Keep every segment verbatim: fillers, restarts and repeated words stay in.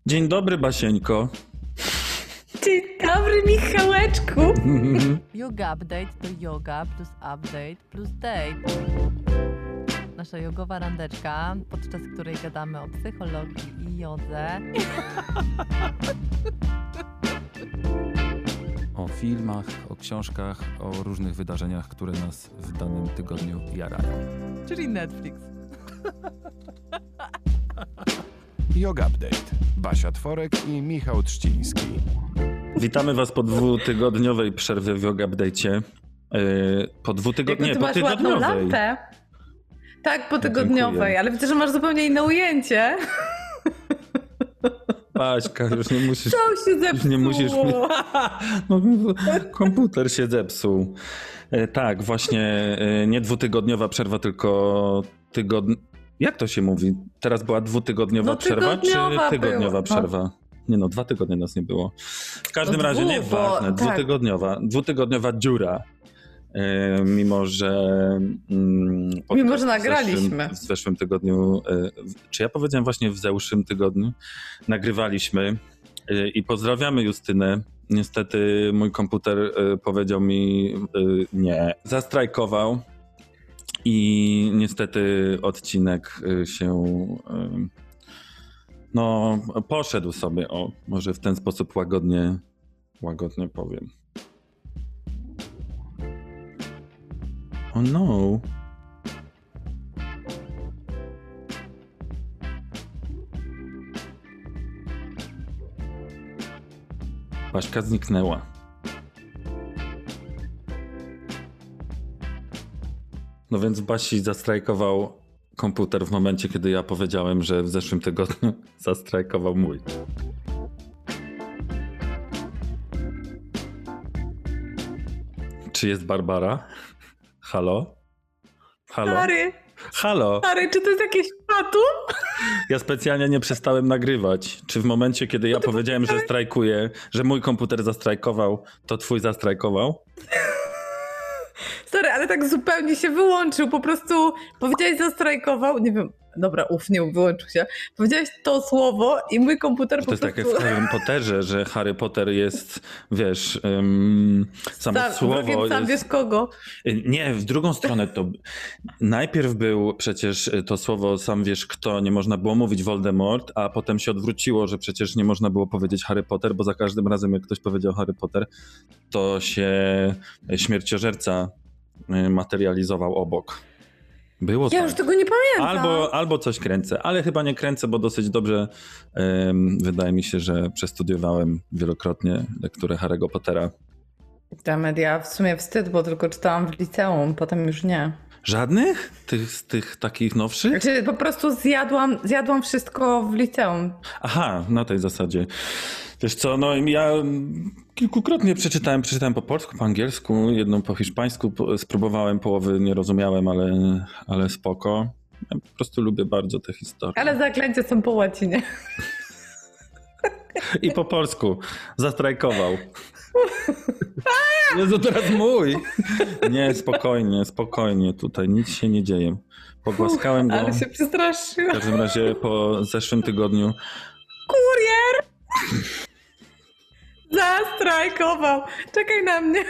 Dzień dobry, Basieńko. Dzień dobry, Michałeczku. Yoga Update to yoga plus update plus date. Nasza jogowa randeczka, podczas której gadamy o psychologii i jodze. O filmach, o książkach, o różnych wydarzeniach, które nas w danym tygodniu jarają. Czyli Netflix. Yoga Update. Basia Tworek i Michał Trzciński. Witamy was po dwutygodniowej przerwie w Yoga Update'cie. Yy, po dwutygodniowej, Jaką ty po masz ładną tygodniowej. lampę. Tak, po tygodniowej, Dziękuję. ale widzę, że masz zupełnie inne ujęcie. Baśka, już nie musisz... Co się Już zepsuło? nie musisz... No, komputer się zepsuł. Yy, tak, właśnie yy, nie dwutygodniowa przerwa, tylko tygodni... Jak to się mówi? Teraz była dwutygodniowa No, przerwa, tygodniowa czy tygodniowa była, no. przerwa? Nie no, dwa tygodnie nas nie było. W każdym No razie dwu, nieważne, bo- tak. dwutygodniowa, dwutygodniowa dziura. Yy, mimo, że mm, podcast Mimo, że w nagraliśmy. zeszłym, w zeszłym tygodniu, yy, w- czy ja powiedziałem właśnie w zeszłym tygodniu, nagrywaliśmy yy, i pozdrawiamy Justynę. Niestety mój komputer yy, powiedział mi yy, nie, zastrajkował i niestety odcinek yy, się yy, no poszedł sobie, o może w ten sposób łagodnie, łagodnie powiem. Oh no. Baśka zniknęła. No więc Basi zastrajkował komputer w momencie, kiedy ja powiedziałem, że w zeszłym tygodniu zastrajkował mój. Czy jest Barbara? Halo? Halo? Stary, Halo? stary, czy to jest jakieś fatum? Ja specjalnie nie przestałem nagrywać. Czy w momencie, kiedy ja powiedziałem, że strajkuję, że mój komputer zastrajkował, to twój zastrajkował? Stary, ale tak zupełnie się wyłączył, po prostu powiedziałeś zastrajkował, nie wiem, dobra, uf, nie wyłączył się. Powiedziałeś to słowo i mój komputer To po jest prostu... takie w Harry Potterze, że Harry Potter jest, wiesz, um, samo Sam, słowo wrogiem sam jest... wiesz kogo. Nie, w drugą stronę to... Najpierw był przecież to słowo sam wiesz kto, nie można było mówić Voldemort, a potem się odwróciło, że przecież nie można było powiedzieć Harry Potter, bo za każdym razem jak ktoś powiedział Harry Potter, to się śmierciożerca materializował obok. Było Ja tak. już tego nie pamiętam. Albo, albo coś kręcę, ale chyba nie kręcę, bo dosyć dobrze um, wydaje mi się, że przestudiowałem wielokrotnie lekturę Harry'ego Pottera. Ta media, w sumie wstyd, bo tylko czytałam w liceum, potem już nie. Żadnych? Tych, z tych takich nowszych? Znaczy po prostu zjadłam, zjadłam wszystko w liceum. Aha, na tej zasadzie. Wiesz co, no ja kilkukrotnie przeczytałem, przeczytałem po polsku, po angielsku, jedną po hiszpańsku, po, spróbowałem, połowy nie rozumiałem, ale, ale spoko. Ja po prostu lubię bardzo te historie. Ale zaklęcia są po łacinie. I po polsku. Zastrajkował. Jezu, teraz mój. Nie, spokojnie, spokojnie. Tutaj nic się nie dzieje. Pogłaskałem go. Ale się W przestraszyłam. każdym razie po zeszłym tygodniu. Kurier! Zastrajkował. Czekaj na mnie.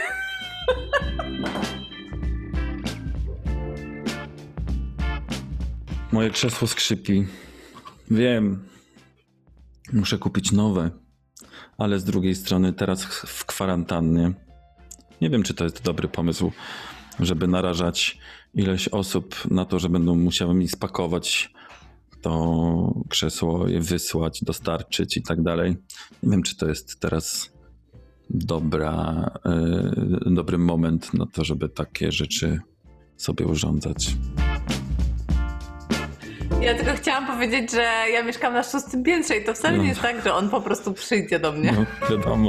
Moje krzesło skrzypi. Wiem. Muszę kupić nowe. Ale z drugiej strony teraz w kwarantannie. Nie wiem, czy to jest dobry pomysł, żeby narażać ileś osób na to, że będą musiały mi spakować to krzesło, je wysłać, dostarczyć i tak dalej. Nie wiem, czy to jest teraz dobra, yy, dobry moment na to, żeby takie rzeczy sobie urządzać. Ja tylko chciałam powiedzieć, że ja mieszkam na szóstym piętrze i to wcale nie jest tak, że on po prostu przyjdzie do mnie. No, wiadomo.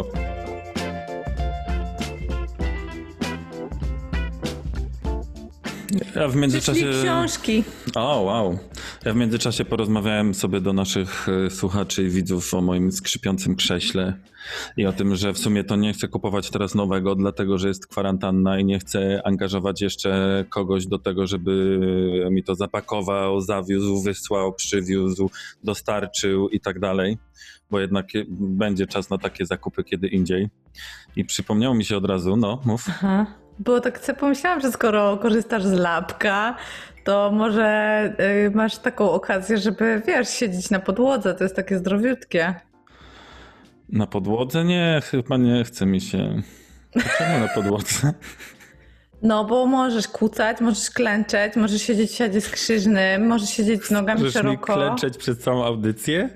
Ja w międzyczasie... Przyszli książki. O, wow. Ja w międzyczasie porozmawiałem sobie do naszych e, słuchaczy i widzów o moim skrzypiącym krześle i o tym, że w sumie to nie chcę kupować teraz nowego, dlatego że jest kwarantanna i nie chcę angażować jeszcze kogoś do tego, żeby mi to zapakował, zawiózł, wysłał, przywiózł, dostarczył i tak dalej, bo jednak będzie czas na takie zakupy kiedy indziej. I przypomniało mi się od razu, no mów. Aha. Bo tak sobie pomyślałam, że skoro korzystasz z lapka, to może y, masz taką okazję, żeby, wiesz, siedzieć na podłodze. To jest takie zdrowiutkie. Na podłodze? Nie, chyba nie chce mi się. Dlaczego na podłodze? No, bo możesz kucać, możesz klęczeć, możesz siedzieć w siadzie skrzyżnym, możesz siedzieć nogami Możesz mi szeroko. klęczeć przez całą audycję?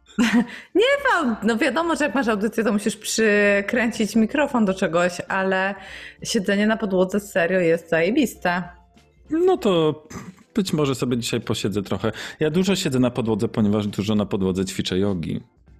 No wiadomo, że jak masz audycję, to musisz przykręcić mikrofon do czegoś, ale siedzenie na podłodze serio jest zajebiste. No to być może sobie dzisiaj posiedzę trochę. Ja dużo siedzę na podłodze, ponieważ dużo na podłodze ćwiczę jogi.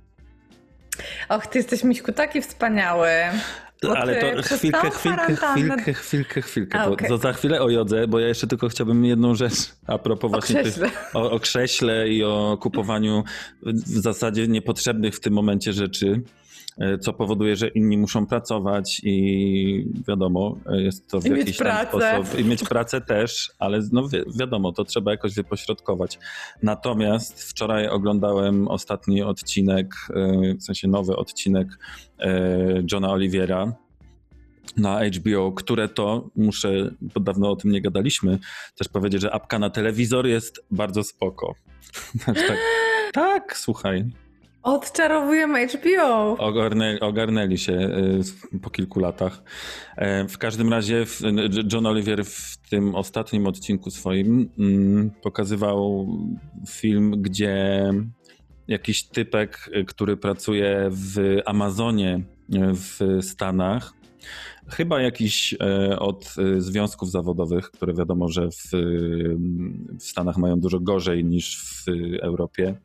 Och, ty jesteś, Miśku, taki wspaniały. Bo Ale ty to przez chwilkę, całą chwilkę, kwarantannę- chwilkę, chwilkę, chwilkę. A, To, okej. to za chwilę o jodze, bo ja jeszcze tylko chciałbym jedną rzecz a propos O właśnie krześle. tych, o, o krześle i o kupowaniu w zasadzie niepotrzebnych w tym momencie rzeczy, e, co powoduje, że inni muszą pracować i wiadomo, e, jest to w I mieć jakiś tam pracę. sposób. I mieć pracę też, ale no wi- wiadomo, to trzeba jakoś wypośrodkować. Natomiast wczoraj oglądałem ostatni odcinek, e, w sensie nowy odcinek e, Johna Oliviera na H B O, które to, muszę, bo dawno o tym nie gadaliśmy, też powiedzieć, że apka na telewizor jest bardzo spoko. Znaczy tak, tak, słuchaj, Odczarowujemy H B O. ogarnęli, ogarnęli się y, po kilku latach. E, W każdym razie w, John Oliver w tym ostatnim odcinku swoim mm, pokazywał film, gdzie jakiś typek, y, który pracuje w Amazonie y, w Stanach, chyba jakiś e, od e, związków zawodowych, które wiadomo, że w, w Stanach mają dużo gorzej niż w Europie.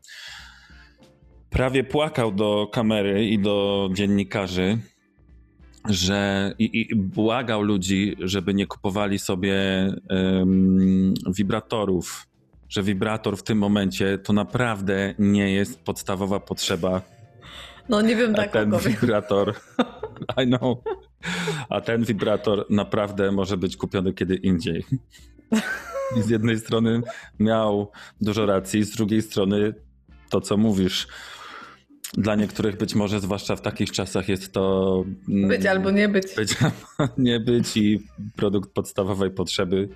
Prawie płakał do kamery i do dziennikarzy, że i, i błagał ludzi, żeby nie kupowali sobie em, wibratorów, że wibrator w tym momencie to naprawdę nie jest podstawowa potrzeba. No nie wiem A dla ten kogo. wibrator, I know, a ten wibrator naprawdę może być kupiony kiedy indziej. I z jednej strony miał dużo racji, z drugiej strony to, co mówisz, dla niektórych być może, zwłaszcza w takich czasach, jest to... mm, Być albo nie być. Być albo nie być i produkt podstawowej potrzeby.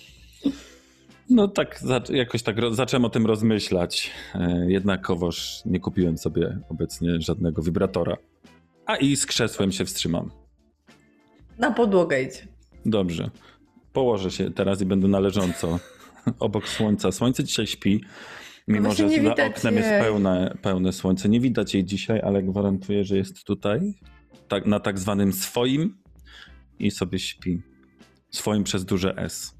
No tak, za- jakoś tak ro- zacząłem o tym rozmyślać. E, Jednakowoż nie kupiłem sobie obecnie żadnego wibratora. A i z krzesłem się wstrzymam. Na podłogę idź. Dobrze. Położę się teraz i będę na leżąco obok słońca. Słońce dzisiaj śpi, mimo Właśnie że nie za widać oknem jest jej. pełne, pełne słońce. Nie widać jej dzisiaj, ale gwarantuję, że jest tutaj, tak, na tak zwanym swoim i sobie śpi. Swoim przez duże S.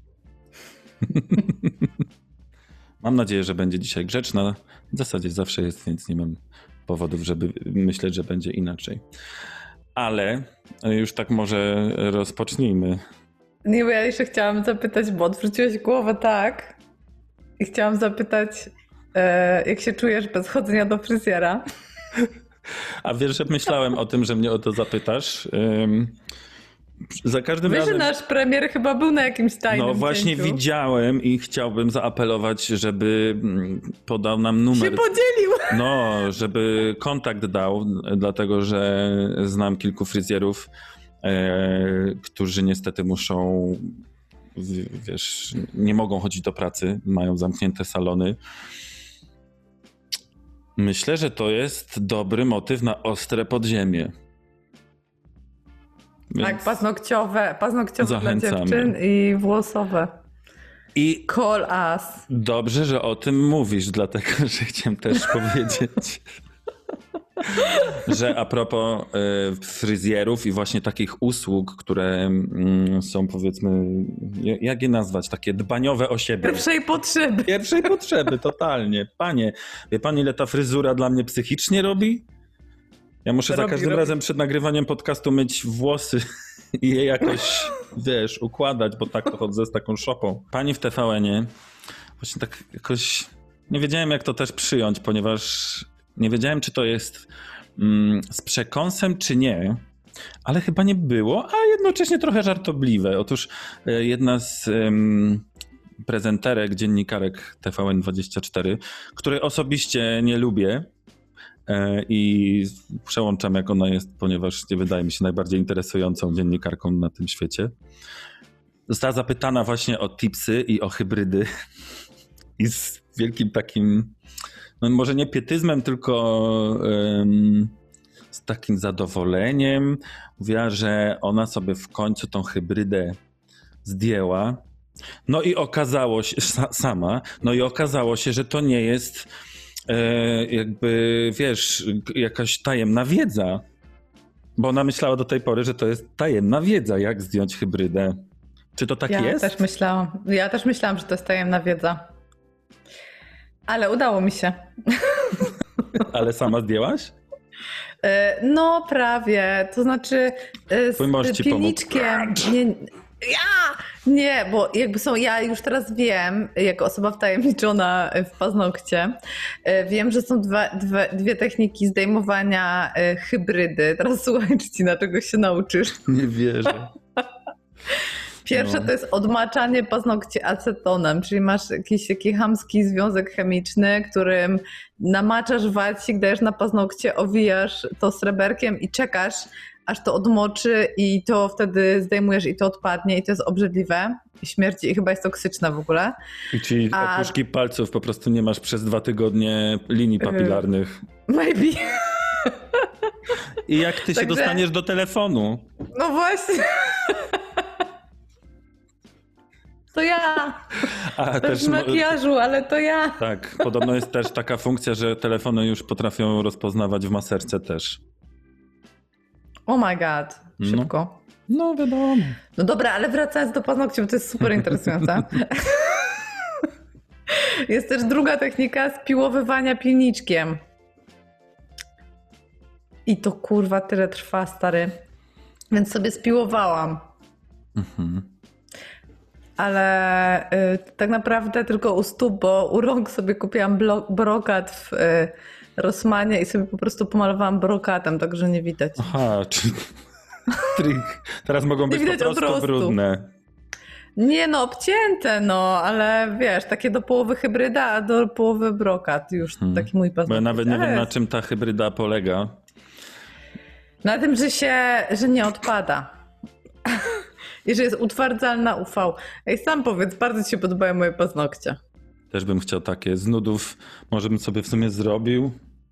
Mam nadzieję, że będzie dzisiaj grzeczna. W zasadzie zawsze jest, więc nie mam powodów, żeby myśleć, że będzie inaczej. Ale już tak może rozpocznijmy. Nie, bo ja jeszcze chciałam zapytać, bo odwróciłeś głowę tak i chciałam zapytać, e, jak się czujesz bez chodzenia do fryzjera? A wiesz, że myślałem o tym, że mnie o to zapytasz. Ym, za każdym Wiesz, że razem... nasz premier chyba był na jakimś tajnym No właśnie cięciu. widziałem i chciałbym zaapelować, żeby mm, podał nam Się numer. podzielił. No, żeby kontakt dał, dlatego że znam kilku fryzjerów, e, którzy niestety muszą, w- wiesz, nie mogą chodzić do pracy, mają zamknięte salony. Myślę, że to jest dobry motyw na ostre podziemie. Więc- Tak, paznokciowe, paznokciowe dla Zachęcamy. dziewczyn i włosowe. I Call us. dobrze, że o tym mówisz, dlatego że chciałem też powiedzieć, że a propos y, fryzjerów i właśnie takich usług, które mm, są powiedzmy, ja- jak je nazwać, takie dbaniowe o siebie. Pierwszej potrzeby. Pierwszej potrzeby, totalnie. Panie, wie pan ile ta fryzura dla mnie psychicznie robi? Ja muszę za Robi, każdym robi. razem przed nagrywaniem podcastu myć włosy i je jakoś wiesz, układać, bo tak to chodzę z taką szopą. Pani w T V N-ie właśnie tak jakoś nie wiedziałem, jak to też przyjąć, ponieważ nie wiedziałem, czy to jest mm, z przekąsem, czy nie, ale chyba nie było, a jednocześnie trochę żartobliwe. Otóż y, jedna z ym, prezenterek, dziennikarek T V N dwadzieścia cztery, której osobiście nie lubię, i przełączam, jak ona jest, ponieważ nie wydaje mi się najbardziej interesującą dziennikarką na tym świecie. Została zapytana właśnie o tipsy i o hybrydy i z wielkim takim, no może nie pietyzmem, tylko um, z takim zadowoleniem mówiła, że ona sobie w końcu tą hybrydę zdjęła. No i okazało się, sama, no i okazało się, że to nie jest jakby, wiesz, jakaś tajemna wiedza. Bo ona myślała do tej pory, że to jest tajemna wiedza, jak zdjąć hybrydę. Czy to tak ja jest? Też myślałam, ja też myślałam, że to jest tajemna wiedza. Ale udało mi się. Ale sama zdjęłaś? No prawie, to znaczy z pilniczkiem. Nie, ja! Nie, bo jakby są, ja już teraz wiem, jako osoba wtajemniczona w paznokcie, wiem, że są dwa, dwie, dwie techniki zdejmowania hybrydy. Teraz słuchaj, czy ci na czego się nauczysz. Nie wierzę. Pierwsze no. to jest odmaczanie paznokci acetonem, czyli masz jakiś taki chamski związek chemiczny, którym namaczasz wacik, dajesz na paznokcie, owijasz to sreberkiem i czekasz, aż to odmoczy i to wtedy zdejmujesz i to odpadnie i to jest obrzydliwe i śmierdzi i chyba jest toksyczne w ogóle. I czyli A... opuszki palców po prostu nie masz przez dwa tygodnie linii papilarnych. Maybe. I jak ty Także... się dostaniesz do telefonu? No właśnie. To ja. A też w makijażu, ale to ja. Tak, podobno jest też taka funkcja, że telefony już potrafią rozpoznawać w maserce też. Oh my god, szybko. No, no wiadomo. No dobra, ale wracając do paznokci, bo to jest super interesujące. Jest też druga technika spiłowywania pilniczkiem. I to kurwa tyle trwa, stary. Więc sobie spiłowałam. Mhm. Ale y, tak naprawdę tylko u stóp, bo u rąk sobie kupiłam blo- brokat w y, Rossmanie i sobie po prostu pomalowałam brokatem, także nie widać. Aha, czyli trik. Teraz mogą być po prostu brudne. Nie no, obcięte no, ale wiesz, takie do połowy hybryda, a do połowy brokat już hmm. taki mój paznokcie. Bo ja nawet nie wiem, na czym ta hybryda polega. Na tym, że się, że nie odpada. I że jest utwardzalna U V. Ej, sam powiedz, bardzo ci się podobają moje paznokcie. Też bym chciał takie. Z nudów może bym sobie w sumie zrobił.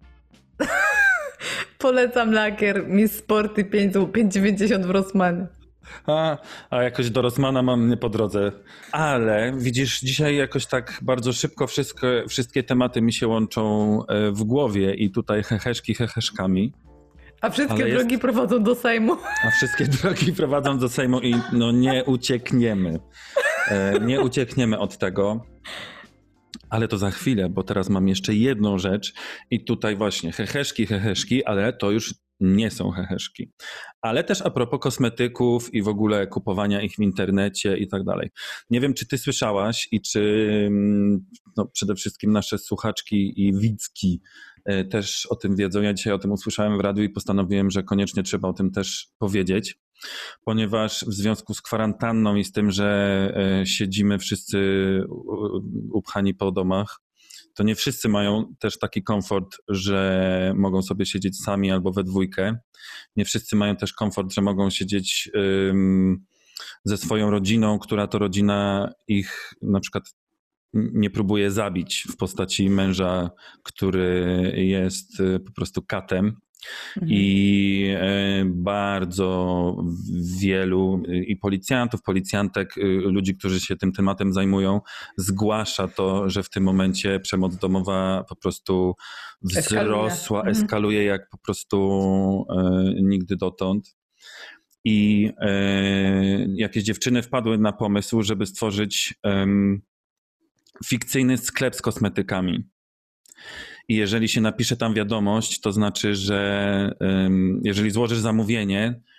Polecam lakier Miss Sporty pięć dziewięćdziesiąt w Rossmanie. A, a jakoś do Rossmana mam nie po drodze. Ale widzisz, dzisiaj jakoś tak bardzo szybko wszystko, wszystkie tematy mi się łączą w głowie i tutaj heheszki heheszkami. A wszystkie Ale drogi jest... prowadzą do Sejmu. A wszystkie drogi prowadzą do Sejmu i no nie uciekniemy. E, nie uciekniemy od tego. Ale to za chwilę, bo teraz mam jeszcze jedną rzecz i tutaj właśnie heheszki, heheszki, ale to już nie są heheszki. Ale też a propos kosmetyków i w ogóle kupowania ich w internecie i tak dalej. Nie wiem, czy ty słyszałaś i czy no, przede wszystkim nasze słuchaczki i widzki też o tym wiedzą. Ja dzisiaj o tym usłyszałem w radiu i postanowiłem, że koniecznie trzeba o tym też powiedzieć, ponieważ w związku z kwarantanną i z tym, że siedzimy wszyscy upchani po domach, to nie wszyscy mają też taki komfort, że mogą sobie siedzieć sami albo we dwójkę. Nie wszyscy mają też komfort, że mogą siedzieć um, ze swoją rodziną, która to rodzina ich na przykład nie próbuje zabić w postaci męża, który jest po prostu katem. Mhm. I bardzo wielu i policjantów, policjantek, ludzi, którzy się tym tematem zajmują, zgłasza to, że w tym momencie przemoc domowa po prostu wzrosła, eskaluje, eskaluje jak po prostu nigdy dotąd. I jakieś dziewczyny wpadły na pomysł, żeby stworzyć fikcyjny sklep z kosmetykami. I jeżeli się napisze tam wiadomość, to znaczy, że um, jeżeli złożysz zamówienie,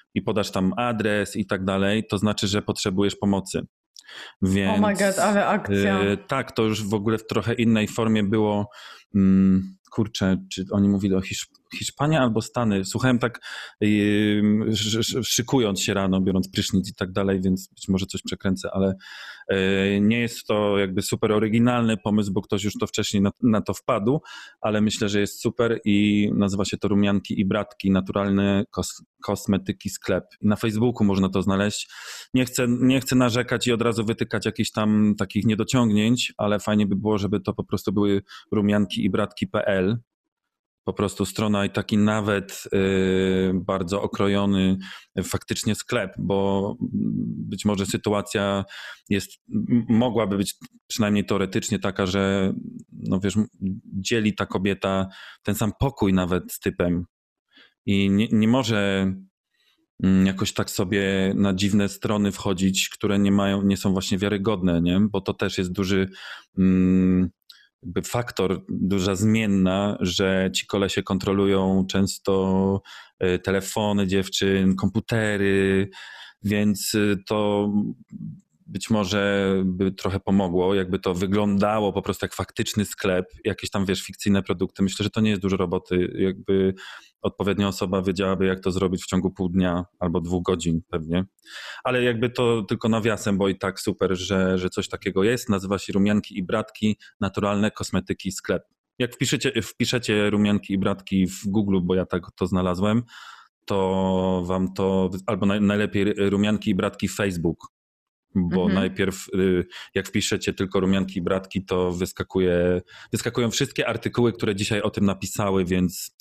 i podasz tam adres i tak dalej, to znaczy, że potrzebujesz pomocy. Więc, oh my god, ale akcja. Yy, tak, to już w ogóle w trochę innej formie było, mm, kurczę, czy oni mówili o Hiszp- Hiszpanii albo Stany. Słuchałem tak yy, sz- szykując się rano, biorąc prysznic i tak dalej, więc być może coś przekręcę, ale yy, nie jest to jakby super oryginalny pomysł, bo ktoś już to wcześniej na, na to wpadł, ale myślę, że jest super i nazywa się to Rumianki i Bratki, naturalne kos- kosmetyki sklep. I na Facebooku można to znaleźć. Nie chcę, nie chcę narzekać i od razu wytykać jakichś tam takich niedociągnięć, ale fajnie by było, żeby to po prostu były rumianki i bratki kropka p l. Po prostu strona i taki nawet yy, bardzo okrojony faktycznie sklep, bo być może sytuacja jest, m- mogłaby być przynajmniej teoretycznie taka, że no wiesz, dzieli ta kobieta ten sam pokój nawet z typem i nie, nie może jakoś tak sobie na dziwne strony wchodzić, które nie mają, nie są właśnie wiarygodne, nie? Bo to też jest duży mm, jakby faktor, duża zmienna, że ci kolesie kontrolują często y, telefony dziewczyn, komputery, więc y, to być może by trochę pomogło, jakby to wyglądało po prostu jak faktyczny sklep, jakieś tam, wiesz, fikcyjne produkty. Myślę, że to nie jest dużo roboty, jakby odpowiednia osoba wiedziałaby, jak to zrobić w ciągu pół dnia albo dwóch godzin pewnie. Ale jakby to tylko nawiasem, bo i tak super, że, że coś takiego jest. Nazywa się Rumianki i Bratki, naturalne kosmetyki sklep. Jak wpiszecie, wpiszecie Rumianki i Bratki w Google, bo ja tak to znalazłem, to wam to, albo naj, najlepiej Rumianki i Bratki Facebook, bo Mhm. najpierw jak wpiszecie tylko Rumianki i Bratki, to wyskakuje, wyskakują wszystkie artykuły, które dzisiaj o tym napisały, więc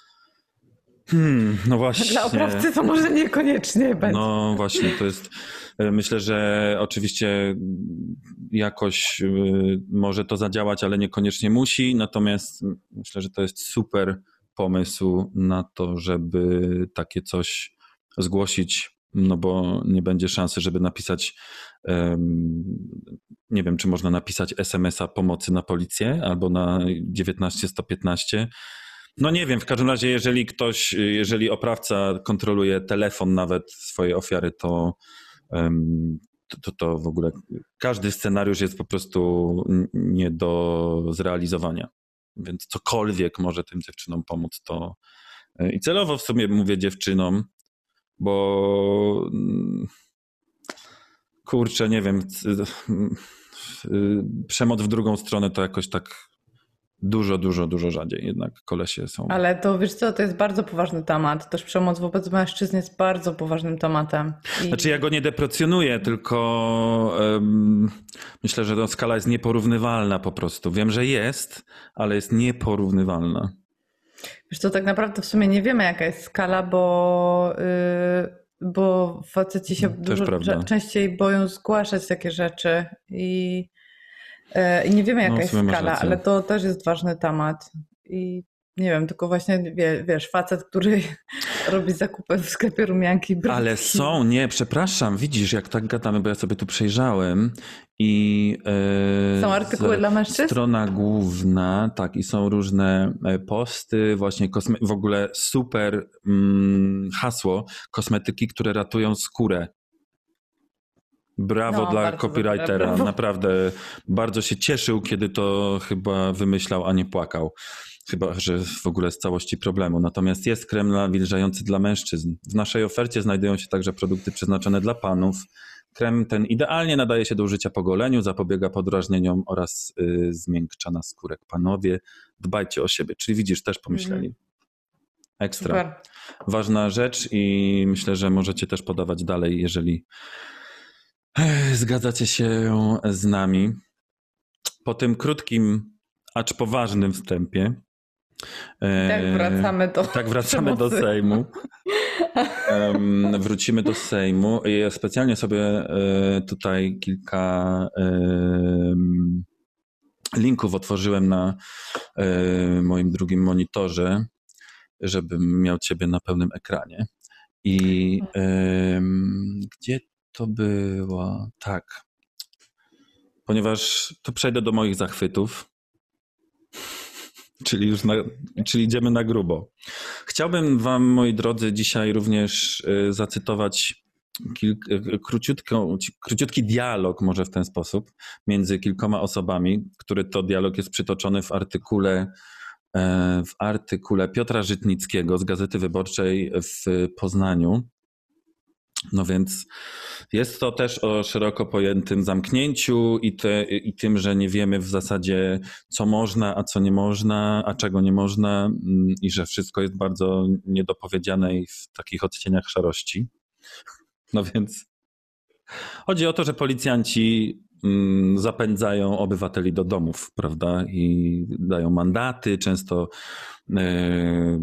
Hmm, no właśnie. Dla oprawcy to może niekoniecznie będzie. No właśnie, to jest, myślę, że oczywiście jakoś może to zadziałać, ale niekoniecznie musi, natomiast myślę, że to jest super pomysł na to, żeby takie coś zgłosić, no bo nie będzie szansy, żeby napisać, um, nie wiem, czy można napisać es em es a pomocy na policję albo na dziewiętnaście sto piętnaście. No nie wiem, w każdym razie jeżeli ktoś, jeżeli oprawca kontroluje telefon nawet swojej ofiary, to, um, to, to, to w ogóle każdy scenariusz jest po prostu nie do zrealizowania. Więc cokolwiek może tym dziewczynom pomóc, to i celowo w sumie mówię dziewczynom, bo kurczę, nie wiem, przemoc w drugą stronę to jakoś tak Dużo, dużo, dużo rzadziej jednak kolesie są. Ale to wiesz co, to jest bardzo poważny temat. Też przemoc wobec mężczyzn jest bardzo poważnym tematem. I... Znaczy ja go nie deprecjonuję, tylko um, myślę, że ta skala jest nieporównywalna po prostu. Wiem, że jest, ale jest nieporównywalna. Wiesz co, tak naprawdę w sumie nie wiemy jaka jest skala, bo, yy, bo faceci się Też dużo prawda. częściej boją zgłaszać takie rzeczy i I nie wiemy, jaka No, w jest sumie masz skala, rację. ale to też jest ważny temat. I nie wiem, tylko właśnie wie, wiesz, facet, który robi zakupy w sklepie rumianki. Bratki. Ale są, nie, przepraszam, widzisz, jak tak gadamy, bo ja sobie tu przejrzałem i e, Są artykuły z- dla mężczyzn? Strona główna, tak, i są różne e, posty, właśnie kosme- w ogóle super mm, hasło, kosmetyki, które ratują skórę. Brawo No, dla bardzo copywritera. dobre, brawo. Naprawdę bardzo się cieszył, kiedy to chyba wymyślał, a nie płakał. Chyba, że w ogóle z całości problemu. Natomiast jest krem nawilżający dla mężczyzn. W naszej ofercie znajdują się także produkty przeznaczone dla panów. Krem ten idealnie nadaje się do użycia po goleniu, zapobiega podrażnieniom oraz y, zmiękcza naskórek. Panowie, dbajcie o siebie. Czyli widzisz, też pomyśleli. Ekstra. Super. Ważna rzecz i myślę, że możecie też podawać dalej, jeżeli eh, zgadzacie się z nami. Po tym krótkim, acz poważnym wstępie. I tak wracamy do Tak wracamy do przemocy. Sejmu. Em, wrócimy do Sejmu. I ja specjalnie sobie e, tutaj kilka em, linków otworzyłem na e, moim drugim monitorze, żebym miał ciebie na pełnym ekranie. I em, gdzie to było? Tak. Ponieważ to przejdę do moich zachwytów. Czyli już na, czyli idziemy na grubo. Chciałbym wam, moi drodzy, dzisiaj również zacytować kilk, króciutką, króciutki dialog, może w ten sposób, między kilkoma osobami, który to dialog jest przytoczony w artykule, w artykule Piotra Żytnickiego z Gazety Wyborczej w Poznaniu. No więc jest to też o szeroko pojętym zamknięciu i, te, i tym, że nie wiemy w zasadzie, co można, a co nie można, a czego nie można i że wszystko jest bardzo niedopowiedziane i w takich odcieniach szarości. No więc chodzi o to, że policjanci zapędzają obywateli do domów, prawda, i dają mandaty, często yy,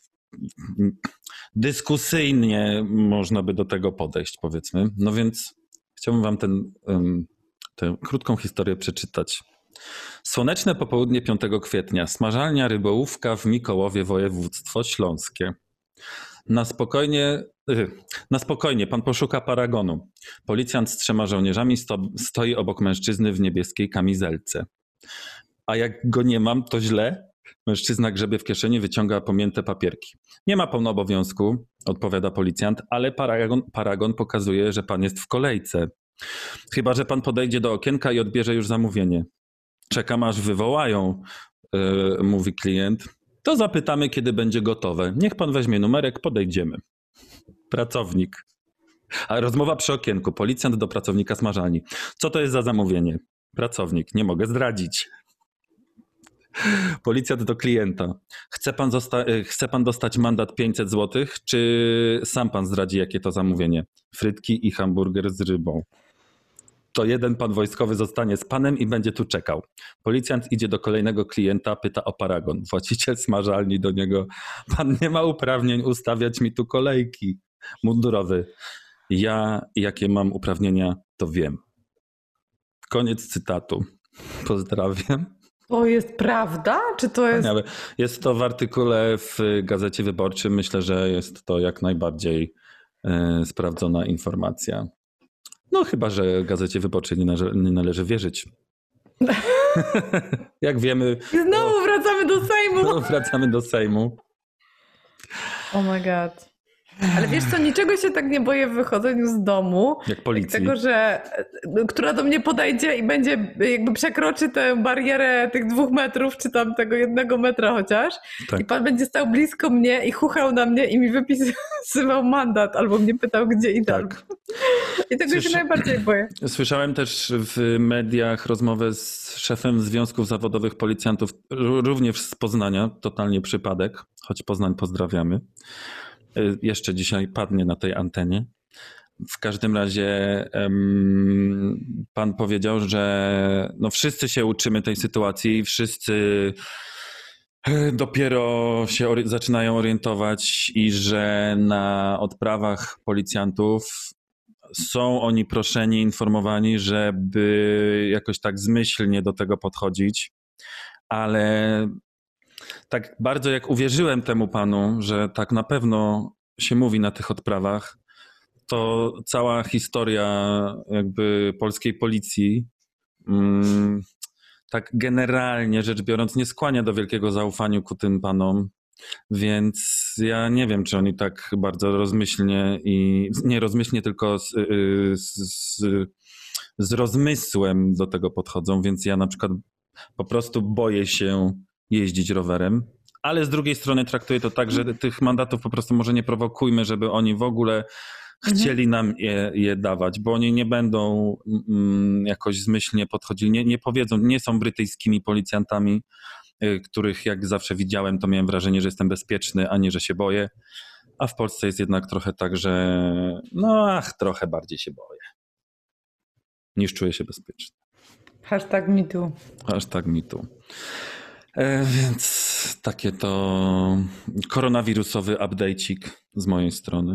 dyskusyjnie można by do tego podejść, powiedzmy. No więc chciałbym wam ten, tę krótką historię przeczytać. Słoneczne popołudnie piątego kwietnia. Smażalnia Rybołówka w Mikołowie, województwo śląskie. Na spokojnie, na spokojnie, pan poszuka paragonu. Policjant z trzema żołnierzami sto, stoi obok mężczyzny w niebieskiej kamizelce. A jak go nie mam, to źle? Mężczyzna grzebie w kieszeni, wyciąga pomięte papierki. Nie ma pan obowiązku, odpowiada policjant, ale paragon, paragon pokazuje, że pan jest w kolejce. Chyba że pan podejdzie do okienka i odbierze już zamówienie. Czekam aż wywołają, yy, mówi klient. To zapytamy, kiedy będzie gotowe. Niech pan weźmie numerek, podejdziemy. Pracownik. A rozmowa przy okienku. Policjant do pracownika smażalni. Co to jest za zamówienie? Pracownik. Nie mogę zdradzić. Policjant do klienta. Chce pan, zosta- chce pan dostać mandat pięćset złotych, czy sam pan zdradzi, jakie to zamówienie? Frytki i hamburger z rybą. To jeden pan wojskowy zostanie z panem i będzie tu czekał. Policjant idzie do kolejnego klienta, pyta o paragon. Właściciel smażalni do niego. Pan nie ma uprawnień ustawiać mi tu kolejki. Mundurowy. Ja, jakie mam uprawnienia, to wiem. Koniec cytatu. Pozdrawiam. To jest prawda? Czy to jest... Jest to w artykule w Gazecie Wyborczej. Myślę, że jest to jak najbardziej e, sprawdzona informacja. No chyba, że Gazecie Wyborczej nie, należy, nie należy wierzyć. Jak wiemy... I znowu no, wracamy do Sejmu. No, wracamy do Sejmu. Oh my god. Ale wiesz co, niczego się tak nie boję w wychodzeniu z domu. Jak policji. Tego, że która do mnie podejdzie i będzie, jakby przekroczy tę barierę tych dwóch metrów, czy tam tego jednego metra chociaż. Tak. I pan będzie stał blisko mnie i chuchał na mnie i mi wypisywał mandat albo mnie pytał, gdzie idę. Tak. I tego Słysza... się najbardziej boję. Słyszałem też w mediach rozmowę z szefem Związków Zawodowych Policjantów, również z Poznania, totalnie przypadek, choć Poznań pozdrawiamy. Jeszcze dzisiaj padnie na tej antenie. W każdym razie um, pan powiedział, że no wszyscy się uczymy tej sytuacji, wszyscy dopiero się ori- zaczynają orientować i że na odprawach policjantów są oni proszeni, informowani, żeby jakoś tak zmyślnie do tego podchodzić, ale tak bardzo jak uwierzyłem temu panu, że tak na pewno się mówi na tych odprawach, to cała historia jakby polskiej policji mm, tak generalnie rzecz biorąc nie skłania do wielkiego zaufania ku tym panom, więc ja nie wiem, czy oni tak bardzo rozmyślnie i nie rozmyślnie, tylko z, z, z rozmysłem do tego podchodzą, więc ja na przykład po prostu boję się jeździć rowerem, ale z drugiej strony traktuję to tak, że tych mandatów po prostu może nie prowokujmy, żeby oni w ogóle chcieli nam je, je dawać, bo oni nie będą mm, jakoś zmyślnie podchodzili, nie, nie powiedzą, nie są brytyjskimi policjantami, y, których jak zawsze widziałem, to miałem wrażenie, że jestem bezpieczny, a nie, że się boję, a w Polsce jest jednak trochę tak, że no ach, trochę bardziej się boję, niż czuję się bezpieczny. Hashtag me too. Hashtag me too. E, więc takie to koronawirusowy update'cik z mojej strony.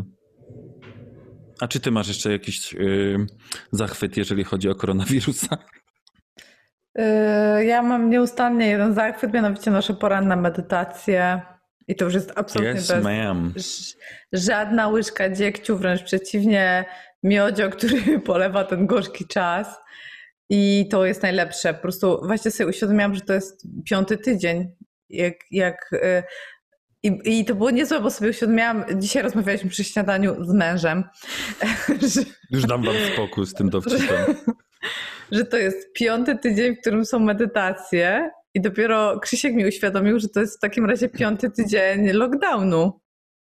A czy ty masz jeszcze jakiś yy, zachwyt, jeżeli chodzi o koronawirusa? Yy, ja mam nieustannie jeden zachwyt, mianowicie nasze poranne medytacje. I to już jest absolutnie yes, bez... ma'am. Żadna łyżka dziegciu, wręcz przeciwnie, miodzio, który polewa ten gorzki czas. I to jest najlepsze. Po prostu właśnie sobie uświadomiłam, że to jest piąty tydzień jak... jak i, I to było niezłe, bo sobie uświadomiłam, dzisiaj rozmawialiśmy przy śniadaniu z mężem. Że, Już dam wam spokój z tym dowcipem. Że, że to jest piąty tydzień, w którym są medytacje i dopiero Krzysiek mi uświadomił, że to jest w takim razie piąty tydzień lockdownu.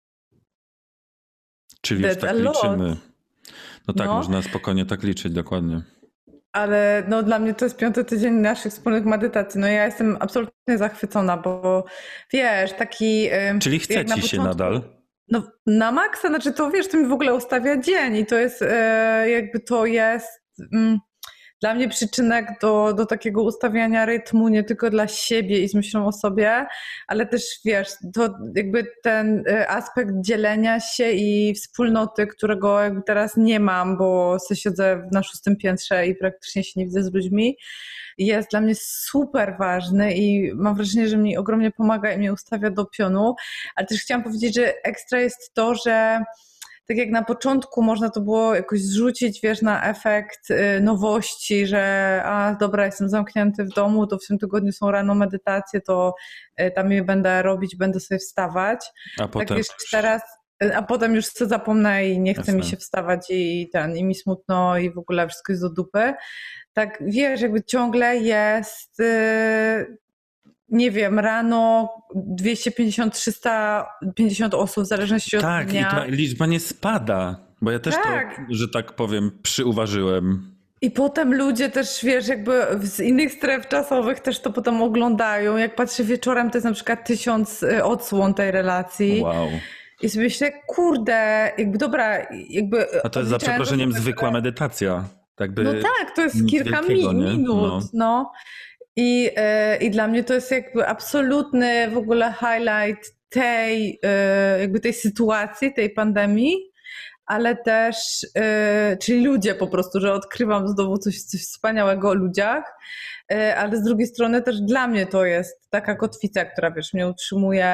Czyli już tak liczymy. No tak, no. Można spokojnie tak liczyć, dokładnie. Ale no dla mnie to jest piąty tydzień naszych wspólnych medytacji. No ja jestem absolutnie zachwycona, bo wiesz, taki... Czyli chce ci na początku, się nadal? No na maksa, znaczy to wiesz, to mi w ogóle ustawia dzień i to jest jakby to jest... Mm, dla mnie przyczynek do, do takiego ustawiania rytmu nie tylko dla siebie i z myślą o sobie, ale też wiesz, to jakby ten aspekt dzielenia się i wspólnoty, którego jakby teraz nie mam, bo sobie siedzę na szóstym piętrze i praktycznie się nie widzę z ludźmi, jest dla mnie super ważny i mam wrażenie, że mi ogromnie pomaga i mnie ustawia do pionu, ale też chciałam powiedzieć, że ekstra jest to, że tak jak na początku można to było jakoś zrzucić, wiesz, na efekt nowości, że a dobra, jestem zamknięty w domu, to w tym tygodniu są rano medytacje, to tam je będę robić, będę sobie wstawać. A potem... Tak wiesz, teraz, a potem już sobie zapomnę i nie chce Jasne. mi się wstawać i ten, i mi smutno i w ogóle wszystko jest do dupy. Tak wiesz, jakby ciągle jest... Yy, nie wiem, rano dwieście pięćdziesiąt do trzystu pięćdziesięciu osób w zależności od tak, dnia. Tak, i ta liczba nie spada, bo ja też tak. to, że tak powiem, przyuważyłem. I potem ludzie też, wiesz, jakby z innych stref czasowych też to potem oglądają. Jak patrzę wieczorem, to jest na przykład tysiąc odsłon tej relacji. Wow. I sobie myślę, kurde, jakby dobra, jakby... A to jest za przeproszeniem zwykła medytacja. Tak by no tak, to jest kilka wielkiego, mi- minut, no. no. I, I dla mnie to jest jakby absolutny w ogóle highlight tej, jakby tej sytuacji, tej pandemii, ale też, czyli ludzie po prostu, że odkrywam znowu coś, coś wspaniałego o ludziach, ale z drugiej strony też dla mnie to jest taka kotwica, która wiesz, mnie utrzymuje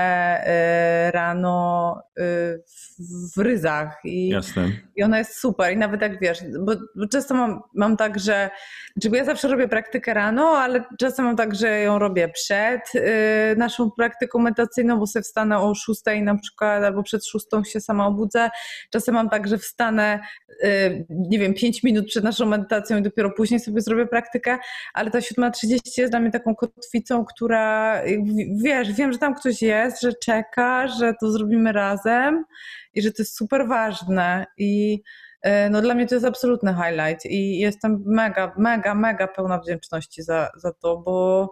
rano w, w ryzach i, Jasne. i ona jest super i nawet jak wiesz, bo, bo często mam, mam tak, że znaczy, ja zawsze robię praktykę rano, ale czasem mam tak, że ją robię przed naszą praktyką medytacyjną, bo sobie wstanę o szóstej na przykład albo przed szóstą się sama obudzę. Czasem mam tak, że wstanę nie wiem, pięć minut przed naszą medytacją i dopiero później sobie zrobię praktykę, ale ta siódma trzydzieści jest dla mnie taką kotwicą, która, wiesz, wiem, że tam ktoś jest, że czeka, że to zrobimy razem i że to jest super ważne i no dla mnie to jest absolutny highlight i jestem mega, mega, mega pełna wdzięczności za, za to, bo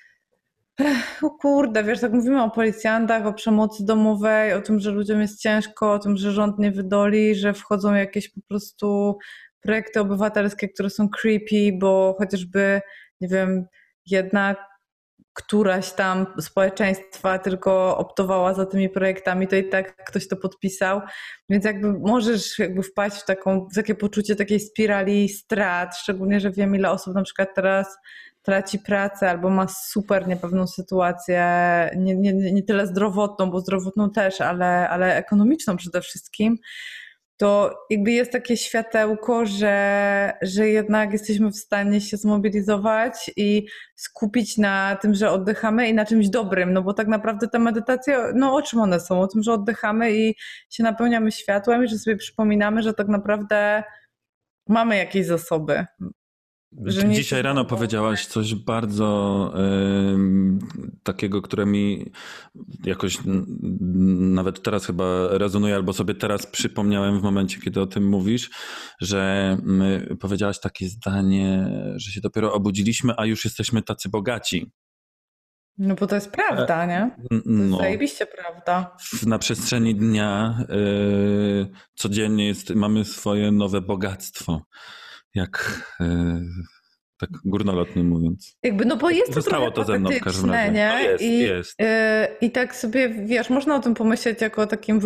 o kurde, wiesz, tak mówimy o policjantach, o przemocy domowej, o tym, że ludziom jest ciężko, o tym, że rząd nie wydoli, że wchodzą jakieś po prostu projekty obywatelskie, które są creepy, bo chociażby, nie wiem, jednak któraś tam społeczeństwa tylko optowała za tymi projektami, to i tak ktoś to podpisał, więc jakby możesz jakby wpaść w, taką, w takie poczucie takiej spirali strat, szczególnie, że wiem, ile osób na przykład teraz traci pracę albo ma super niepewną sytuację, nie, nie, nie tyle zdrowotną, bo zdrowotną też, ale, ale ekonomiczną przede wszystkim, to jakby jest takie światełko, że, że jednak jesteśmy w stanie się zmobilizować i skupić na tym, że oddychamy i na czymś dobrym, no bo tak naprawdę te medytacje, no o czym one są? O tym, że oddychamy i się napełniamy światłem i że sobie przypominamy, że tak naprawdę mamy jakieś zasoby. Że dzisiaj rano powiedziałaś coś bardzo y, takiego, które mi jakoś nawet teraz chyba rezonuje, albo sobie teraz przypomniałem w momencie, kiedy o tym mówisz, że y, powiedziałaś takie zdanie, że się dopiero obudziliśmy, a już jesteśmy tacy bogaci. No bo to jest prawda, nie? To jest no, zajebiście prawda. Na przestrzeni dnia y, codziennie jest, mamy swoje nowe bogactwo. Jak e, tak górnolotnie mówiąc. Jakby, no bo jest to Zostało to ze mną w każdym razie. Nie? No jest, I, jest. Yy, I tak sobie, wiesz, można o tym pomyśleć jako o takim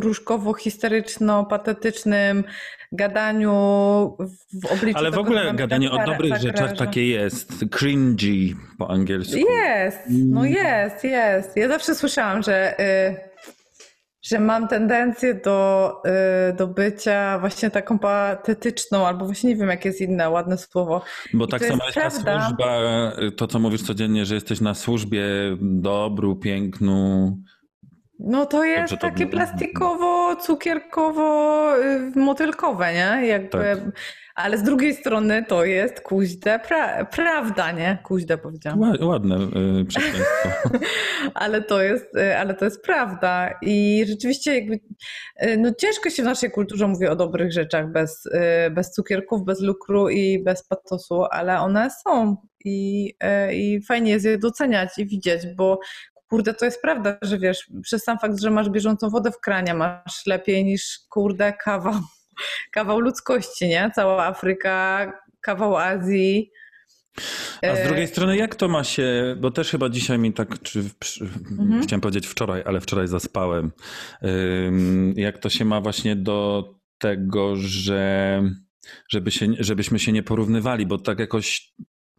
wróżkowo-histeryczno-patetycznym gadaniu w obliczu Ale w tego, ogóle gadanie o dobrych rzeczach takie jest. Cringy po angielsku. Jest, no jest, jest. Ja zawsze słyszałam, że... Yy, że mam tendencję do, y, do bycia właśnie taką patetyczną, albo właśnie nie wiem, jakie jest inne ładne słowo. Bo I tak to samo jest jest ta prawda. służba, to co mówisz codziennie, że jesteś na służbie dobru, pięknu. No to jest Dobrze, to- takie plastikowo, cukierkowo, y, motylkowe, nie? Jakby, Tak. ale z drugiej strony to jest kuźde pra- prawda, nie? Kuźde powiedziałam. Ła- Ładne y, przekleństwo. Ale to jest, y, ale to jest prawda i rzeczywiście jakby, y, no ciężko się w naszej kulturze mówi o dobrych rzeczach bez, y, bez cukierków, bez lukru i bez patosu, ale one są i, y, i fajnie jest je doceniać i widzieć, bo kurde, to jest prawda, że wiesz, przez sam fakt, że masz bieżącą wodę w kranie, masz lepiej niż kurde kawał, kawał ludzkości, nie? Cała Afryka, kawał Azji. A z drugiej strony jak to ma się, bo też chyba dzisiaj mi tak, czy przy, Mhm. chciałem powiedzieć wczoraj, ale wczoraj zaspałem, Ym, jak to się ma właśnie do tego, że żeby się, żebyśmy się nie porównywali, bo tak jakoś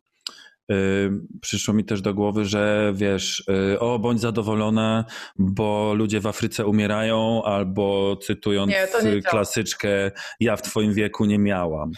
y, przyszło mi też do głowy, że wiesz, y, o bądź zadowolona, bo ludzie w Afryce umierają, albo cytując Nie, to nie y, działa. klasyczkę, ja w twoim wieku nie miałam.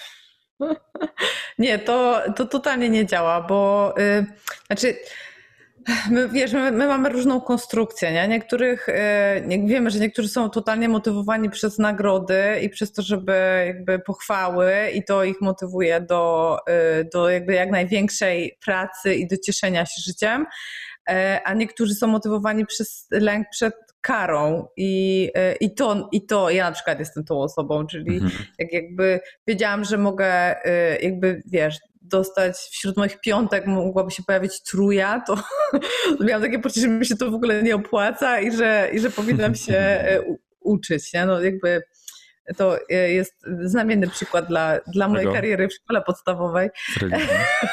Nie, to, to totalnie nie działa, bo y, znaczy, my, wiesz, my, my mamy różną konstrukcję, nie? Niektórych, y, nie, wiemy, że niektórzy są totalnie motywowani przez nagrody i przez to, żeby jakby pochwały i to ich motywuje do, y, do jakby jak największej pracy i do cieszenia się życiem, y, a niektórzy są motywowani przez lęk przed karą i, y, i, to, i to ja na przykład jestem tą osobą, czyli Mhm. jak jakby wiedziałam, że mogę y, jakby, wiesz, dostać wśród moich piątek mogłaby się pojawić truja, to miałam takie poczucie, że mi się to w ogóle nie opłaca i że, i że powinnam się y, u, uczyć, nie? No jakby to y, jest znamienny przykład dla, dla mojej Czego? kariery w szkole podstawowej. Z religii.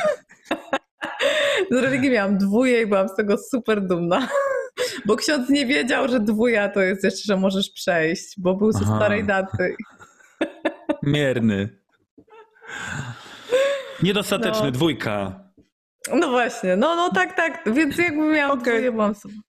Z religii miałam dwóje i byłam z tego super dumna. Bo ksiądz nie wiedział, że dwuja to jest jeszcze, że możesz przejść, bo był ze Aha. starej daty. Mierny. Niedostateczny, No. dwójka. No właśnie, no, no tak, tak, więc jakby miałam Okej. dwóje, byłam sobie.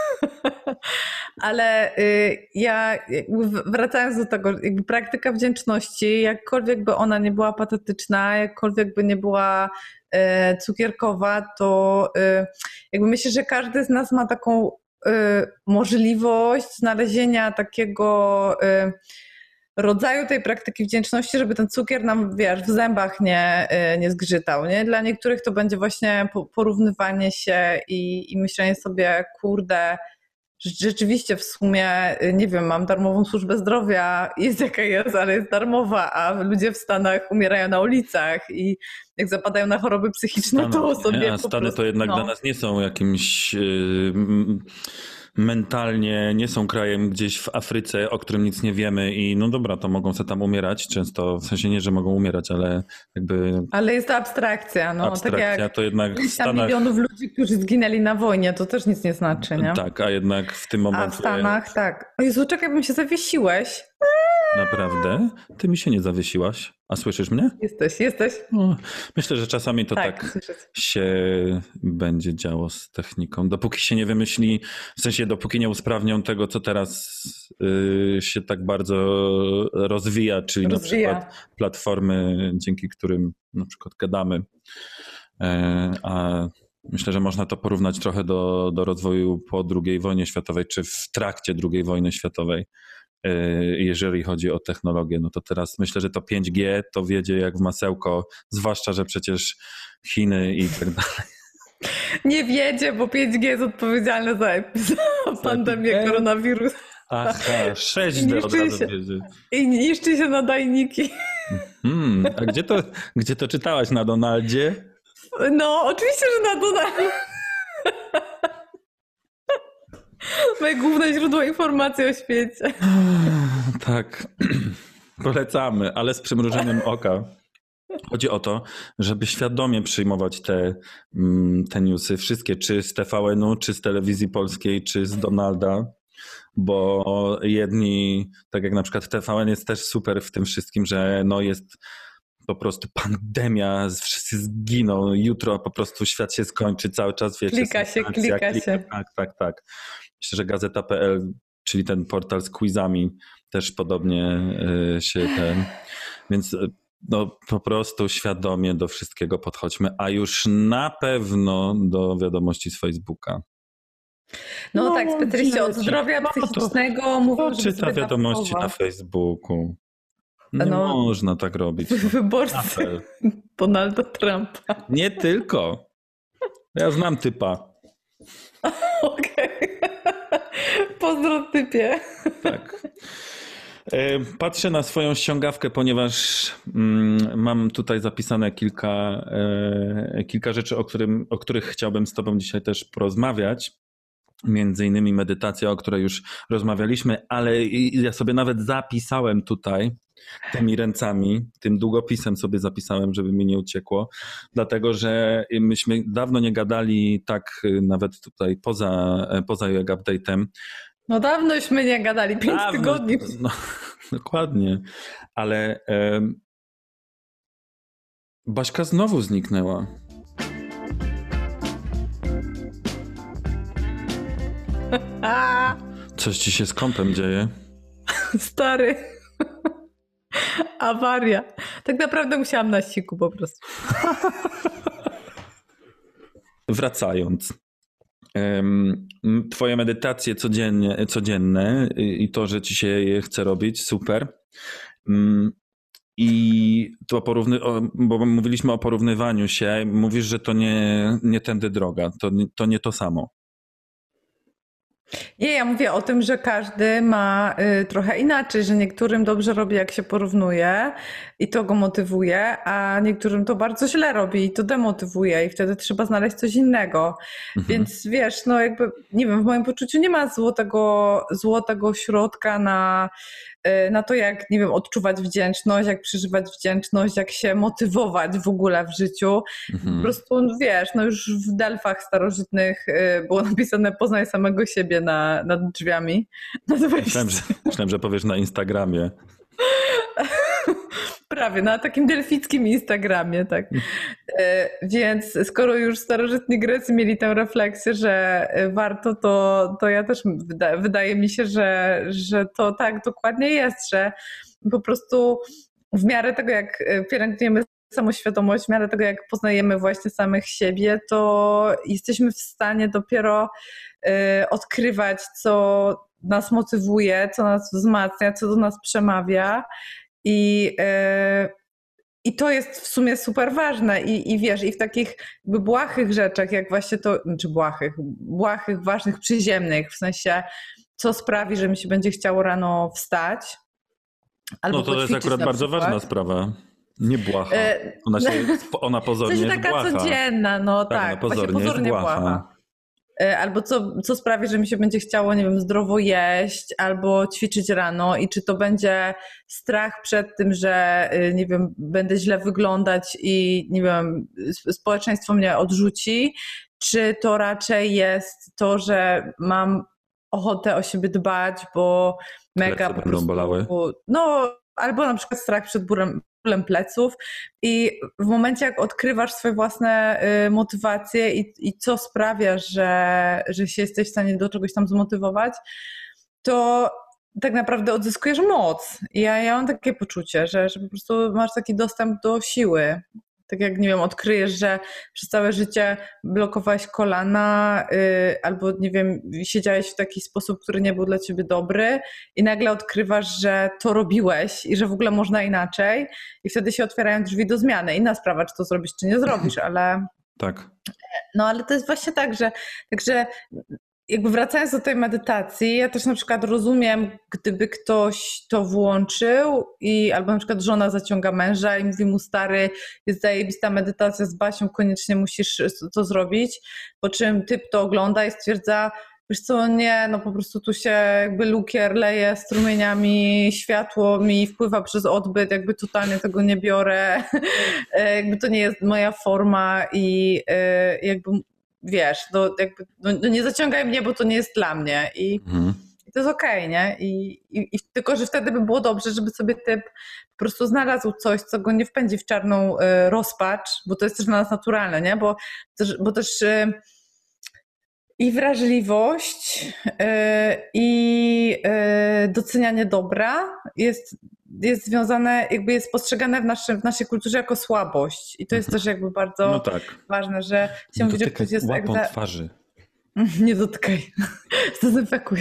Ale y, ja jakby w- wracając do tego, jakby praktyka wdzięczności, jakkolwiek by ona nie była patetyczna, jakkolwiek by nie była y, cukierkowa, to y, jakby myślę, że każdy z nas ma taką y, możliwość znalezienia takiego y, rodzaju tej praktyki wdzięczności, żeby ten cukier nam, wiesz, w zębach nie, y, nie zgrzytał, nie? Dla niektórych to będzie właśnie po- porównywanie się i, i myślenie sobie, kurde, rzeczywiście w sumie, y, nie wiem, mam darmową służbę zdrowia, jest jaka jest, ale jest darmowa, a ludzie w Stanach umierają na ulicach i jak zapadają na choroby psychiczne, to Stanach, sobie nie? A po Stany prostu, to jednak no. dla nas nie są jakimś yy, m, mentalnie, nie są krajem gdzieś w Afryce, o którym nic nie wiemy i no dobra, to mogą sobie tam umierać, często, w sensie nie, że mogą umierać, ale jakby Ale jest to abstrakcja, no. abstrakcja Tak jak to jednak w ileś tam Stanach, milionów ludzi, którzy zginęli na wojnie, to też nic nie znaczy, nie? tak, a jednak w tym A momencie w Stanach tak. O Jezu, czekaj, bym się zawiesiłeś. naprawdę, ty mi się nie zawiesiłaś, a słyszysz mnie? Jesteś, jesteś. No, myślę, że czasami to Tak, tak słyszę. się będzie działo z techniką. Dopóki się nie wymyśli, w sensie dopóki nie usprawnią tego, co teraz y, się tak bardzo rozwija, czyli Rozwija. na przykład platformy, dzięki którym na przykład gadamy. E, a myślę, że można to porównać trochę do, do rozwoju po drugiej wojnie światowej, czy w trakcie drugiej wojny światowej. E, Jeżeli chodzi o technologię, no to teraz myślę, że to pięć G to wiedzie jak w masełko, zwłaszcza, że przecież Chiny i tak dalej. Nie wiedzie, bo pięć G jest odpowiedzialne za, za pandemię G? koronawirusa Aha, sześć D od Niszczy razu się. wiedzie. i niszczy się nadajniki. Hmm, a gdzie to, gdzie to czytałaś? Na Donaldzie? No, oczywiście, że na Donald. Moje główne źródło informacji o świecie. Tak, polecamy, ale z przymrużeniem oka. Chodzi o to, żeby świadomie przyjmować te, mm, te newsy, wszystkie, czy z T V N-u, czy z Telewizji Polskiej, czy z Donalda, bo jedni, tak jak na przykład T V N jest też super w tym wszystkim, że no jest po prostu pandemia, wszyscy zginą, jutro po prostu świat się skończy, cały czas wiecie. Klika się, sensacja, klika się. Tak, tak, tak. Myślę, że Gazeta kropka pe el czyli ten portal z quizami też podobnie się ten, więc no po prostu świadomie do wszystkiego podchodźmy, a już na pewno do wiadomości z Facebooka. No, no tak, specjaliści od zdrowia no, psychicznego to, mówią, że czyta wiadomości na Facebooku. Nie no, można tak robić. Wyborcy Donalda Trumpa. Nie tylko. Ja znam typa. Okej. Okay. Pozdro typie. Tak. Patrzę na swoją ściągawkę, ponieważ mam tutaj zapisane kilka, kilka rzeczy, o, którym, o których chciałbym z tobą dzisiaj też porozmawiać. Między innymi medytacja, o której już rozmawialiśmy, ale ja sobie nawet zapisałem tutaj tymi ręcami, tym długopisem sobie zapisałem, żeby mi nie uciekło, dlatego że myśmy dawno nie gadali tak nawet tutaj poza, poza Yoga Update'em. No dawnośmy nie gadali, pięć dawno, tygodni. No, dokładnie, ale e, Baśka znowu zniknęła. Coś ci się z kompem dzieje? Stary. Awaria. Tak naprawdę musiałam na siku po prostu. Wracając. Twoje medytacje codziennie, codzienne i to, że ci się je chce robić, super. I to porówny, bo mówiliśmy o porównywaniu się, mówisz, że to nie, nie tędy droga, to, to nie to samo. Nie, ja mówię o tym, że każdy ma y, trochę inaczej, że niektórym dobrze robi, jak się porównuje i to go motywuje, a niektórym to bardzo źle robi i to demotywuje i wtedy trzeba znaleźć coś innego. Mhm. Więc wiesz, no jakby, nie wiem, w moim poczuciu nie ma złotego, złotego środka na, y, na to, jak, nie wiem, odczuwać wdzięczność, jak przeżywać wdzięczność, jak się motywować w ogóle w życiu. Mhm. Po prostu, no, wiesz, no już w Delfach starożytnych y, było napisane poznaj samego siebie na, nad drzwiami. Myślałem że, myślałem, że powiesz na Instagramie. Prawie, na takim delfickim Instagramie, tak. E, więc skoro już starożytni Grecy mieli tę refleksję, że warto, to, to ja też wyda, wydaje mi się, że, że to tak dokładnie jest, że po prostu w miarę tego, jak pielęgnujemy samoświadomość, w miarę tego, jak poznajemy właśnie samych siebie, to jesteśmy w stanie dopiero y, odkrywać, co nas motywuje, co nas wzmacnia, co do nas przemawia i, y, i to jest w sumie super ważne i, i wiesz, i w takich jakby błahych rzeczach, jak właśnie to, czy błahych, błahych, ważnych, przyziemnych, w sensie, co sprawi, że mi się będzie chciało rano wstać, albo no to jest akurat bardzo ważna sprawa. Nie błaha. Ona, się, ona pozornie jest taka błaha. Codzienna, no tak. tak pozornie, pozornie jest błaha. błaha. Albo co, co sprawi, że mi się będzie chciało, nie wiem, zdrowo jeść, albo ćwiczyć rano i czy to będzie strach przed tym, że, nie wiem, będę źle wyglądać i, nie wiem, społeczeństwo mnie odrzuci, czy to raczej jest to, że mam ochotę o siebie dbać, bo mega po prostu... bolały. No, albo na przykład strach przed bólem, bólem pleców i w momencie, jak odkrywasz swoje własne y, motywacje i, i co sprawia, że, że się jesteś w stanie do czegoś tam zmotywować, to tak naprawdę odzyskujesz moc. I ja, ja mam takie poczucie, że, że po prostu masz taki dostęp do siły. Tak jak, nie wiem, odkryjesz, że przez całe życie blokowałeś kolana yy, albo, nie wiem, siedziałeś w taki sposób, który nie był dla ciebie dobry i nagle odkrywasz, że to robiłeś i że w ogóle można inaczej i wtedy się otwierają drzwi do zmiany. Inna sprawa, czy to zrobisz, czy nie zrobisz, ale... Tak. No ale to jest właśnie tak, że... Także jakby wracając do tej medytacji, ja też na przykład rozumiem, gdyby ktoś to włączył i albo na przykład żona zaciąga męża i mówi mu stary, jest zajebista medytacja z Basią, koniecznie musisz to zrobić, po czym typ to ogląda i stwierdza, wiesz co, nie, no po prostu tu się jakby lukier leje strumieniami, światło mi wpływa przez odbyt, jakby totalnie tego nie biorę, jakby to nie jest moja forma i jakby wiesz, no jakby, no nie zaciągaj mnie, bo to nie jest dla mnie i, mhm. i to jest okej, okay, nie? I, i, I tylko, że wtedy by było dobrze, żeby sobie typ po prostu znalazł coś, co go nie wpędzi w czarną y, rozpacz, bo to jest też dla nas naturalne, nie? Bo też, bo też y, i wrażliwość, yy, i yy, docenianie dobra jest, jest związane, jakby jest postrzegane w, naszym, w naszej kulturze jako słabość. I to jest też jakby bardzo no tak. ważne, że się nie mówi, że dotykaj ktoś jest... łapą egza... twarzy. Nie dotykaj. Zdezynfekuję.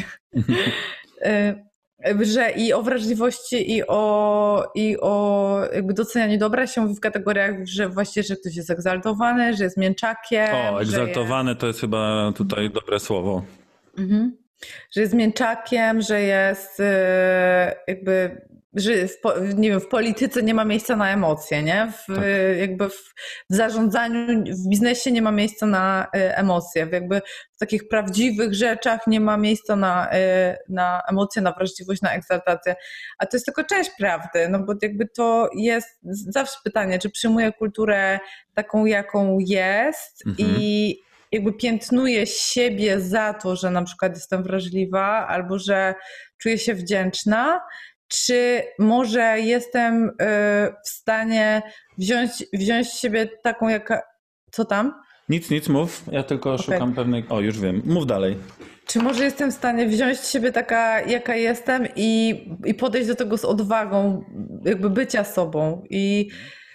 yy, że i o wrażliwości, i o, i o jakby docenianiu dobra się mówi w kategoriach, że właściwie, że ktoś jest egzaltowany, że jest mięczakiem. O, egzaltowany jest... to jest chyba tutaj dobre słowo. Mhm. Że jest mięczakiem, że jest jakby, że w, nie wiem, w polityce nie ma miejsca na emocje, nie? W, tak. Jakby w, w zarządzaniu, w biznesie nie ma miejsca na emocje, w jakby w takich prawdziwych rzeczach nie ma miejsca na, na emocje, na wrażliwość, na eksaltację. A to jest tylko część prawdy, no bo jakby to jest zawsze pytanie, czy przyjmuję kulturę taką, jaką jest mhm. i jakby piętnuję siebie za to, że na przykład jestem wrażliwa albo że czuję się wdzięczna, czy może jestem w stanie wziąć, wziąć siebie taką, jaka... Co tam? Nic, nic, mów. Ja tylko okay. szukam pewnej... O, już wiem. Mów dalej. Czy może jestem w stanie wziąć siebie taka, jaka jestem i, i podejść do tego z odwagą, jakby bycia sobą. I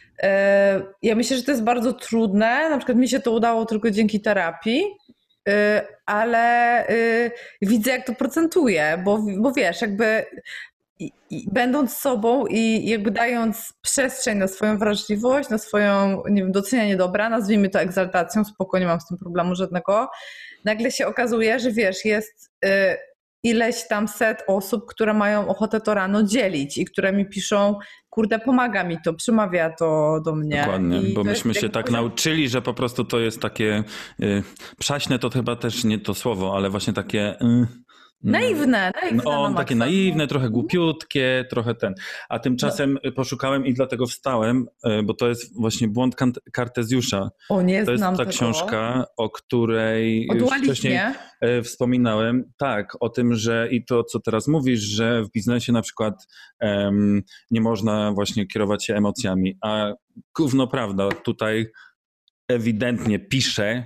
e, ja myślę, że to jest bardzo trudne. Na przykład mi się to udało tylko dzięki terapii, e, ale e, widzę, jak to procentuje, bo, bo wiesz, jakby... I, i będąc sobą i jakby dając przestrzeń na swoją wrażliwość, na swoją, nie wiem, docenianie dobra, nazwijmy to egzaltacją, spokojnie, nie mam z tym problemu żadnego, nagle się okazuje, że wiesz, jest y, ileś tam set osób, które mają ochotę to rano dzielić i które mi piszą, kurde, pomaga mi to, przemawia to do mnie. Dokładnie, I bo myśmy się tak poziom... nauczyli, że po prostu to jest takie, y, przaśne to chyba też nie to słowo, ale właśnie takie... Y, Naiwne, naiwne. No, on takie naiwne, trochę głupiutkie, trochę ten. A tymczasem no. poszukałem i dlatego wstałem, bo to jest właśnie błąd Kartezjusza. O, nie to jest znam ta tego. książka, o której o już wcześniej wspominałem. Tak, o tym, że i to, co teraz mówisz, że w biznesie na przykład um, nie można właśnie kierować się emocjami. A gówno prawda, tutaj ewidentnie pisze,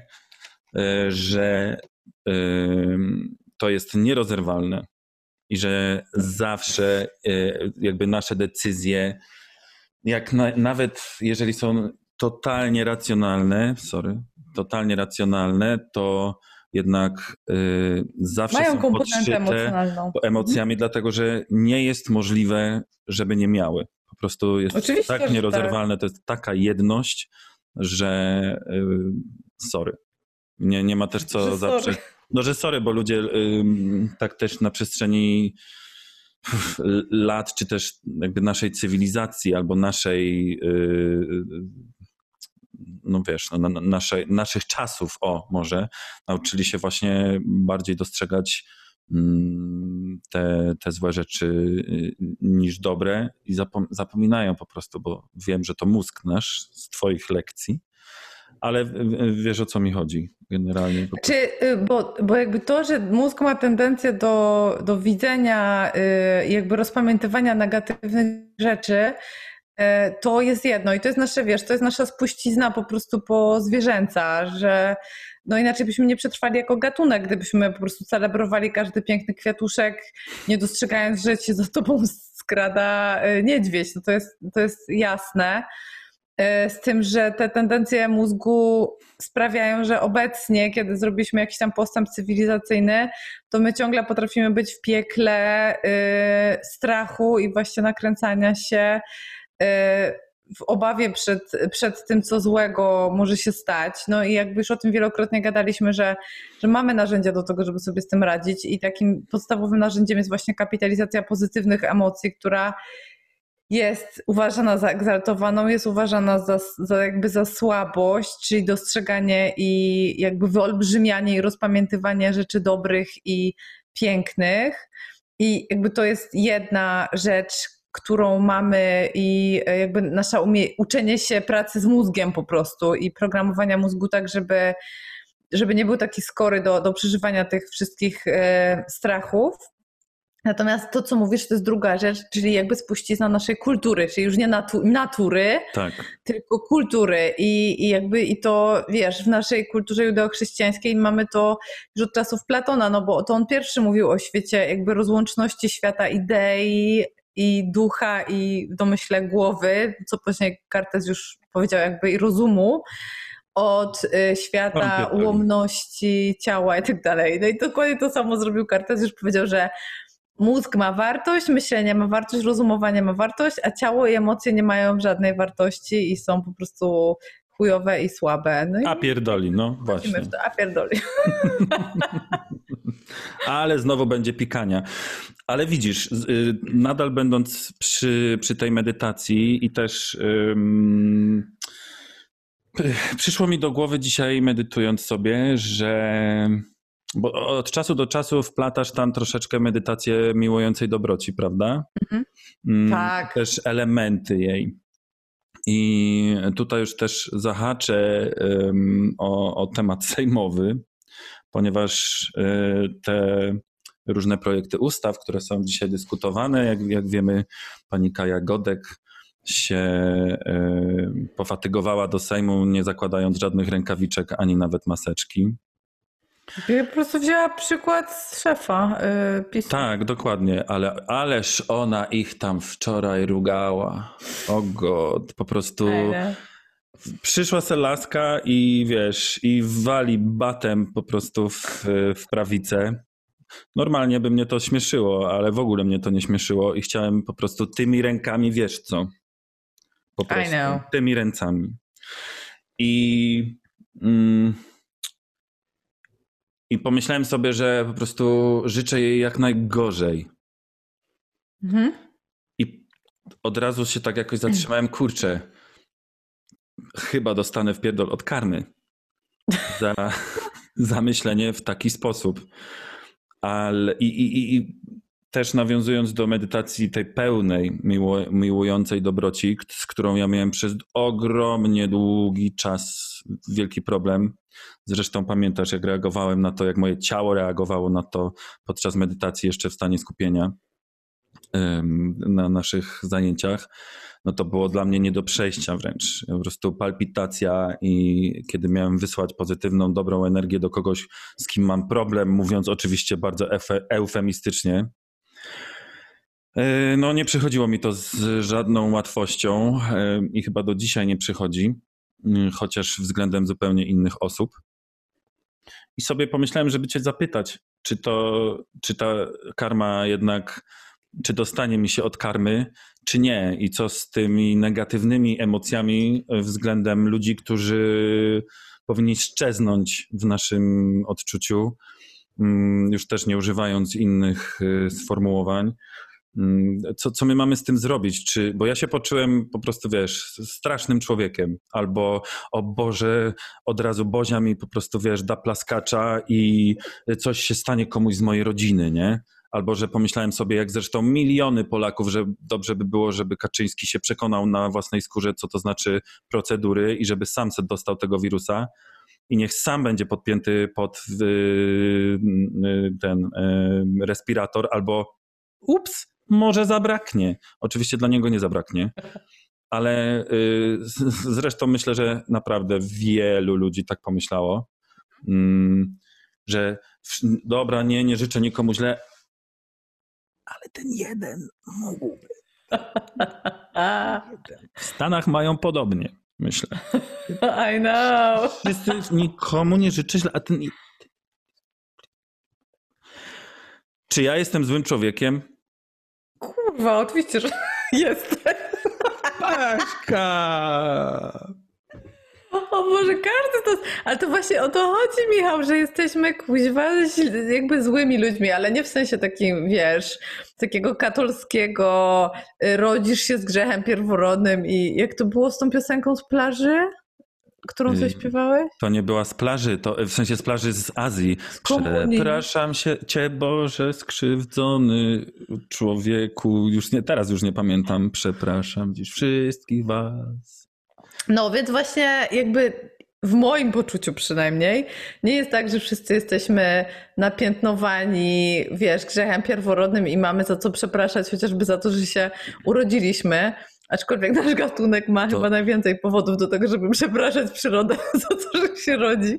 że um, to jest nierozerwalne i że zawsze jakby nasze decyzje, jak na, nawet jeżeli są totalnie racjonalne, sorry, totalnie racjonalne, to jednak y, zawsze mają są podszyte emocjami, mhm. dlatego że nie jest możliwe, żeby nie miały. Po prostu jest Oczywiście, tak nierozerwalne, tak. To jest taka jedność, że y, sorry. Nie, nie ma też co zawsze... No, że sorry, bo ludzie y, tak też na przestrzeni uf, lat, czy też jakby naszej cywilizacji albo naszej, y, no wiesz, no, na, naszej, naszych czasów, o może, nauczyli się właśnie bardziej dostrzegać y, te, te złe rzeczy y, niż dobre i zapom- zapominają po prostu, bo wiem, że to mózg nasz z twoich lekcji. Ale wiesz, o co mi chodzi generalnie. Czy, bo, bo jakby to, że mózg ma tendencję do, do widzenia, jakby rozpamiętywania negatywnych rzeczy, to jest jedno i to jest nasze, wiesz, to jest nasza spuścizna po prostu po zwierzęca, że no inaczej byśmy nie przetrwali jako gatunek, gdybyśmy po prostu celebrowali każdy piękny kwiatuszek, nie dostrzegając, że się za tobą skrada niedźwiedź. No to jest, to jest jasne. Z tym, że te tendencje mózgu sprawiają, że obecnie, kiedy zrobiliśmy jakiś tam postęp cywilizacyjny, to my ciągle potrafimy być w piekle y, strachu i właśnie nakręcania się y, w obawie przed, przed tym, co złego może się stać. No i jakby już o tym wielokrotnie gadaliśmy, że, że mamy narzędzia do tego, żeby sobie z tym radzić i takim podstawowym narzędziem jest właśnie kapitalizacja pozytywnych emocji, która jest uważana za egzaltowaną, jest uważana za, za jakby za słabość, czyli dostrzeganie i jakby wyolbrzymianie i rozpamiętywanie rzeczy dobrych i pięknych. I jakby to jest jedna rzecz, którą mamy i jakby nasza umie- uczenie się pracy z mózgiem po prostu i programowania mózgu tak, żeby, żeby nie był taki skory do, do przeżywania tych wszystkich e, strachów. Natomiast to, co mówisz, to jest druga rzecz, czyli jakby spuścizna naszej kultury, czyli już nie natu- natury, Tak. tylko kultury. I, I jakby i to, wiesz, w naszej kulturze judeo-chrześcijańskiej mamy to już od czasów Platona, no bo to on pierwszy mówił o świecie jakby rozłączności świata idei i ducha i w domyśle głowy, co później Kartez już powiedział jakby i rozumu, od y, świata ułomności ciała i tak dalej. No i dokładnie to samo zrobił Kartez, już powiedział, że mózg ma wartość, myślenie ma wartość, rozumowanie ma wartość, a ciało i emocje nie mają żadnej wartości i są po prostu chujowe i słabe. No i a pierdoli, no właśnie. W to, a pierdoli. Ale znowu będzie pikania. Ale widzisz, nadal będąc przy, przy tej medytacji i też um, przyszło mi do głowy dzisiaj, medytując sobie, że bo od czasu do czasu wplatasz tam troszeczkę medytację miłującej dobroci, prawda? Mhm. Mm, tak. Też elementy jej. I tutaj już też zahaczę um, o, o temat sejmowy, ponieważ y, te różne projekty ustaw, które są dzisiaj dyskutowane, jak, jak wiemy, pani Kaja Godek się y, pofatygowała do Sejmu, nie zakładając żadnych rękawiczek, ani nawet maseczki. Ja po prostu wzięła przykład z szefa yy, PiS. Tak, dokładnie, ale ależ ona ich tam wczoraj rugała. O God, po prostu Fajne. Przyszła se laska i wiesz, i wali batem po prostu w, w prawicę. Normalnie by mnie to śmieszyło, ale w ogóle mnie to nie śmieszyło i chciałem po prostu tymi rękami, wiesz co, po prostu I know. tymi ręcami. I... Mm, I pomyślałem sobie, że po prostu życzę jej jak najgorzej. Mhm. I od razu się tak jakoś zatrzymałem, kurczę, chyba dostanę w pierdol od karmy za, za myślenie w taki sposób. Ale i, i, i też nawiązując do medytacji tej pełnej, miło, miłującej dobroci, z którą ja miałem przez ogromnie długi czas wielki problem. Zresztą pamiętasz, jak reagowałem na to, jak moje ciało reagowało na to podczas medytacji jeszcze w stanie skupienia na naszych zajęciach. No to było dla mnie nie do przejścia wręcz. Po prostu palpitacja i kiedy miałem wysłać pozytywną, dobrą energię do kogoś, z kim mam problem, mówiąc oczywiście bardzo efe, eufemistycznie, no nie przychodziło mi to z żadną łatwością i chyba do dzisiaj nie przychodzi, chociaż względem zupełnie innych osób. I sobie pomyślałem, żeby cię zapytać, czy to, czy ta karma jednak, czy dostanie mi się od karmy, czy nie? I co z tymi negatywnymi emocjami względem ludzi, którzy powinni szczeznąć w naszym odczuciu, już też nie używając innych sformułowań. Co, co my mamy z tym zrobić? Czy, bo ja się poczułem po prostu, wiesz, strasznym człowiekiem. Albo, o Boże, od razu Bozia mi po prostu, wiesz, da plaskacza i coś się stanie komuś z mojej rodziny, nie? Albo, że pomyślałem sobie, jak zresztą miliony Polaków, że dobrze by było, żeby Kaczyński się przekonał na własnej skórze, co to znaczy procedury i żeby sam sobie dostał tego wirusa i niech sam będzie podpięty pod ten respirator, albo ups, może zabraknie. Oczywiście dla niego nie zabraknie, ale zresztą myślę, że naprawdę wielu ludzi tak pomyślało, że dobra, nie, nie życzę nikomu źle, ale ten jeden mógłby. W Stanach mają podobnie, myślę. I know. Wszyscy, nikomu nie życzę źle, a ten... Czy ja jestem złym człowiekiem? Kurwa, oczywiście, że jestem. Paszka! O Boże, każdy to... Ale to właśnie o to chodzi, Michał, że jesteśmy kuźwa jakby złymi ludźmi, ale nie w sensie takim, wiesz, takiego katolskiego rodzisz się z grzechem pierworodnym i jak to było z tą piosenką z plaży, którą ty śpiewałeś? To nie była z plaży, to w sensie z plaży z Azji. Przepraszam się cię, Boże, skrzywdzony człowieku. Już nie, teraz już nie pamiętam. Przepraszam dziś wszystkich was. No więc właśnie jakby w moim poczuciu przynajmniej, nie jest tak, że wszyscy jesteśmy napiętnowani, wiesz, grzechem pierworodnym i mamy za co przepraszać, chociażby za to, że się urodziliśmy. Aczkolwiek nasz gatunek ma to... chyba najwięcej powodów do tego, żeby przepraszać przyrodę za to, że się rodzi.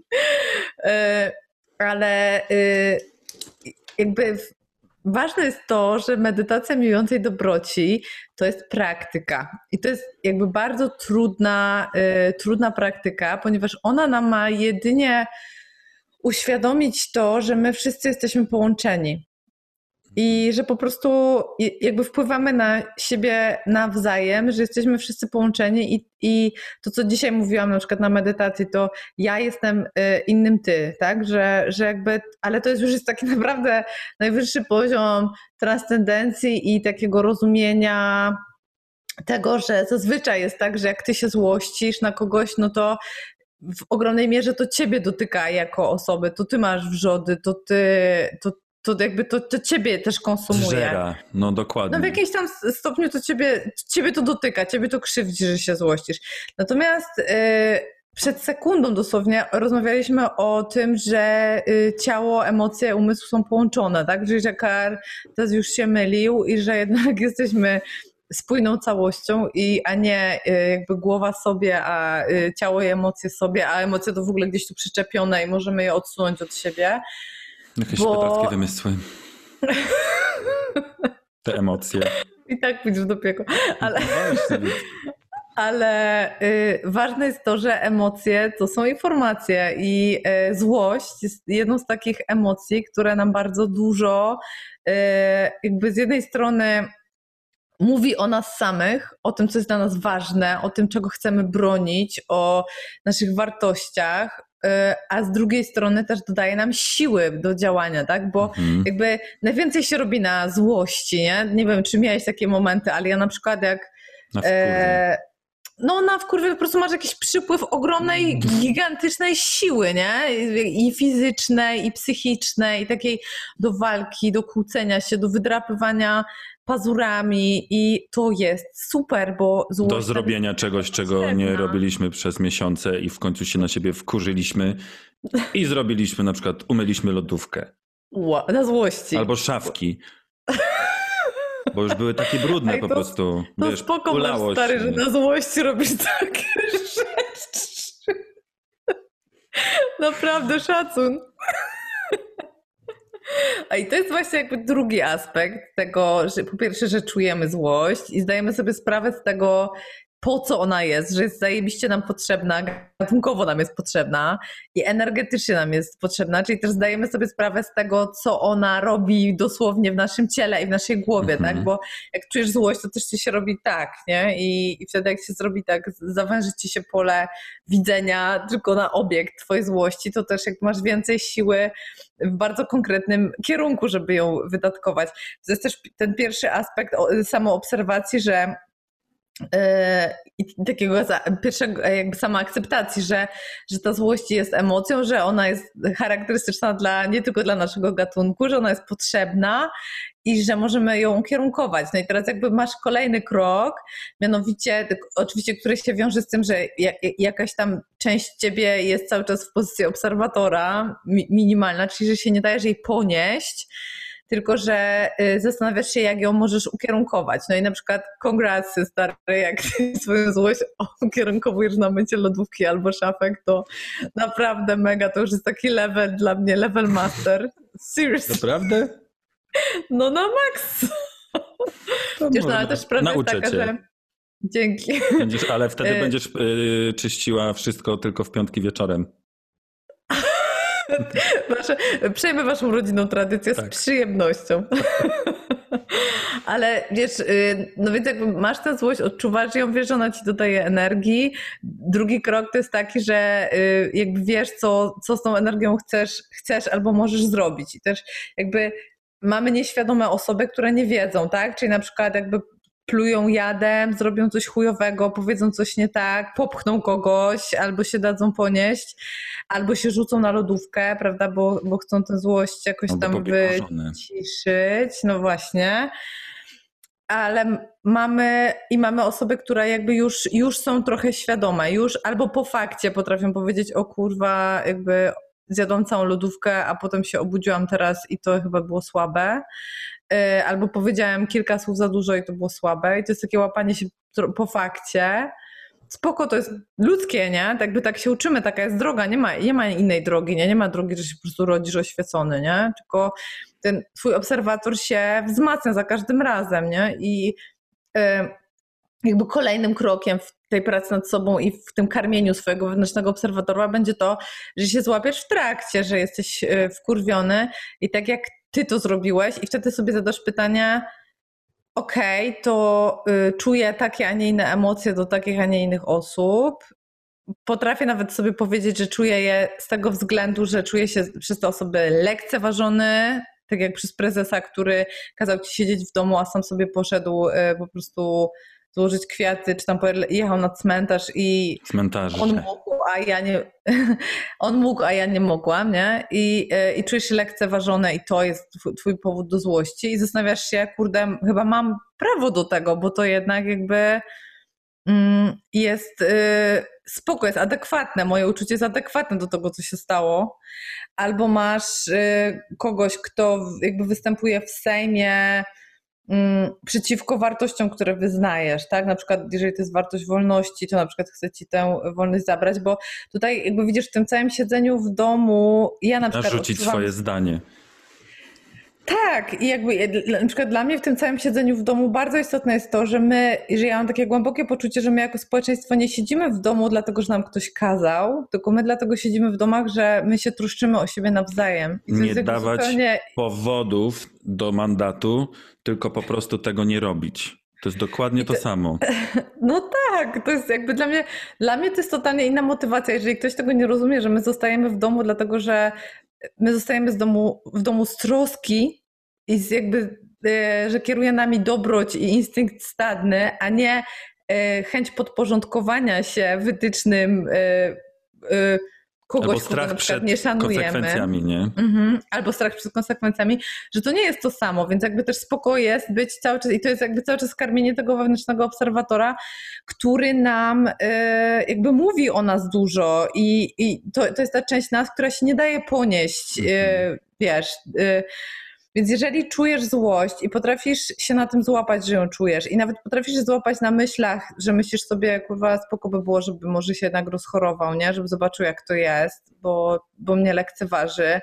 Ale jakby ważne jest to, że medytacja miłującej dobroci to jest praktyka. I to jest jakby bardzo trudna, trudna praktyka, ponieważ ona nam ma jedynie uświadomić to, że my wszyscy jesteśmy połączeni. I że po prostu jakby wpływamy na siebie nawzajem, że jesteśmy wszyscy połączeni i, i to, co dzisiaj mówiłam na przykład na medytacji, to ja jestem innym ty, tak? Że, że jakby, ale to jest już jest taki naprawdę najwyższy poziom transcendencji i takiego rozumienia tego, że zazwyczaj jest tak, że jak ty się złościsz na kogoś, no to w ogromnej mierze to ciebie dotyka jako osoby, to ty masz wrzody, to ty, to to jakby to, to ciebie też konsumuje. Żera, no dokładnie. No w jakimś tam stopniu to ciebie, ciebie to dotyka, ciebie to krzywdzi, że się złościsz. Natomiast yy, przed sekundą dosłownie rozmawialiśmy o tym, że yy, ciało, emocje, umysł są połączone, tak? Że Jacques teraz już się mylił i że jednak jesteśmy spójną całością, i, a nie yy, jakby głowa sobie, a yy, ciało i emocje sobie, a emocje to w ogóle gdzieś tu przyczepione i możemy je odsunąć od siebie. Jakieś Bo... pedackie wymysły. Te emocje. I tak pójdziesz do piekła. Ale, ale y, ważne jest to, że emocje to są informacje i y, złość jest jedną z takich emocji, które nam bardzo dużo y, jakby z jednej strony mówi o nas samych, o tym, co jest dla nas ważne, o tym, czego chcemy bronić, o naszych wartościach, a z drugiej strony też dodaje nam siły do działania, tak? Bo mhm. jakby najwięcej się robi na złości, nie? Nie wiem, czy miałeś takie momenty, ale ja na przykład jak... Na e, no na wkurwie po prostu masz jakiś przypływ ogromnej, gigantycznej siły, nie? I fizycznej, i psychicznej, i takiej do walki, do kłócenia się, do wydrapywania pazurami, i to jest super, bo złość... Do zrobienia czegoś, czego nie robiliśmy przez miesiące i w końcu się na siebie wkurzyliśmy i zrobiliśmy, na przykład umyliśmy lodówkę. Ła, na złości. Albo szafki. Bo już były takie brudne Ej, to, po prostu. To wiesz, spoko masz, stary, że na złości robisz takie rzeczy. Naprawdę szacun. A i to jest właśnie jakby drugi aspekt tego, że po pierwsze, że czujemy złość i zdajemy sobie sprawę z tego, po co ona jest, że jest zajebiście nam potrzebna, gatunkowo nam jest potrzebna i energetycznie nam jest potrzebna, czyli też zdajemy sobie sprawę z tego, co ona robi dosłownie w naszym ciele i w naszej głowie, mm-hmm. tak? Bo jak czujesz złość, to też ci się robi tak, nie? I, i wtedy jak się zrobi tak, zawęży ci się pole widzenia tylko na obiekt twojej złości, to też jak masz więcej siły w bardzo konkretnym kierunku, żeby ją wydatkować. To jest też ten pierwszy aspekt samoobserwacji, że i takiego pierwszego jakby samoakceptacji, że, że ta złość jest emocją, że ona jest charakterystyczna dla, nie tylko dla naszego gatunku, że ona jest potrzebna i że możemy ją ukierunkować. No i teraz jakby masz kolejny krok, mianowicie oczywiście, który się wiąże z tym, że jakaś tam część ciebie jest cały czas w pozycji obserwatora, minimalna, czyli że się nie dajesz jej ponieść, tylko że zastanawiasz się, jak ją możesz ukierunkować. No i na przykład congrats, stary, jak swoją złość ukierunkowujesz na mycie lodówki albo szafek, to naprawdę mega, to już jest taki level dla mnie, level master. Seriously. Naprawdę? No na maks. Wiesz, no, ale też prawda jest taka, cię. że... Dzięki. Będziesz, ale wtedy będziesz yy, czyściła wszystko tylko w piątki wieczorem. Wasze, przejmę waszą rodzinną tradycję tak. z przyjemnością. Ale wiesz, no więc jakby masz tę złość, odczuwasz ją, wiesz, że ona ci dodaje energii. Drugi krok to jest taki, że jakby wiesz, co, co z tą energią chcesz, chcesz albo możesz zrobić. I też jakby mamy nieświadome osoby, które nie wiedzą, tak? Czyli na przykład jakby plują jadem, zrobią coś chujowego, powiedzą coś nie tak, popchną kogoś, albo się dadzą ponieść, albo się rzucą na lodówkę, prawda, bo, bo chcą tę złość jakoś albo tam wyciszyć. No właśnie. ale mamy i mamy osoby, które jakby już, już są trochę świadome, już albo po fakcie potrafią powiedzieć, o kurwa, jakby zjadłam całą lodówkę, a potem się obudziłam teraz i to chyba było słabe. Albo powiedziałem kilka słów za dużo i to było słabe. I to jest takie łapanie się po fakcie. Spoko, to jest ludzkie, nie? Tak jakby tak się uczymy, taka jest droga, nie ma, nie ma innej drogi, nie? Nie ma drogi, że się po prostu rodzisz oświecony, nie? Tylko ten twój obserwator się wzmacnia za każdym razem, nie? I y, jakby kolejnym krokiem w tej pracy nad sobą i w tym karmieniu swojego wewnętrznego obserwatora będzie to, że się złapiesz w trakcie, że jesteś wkurwiony i tak jak ty to zrobiłeś i wtedy sobie zadasz pytanie, okej, okay, to y, czuję takie, a nie inne emocje do takich, a nie innych osób. Potrafię nawet sobie powiedzieć, że czuję je z tego względu, że czuję się przez te osoby lekceważony, tak jak przez prezesa, który kazał ci siedzieć w domu, a sam sobie poszedł y, po prostu złożyć kwiaty, czy tam jechał na cmentarz i Cmentarze. on mógł, a ja nie on mógł, a ja nie mogłam, nie? I, i czujesz się lekceważone i to jest twój, twój powód do złości i zastanawiasz się, kurde, chyba mam prawo do tego, bo to jednak jakby mm, jest y, spoko, jest adekwatne, moje uczucie jest adekwatne do tego, co się stało. Albo masz y, kogoś, kto jakby występuje w Sejmie przeciwko wartościom, które wyznajesz, tak? Na przykład jeżeli to jest wartość wolności, to na przykład chce ci tę wolność zabrać, bo tutaj jakby widzisz w tym całym siedzeniu w domu, ja na przykład narzucić odczuwam... swoje zdanie. Tak, i jakby na przykład dla mnie w tym całym siedzeniu w domu bardzo istotne jest to, że my, że ja mam takie głębokie poczucie, że my jako społeczeństwo nie siedzimy w domu dlatego, że nam ktoś kazał, tylko my dlatego siedzimy w domach, że my się troszczymy o siebie nawzajem. I to nie jest dawać zupełnie... powodów do mandatu, tylko po prostu tego nie robić. To jest dokładnie to, to samo. No tak, to jest jakby dla mnie, dla mnie to jest totalnie inna motywacja. Jeżeli ktoś tego nie rozumie, że my zostajemy w domu dlatego, że my zostajemy z domu, w domu z troski i z jakby, że kieruje nami dobroć i instynkt stadny, a nie chęć podporządkowania się wytycznym kogoś, albo strach kogo na przykład przed nie szanujemy. konsekwencjami, nie? Mhm. Albo strach przed konsekwencjami, że to nie jest to samo, więc jakby też spoko jest być cały czas, i to jest jakby cały czas karmienie tego wewnętrznego obserwatora, który nam y, jakby mówi o nas dużo i, i to, to jest ta część nas, która się nie daje ponieść, y, wiesz, y, więc jeżeli czujesz złość i potrafisz się na tym złapać, że ją czujesz i nawet potrafisz się złapać na myślach, że myślisz sobie, kurwa, spoko by było, żeby może się jednak rozchorował, nie? Żeby zobaczył, jak to jest, bo, bo mnie lekceważy,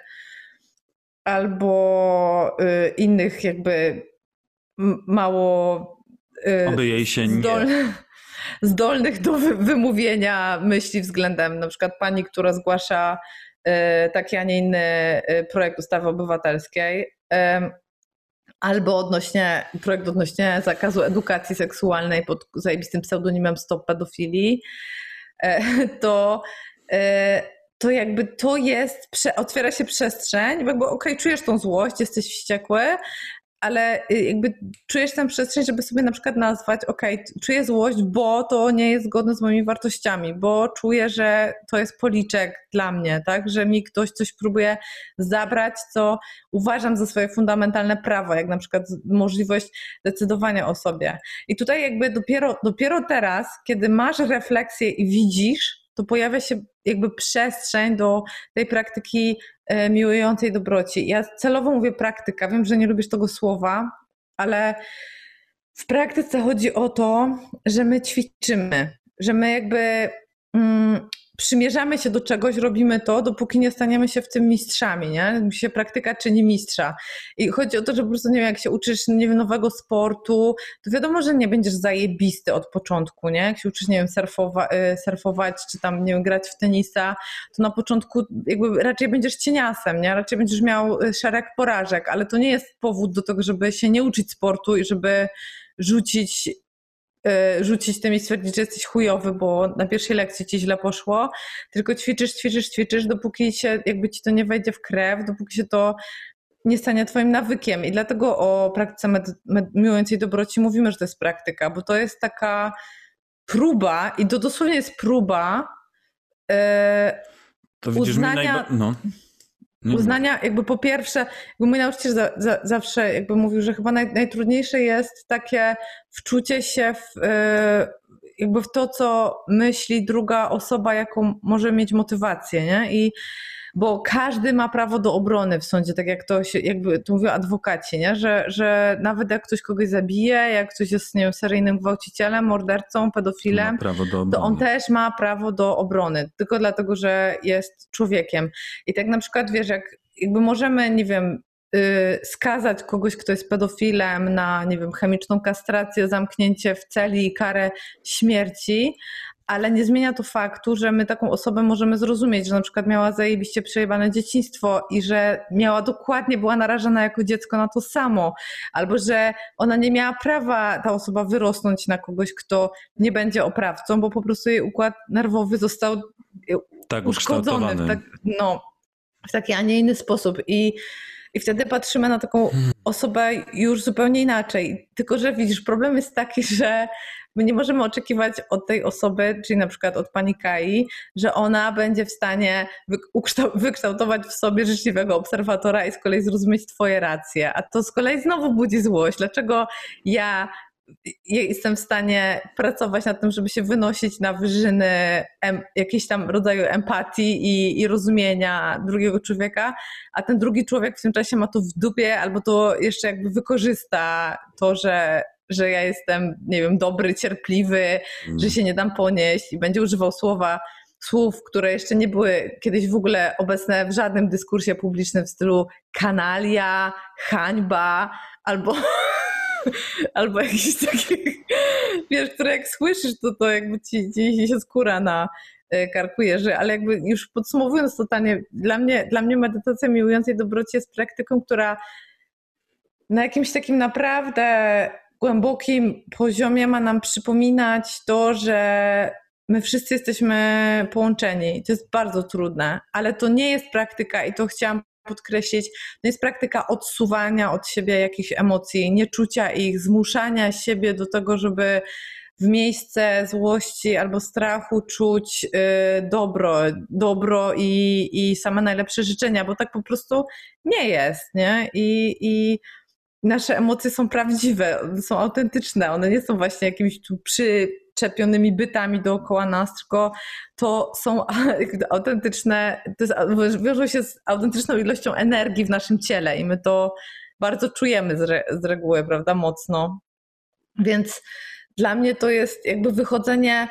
albo y, innych jakby mało y, Oby jej się zdol... nie... zdolnych do wy- wymówienia myśli względem na przykład pani, która zgłasza y, taki, a nie inny projekt ustawy obywatelskiej, albo odnośnie, projekt odnośnie zakazu edukacji seksualnej pod zajebistym pseudonimem Stop Pedofilii, to, to jakby to jest, otwiera się przestrzeń, jakby okej, okay, czujesz tą złość, jesteś wściekły, ale jakby czujesz tę przestrzeń, żeby sobie na przykład nazwać, okej, okay, czuję złość, bo to nie jest zgodne z moimi wartościami, bo czuję, że to jest policzek dla mnie, tak, że mi ktoś coś próbuje zabrać, co uważam za swoje fundamentalne prawo, jak na przykład możliwość decydowania o sobie. I tutaj jakby dopiero, dopiero teraz, kiedy masz refleksję i widzisz, to pojawia się jakby przestrzeń do tej praktyki miłującej dobroci. Ja celowo mówię praktyka, wiem, że nie lubisz tego słowa, ale w praktyce chodzi o to, że my ćwiczymy, że my jakby mm, przymierzamy się do czegoś, robimy to, dopóki nie staniemy się w tym mistrzami, nie? Się praktyka czyni mistrza. I chodzi o to, że po prostu, nie wiem, jak się uczysz, nie wiem, nowego sportu, to wiadomo, że nie będziesz zajebisty od początku, nie? Jak się uczysz, nie wiem, surfowa- surfować, czy tam, nie wiem, grać w tenisa, to na początku jakby raczej będziesz cieniasem, nie? Raczej będziesz miał szereg porażek, ale to nie jest powód do tego, żeby się nie uczyć sportu i żeby rzucić rzucić tym i stwierdzić, że jesteś chujowy, bo na pierwszej lekcji ci źle poszło, tylko ćwiczysz, ćwiczysz, ćwiczysz, dopóki się jakby ci to nie wejdzie w krew, dopóki się to nie stanie twoim nawykiem. I dlatego o praktyce med- med- miłującej dobroci mówimy, że to jest praktyka, bo to jest taka próba i to dosłownie jest próba yy, to widzisz, uznania... mi najba- no. uznania, jakby po pierwsze, jakby mój nauczyciel za, za, zawsze jakby mówił, że chyba naj, najtrudniejsze jest takie wczucie się w, jakby w to, co myśli druga osoba, jaką może mieć motywację, nie? I bo każdy ma prawo do obrony w sądzie, tak jak to się, jakby to mówią adwokaci, nie? Że, że nawet jak ktoś kogoś zabije, jak ktoś jest, nie wiem, seryjnym gwałcicielem, mordercą, pedofilem, to on też ma prawo do obrony, tylko dlatego, że jest człowiekiem. I tak na przykład, wiesz, jak jakby możemy, nie wiem, yy, skazać kogoś, kto jest pedofilem na, nie wiem, chemiczną kastrację, zamknięcie w celi i karę śmierci, ale nie zmienia to faktu, że my taką osobę możemy zrozumieć, że na przykład miała zajebiście przejebane dzieciństwo i że miała dokładnie, była narażona jako dziecko na to samo, albo że ona nie miała prawa, ta osoba, wyrosnąć na kogoś, kto nie będzie oprawcą, bo po prostu jej układ nerwowy został tak uszkodzony w, tak, no, w taki, a nie inny sposób. I I wtedy patrzymy na taką osobę już zupełnie inaczej. Tylko że widzisz, problem jest taki, że my nie możemy oczekiwać od tej osoby, czyli na przykład od pani Kai, że ona będzie w stanie wykształtować w sobie życzliwego obserwatora i z kolei zrozumieć twoje racje. A to z kolei znowu budzi złość. Dlaczego ja jestem w stanie pracować nad tym, żeby się wynosić na wyżyny em, jakiegoś tam rodzaju empatii i, i rozumienia drugiego człowieka, a ten drugi człowiek w tym czasie ma to w dupie albo to jeszcze jakby wykorzysta to, że, że ja jestem, nie wiem, dobry, cierpliwy, mm. że się nie dam ponieść i będzie używał słowa, słów, które jeszcze nie były kiedyś w ogóle obecne w żadnym dyskursie publicznym w stylu kanalia, hańba albo... albo jakiś taki, wiesz, które jak słyszysz, to to jakby ci, ci się skóra na karku jeży, ale jakby już podsumowując totalnie, dla mnie, dla mnie medytacja miłującej dobroci jest praktyką, która na jakimś takim naprawdę głębokim poziomie ma nam przypominać to, że my wszyscy jesteśmy połączeni. To jest bardzo trudne, ale to nie jest praktyka i to chciałam podkreślić, to jest praktyka odsuwania od siebie jakichś emocji, nieczucia ich, zmuszania siebie do tego, żeby w miejsce złości albo strachu czuć y, dobro, dobro i, i same najlepsze życzenia, bo tak po prostu nie jest, nie? I, i nasze emocje są prawdziwe, są autentyczne, one nie są właśnie jakimiś tu przyczepionymi bytami dookoła nas, tylko to są autentyczne, to jest, wiążą się z autentyczną ilością energii w naszym ciele i my to bardzo czujemy z, re, z reguły, prawda, mocno. Więc dla mnie to jest jakby wychodzenie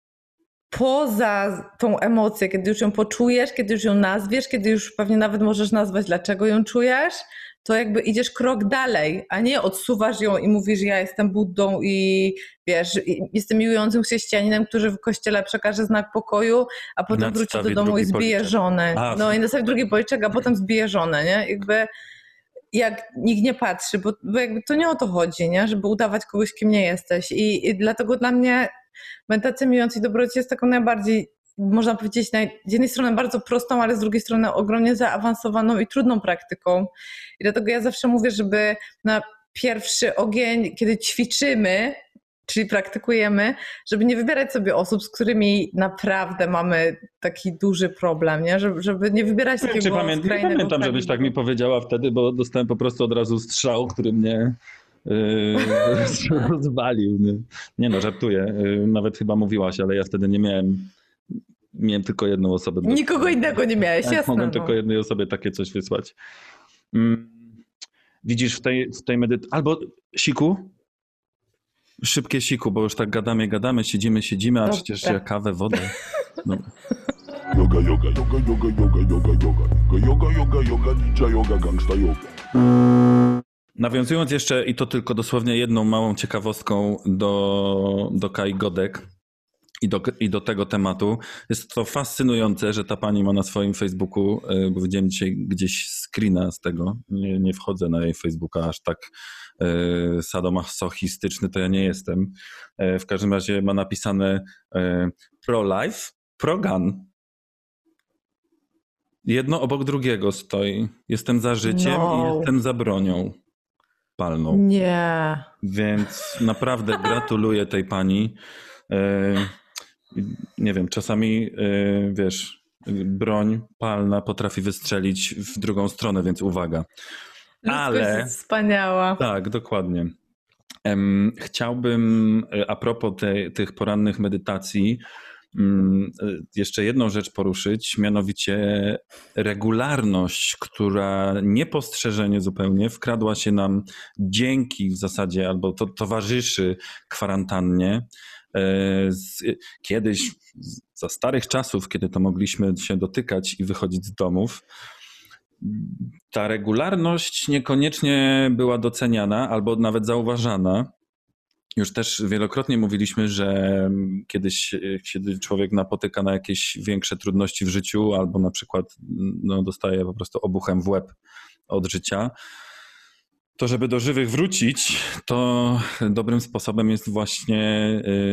poza tą emocję, kiedy już ją poczujesz, kiedy już ją nazwiesz, kiedy już pewnie nawet możesz nazwać, dlaczego ją czujesz, to jakby idziesz krok dalej, a nie odsuwasz ją i mówisz, ja jestem Buddą i wiesz, jestem miłującym chrześcijaninem, który w kościele przekaże znak pokoju, a potem wróci do domu i zbije policzek. żonę. A, no i nastawi drugi policzek, a potem zbije żonę, nie? Jakby jak nikt nie patrzy, bo, bo jakby to nie o to chodzi, nie? Żeby udawać kogoś, kim nie jesteś. I, i dlatego dla mnie medytacja miłującej dobroci jest taką najbardziej, można powiedzieć, z jednej strony bardzo prostą, ale z drugiej strony ogromnie zaawansowaną i trudną praktyką. I dlatego ja zawsze mówię, żeby na pierwszy ogień, kiedy ćwiczymy, czyli praktykujemy, żeby nie wybierać sobie osób, z którymi naprawdę mamy taki duży problem, nie? Żeby, żeby nie wybierać takiego Czy pamię- skrajnego... Nie pamiętam, żebyś tak mi powiedziała wtedy, bo dostałem po prostu od razu strzał, który mnie yy, rozwalił. Nie? nie no, żartuję. Yy, nawet chyba mówiłaś, ale ja wtedy nie miałem... Miałem tylko jedną osobę. Do... Nikogo innego nie miałeś, tak, jasne. Mogłem no. tylko jednej osobie takie coś wysłać. Mm. Widzisz w tej, w tej medytacji... Albo siku? Szybkie siku, bo już tak gadamy, gadamy, siedzimy, siedzimy, a Dobra. przecież ja kawę, wodę. No. Yoga, yoga, yoga, yoga, yoga, yoga, yoga, yoga, yoga, yoga, ninja yoga, gangsta yoga. Nawiązując jeszcze, i to tylko dosłownie jedną małą ciekawostką do, do Kai Godek i do, i do tego tematu, jest to fascynujące, że ta pani ma na swoim Facebooku, bo widziałem dzisiaj gdzieś screena z tego, nie, nie wchodzę na jej Facebooka aż tak e, sadomasochistyczny, to ja nie jestem. E, w każdym razie ma napisane e, pro-life, pro-gun. Jedno obok drugiego stoi. Jestem za życiem No. i jestem za bronią palną. Nie. Więc naprawdę gratuluję tej pani. Nie wiem, czasami wiesz, broń palna potrafi wystrzelić w drugą stronę, więc uwaga. Ale jest wspaniała. Tak, dokładnie. Um, chciałbym a propos te, tych porannych medytacji um, jeszcze jedną rzecz poruszyć, mianowicie regularność, która niepostrzeżenie zupełnie wkradła się nam dzięki w zasadzie, albo to towarzyszy kwarantannie. Z, kiedyś, za starych czasów, kiedy to mogliśmy się dotykać i wychodzić z domów, ta regularność niekoniecznie była doceniana albo nawet zauważana. Już też wielokrotnie mówiliśmy, że kiedyś, kiedy człowiek napotyka na jakieś większe trudności w życiu albo na przykład no, dostaje po prostu obuchem w łeb od życia, to żeby do żywych wrócić, to dobrym sposobem jest właśnie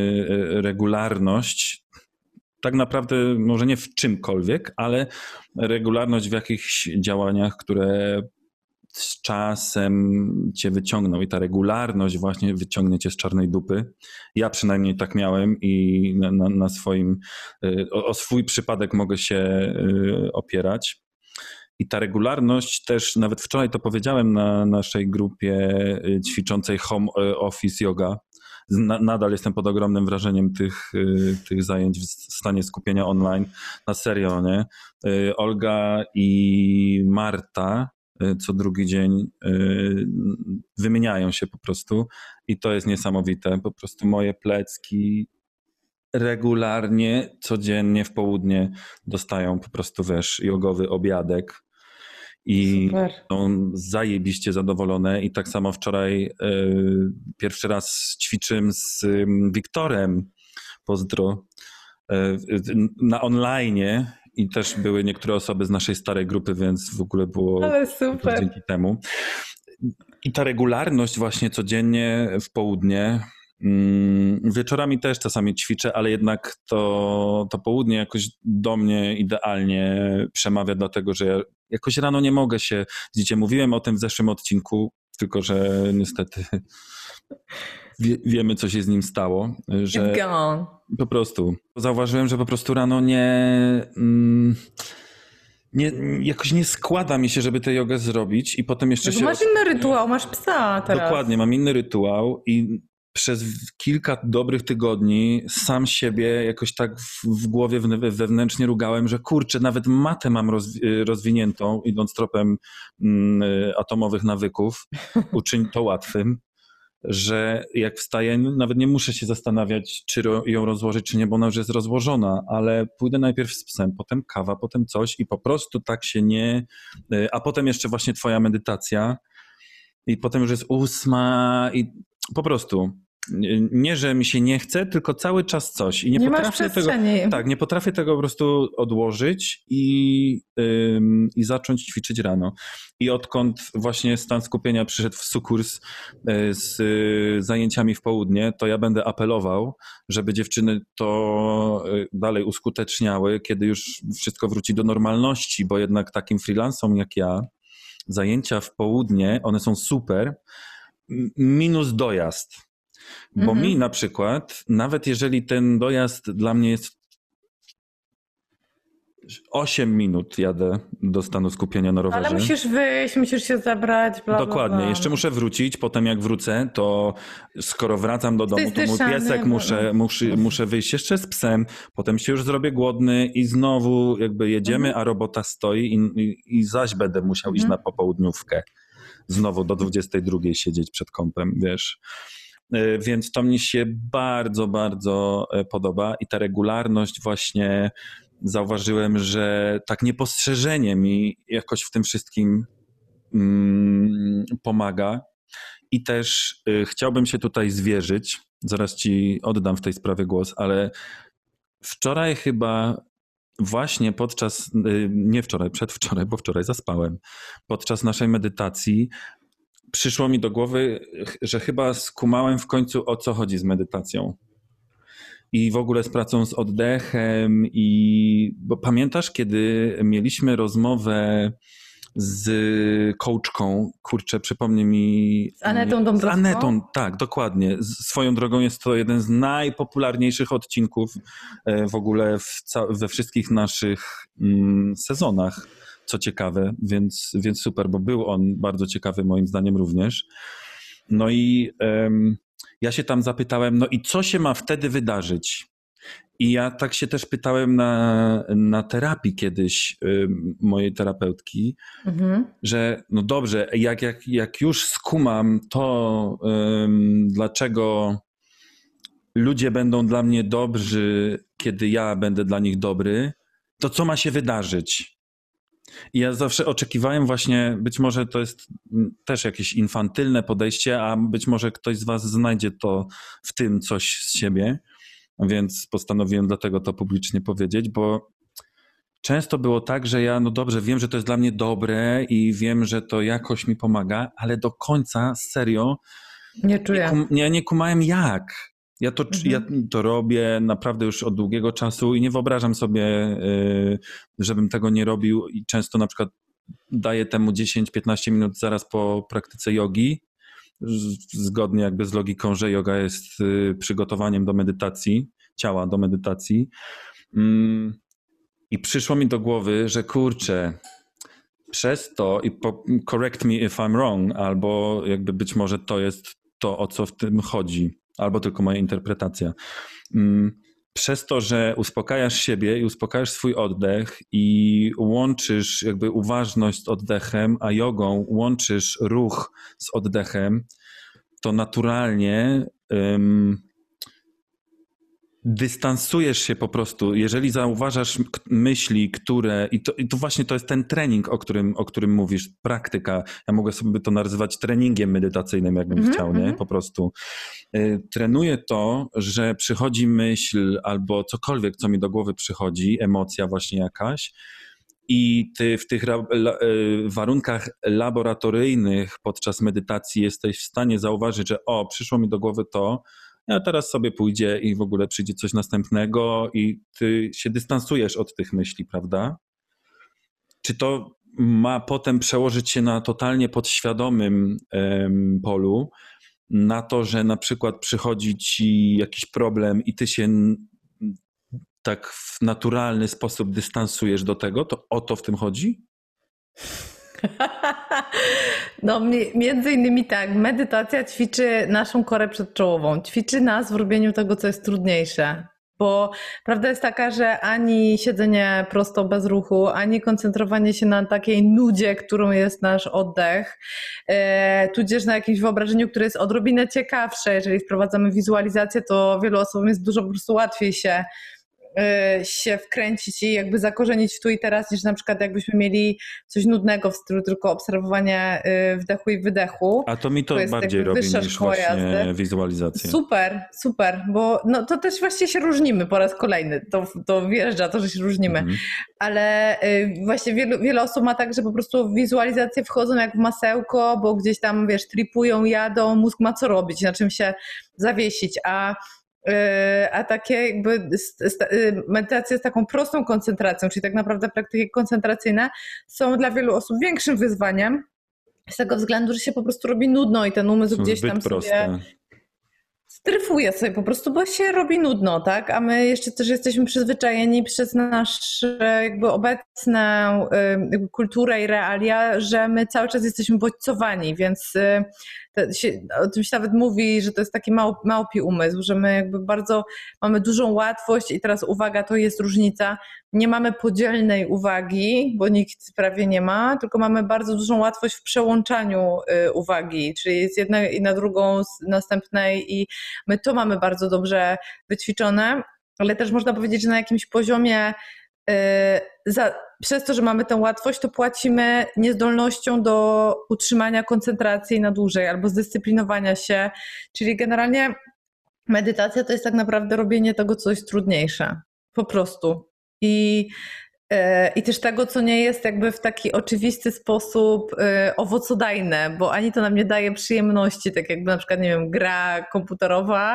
regularność. Tak naprawdę może nie w czymkolwiek, ale regularność w jakichś działaniach, które z czasem cię wyciągną i ta regularność właśnie wyciągnie cię z czarnej dupy. Ja przynajmniej tak miałem i na, na, na swoim, o, o swój przypadek mogę się opierać. I ta regularność też, nawet wczoraj to powiedziałem na naszej grupie ćwiczącej Home Office Yoga. Nadal jestem pod ogromnym wrażeniem tych, tych zajęć w stanie skupienia online. Na serio, nie? Olga i Marta co drugi dzień wymieniają się po prostu i to jest niesamowite. Po prostu moje plecki regularnie, codziennie w południe dostają po prostu, wiesz, jogowy obiadek i Super. Są zajebiście zadowolone. I tak samo wczoraj y, pierwszy raz ćwiczyłem z y, Wiktorem, pozdro, y, na online'ie i też były niektóre osoby z naszej starej grupy, więc w ogóle było Ale super. dzięki temu. I ta regularność właśnie codziennie w południe. Wieczorami też czasami ćwiczę, ale jednak to, to południe jakoś do mnie idealnie przemawia, dlatego że ja jakoś rano nie mogę się... Widzicie, mówiłem o tym w zeszłym odcinku, tylko że niestety wie, wiemy, co się z nim stało. Że po prostu zauważyłem, że po prostu rano nie... Nie, jakoś nie składa mi się, żeby tę jogę zrobić i potem jeszcze Bo się... Masz inny rytuał, masz psa teraz. Dokładnie, mam inny rytuał i przez kilka dobrych tygodni sam siebie jakoś tak w, w głowie wewnętrznie rugałem, że kurczę, nawet matę mam rozwi- rozwiniętą, idąc tropem mm, atomowych nawyków, uczyń to łatwym, że jak wstaję, nawet nie muszę się zastanawiać, czy ro- ją rozłożyć, czy nie, bo ona już jest rozłożona, ale pójdę najpierw z psem, potem kawa, potem coś i po prostu tak się nie... A potem jeszcze właśnie twoja medytacja i potem już jest ósma i po prostu nie, że mi się nie chce, tylko cały czas coś. I nie, nie potrafię masz tego, tak, nie potrafię tego po prostu odłożyć i, ym, i zacząć ćwiczyć rano. I odkąd właśnie stan skupienia przyszedł w sukurs y, z y, zajęciami w południe, to ja będę apelował, żeby dziewczyny to y, dalej uskuteczniały, kiedy już wszystko wróci do normalności, bo jednak takim freelansom jak ja, zajęcia w południe, one są super, minus dojazd. Bo mhm. mi na przykład, nawet jeżeli ten dojazd dla mnie jest osiem minut jadę do stanu skupienia na rowerze. Ale musisz wyjść, musisz się zabrać, bla, Dokładnie. Bla, bla. Jeszcze muszę wrócić, potem jak wrócę, to skoro wracam do domu, to mój piesek muszę, muszę, muszę wyjść jeszcze z psem, potem się już zrobię głodny i znowu jakby jedziemy, mhm. a robota stoi i, i, i zaś będę musiał mhm. iść na popołudniówkę. Znowu do dwudziestej drugiej siedzieć przed kompem, wiesz. Więc to mi się bardzo, bardzo podoba i ta regularność właśnie zauważyłem, że tak niepostrzeżenie mi jakoś w tym wszystkim mm, pomaga i też y, chciałbym się tutaj zwierzyć, zaraz ci oddam w tej sprawie głos, ale wczoraj chyba właśnie podczas, y, nie wczoraj, przedwczoraj, bo wczoraj zaspałem, podczas naszej medytacji przyszło mi do głowy, że chyba skumałem w końcu, o co chodzi z medytacją. I w ogóle z pracą z oddechem. I bo pamiętasz, kiedy mieliśmy rozmowę z coachką, kurczę, przypomnij mi... Z Anetą Dąbrowską? Z Anetą, tak, dokładnie. Swoją drogą jest to jeden z najpopularniejszych odcinków w ogóle w ca- we wszystkich naszych mm, sezonach, co ciekawe, więc, więc super, bo był on bardzo ciekawy moim zdaniem również. No i um, ja się tam zapytałem, no i co się ma wtedy wydarzyć? I ja tak się też pytałem na, na terapii kiedyś y, mojej terapeutki, mhm. że no dobrze, jak, jak, jak już skumam to, y, dlaczego ludzie będą dla mnie dobrzy, kiedy ja będę dla nich dobry, to co ma się wydarzyć? I ja zawsze oczekiwałem właśnie, być może to jest też jakieś infantylne podejście, a być może ktoś z was znajdzie to w tym coś z siebie. Więc postanowiłem dlatego to publicznie powiedzieć, bo często było tak, że ja, no dobrze, wiem, że to jest dla mnie dobre i wiem, że to jakoś mi pomaga, ale do końca, serio, nie czuję. Nie, kum, nie, nie kumałem jak. Ja to, mhm. ja to robię naprawdę już od długiego czasu i nie wyobrażam sobie, yy, żebym tego nie robił i często na przykład daję temu dziesięć piętnaście minut zaraz po praktyce jogi, zgodnie jakby z logiką, że joga jest przygotowaniem do medytacji, ciała do medytacji. I przyszło mi do głowy, że kurczę, przez to, i po, correct me if I'm wrong, albo jakby być może to jest to, o co w tym chodzi, albo tylko moja interpretacja. Przez to, że uspokajasz siebie i uspokajasz swój oddech i łączysz jakby uważność z oddechem, a jogą łączysz ruch z oddechem, to naturalnie um, dystansujesz się po prostu. Jeżeli zauważasz myśli, które... I to, i to właśnie to jest ten trening, o którym, o którym mówisz, praktyka. Ja mogę sobie to nazywać treningiem medytacyjnym, jakbym mm-hmm, chciał, nie? Po prostu. Y, trenuję to, że przychodzi myśl albo cokolwiek, co mi do głowy przychodzi, emocja właśnie jakaś, i ty w tych ra- la- y, warunkach laboratoryjnych podczas medytacji jesteś w stanie zauważyć, że o, przyszło mi do głowy to, a teraz sobie pójdzie i w ogóle przyjdzie coś następnego i ty się dystansujesz od tych myśli, prawda? Czy to ma potem przełożyć się na totalnie podświadomym em, polu, na to, że na przykład przychodzi ci jakiś problem i ty się n- tak w naturalny sposób dystansujesz do tego? To o to w tym chodzi? No między innymi tak, medytacja ćwiczy naszą korę przedczołową, ćwiczy nas w robieniu tego, co jest trudniejsze, bo prawda jest taka, że ani siedzenie prosto bez ruchu, ani koncentrowanie się na takiej nudzie, którą jest nasz oddech, e, tudzież na jakimś wyobrażeniu, które jest odrobinę ciekawsze, jeżeli wprowadzamy wizualizację, to wielu osobom jest dużo po prostu łatwiej się się wkręcić i jakby zakorzenić w tu i teraz, niż na przykład jakbyśmy mieli coś nudnego w stylu tylko obserwowania wdechu i wydechu. A to mi to, to bardziej robi niż właśnie jazdy. Wizualizację. Super, super, bo no to też właśnie się różnimy po raz kolejny, to, to wjeżdża to, że się różnimy, mhm. ale właśnie wielu, wiele osób ma tak, że po prostu w wizualizację wchodzą jak w masełko, bo gdzieś tam, wiesz, tripują, jadą, mózg ma co robić, na czym się zawiesić, a A takie jakby medytacje z taką prostą koncentracją, czyli tak naprawdę praktyki koncentracyjne są dla wielu osób większym wyzwaniem z tego względu, że się po prostu robi nudno i ten umysł są gdzieś tam proste. sobie stryfuje sobie po prostu, bo się robi nudno, tak? A my jeszcze też jesteśmy przyzwyczajeni przez naszą jakby obecną jakby kulturę i realia, że my cały czas jesteśmy bodźcowani, więc to się, o tym się nawet mówi, że to jest taki mał, małpi umysł, że my jakby bardzo mamy dużą łatwość i teraz uwaga, to jest różnica, nie mamy podzielnej uwagi, bo nikt prawie nie ma, tylko mamy bardzo dużą łatwość w przełączaniu uwagi, czyli z jednej na drugą, z następnej i my to mamy bardzo dobrze wyćwiczone, ale też można powiedzieć, że na jakimś poziomie yy, za, przez to, że mamy tę łatwość, to płacimy niezdolnością do utrzymania koncentracji na dłużej albo zdyscyplinowania się, czyli generalnie medytacja to jest tak naprawdę robienie tego, co jest trudniejsze, po prostu. I I też tego, co nie jest jakby w taki oczywisty sposób owocodajne, bo ani to nam nie daje przyjemności, tak jakby na przykład, nie wiem, gra komputerowa,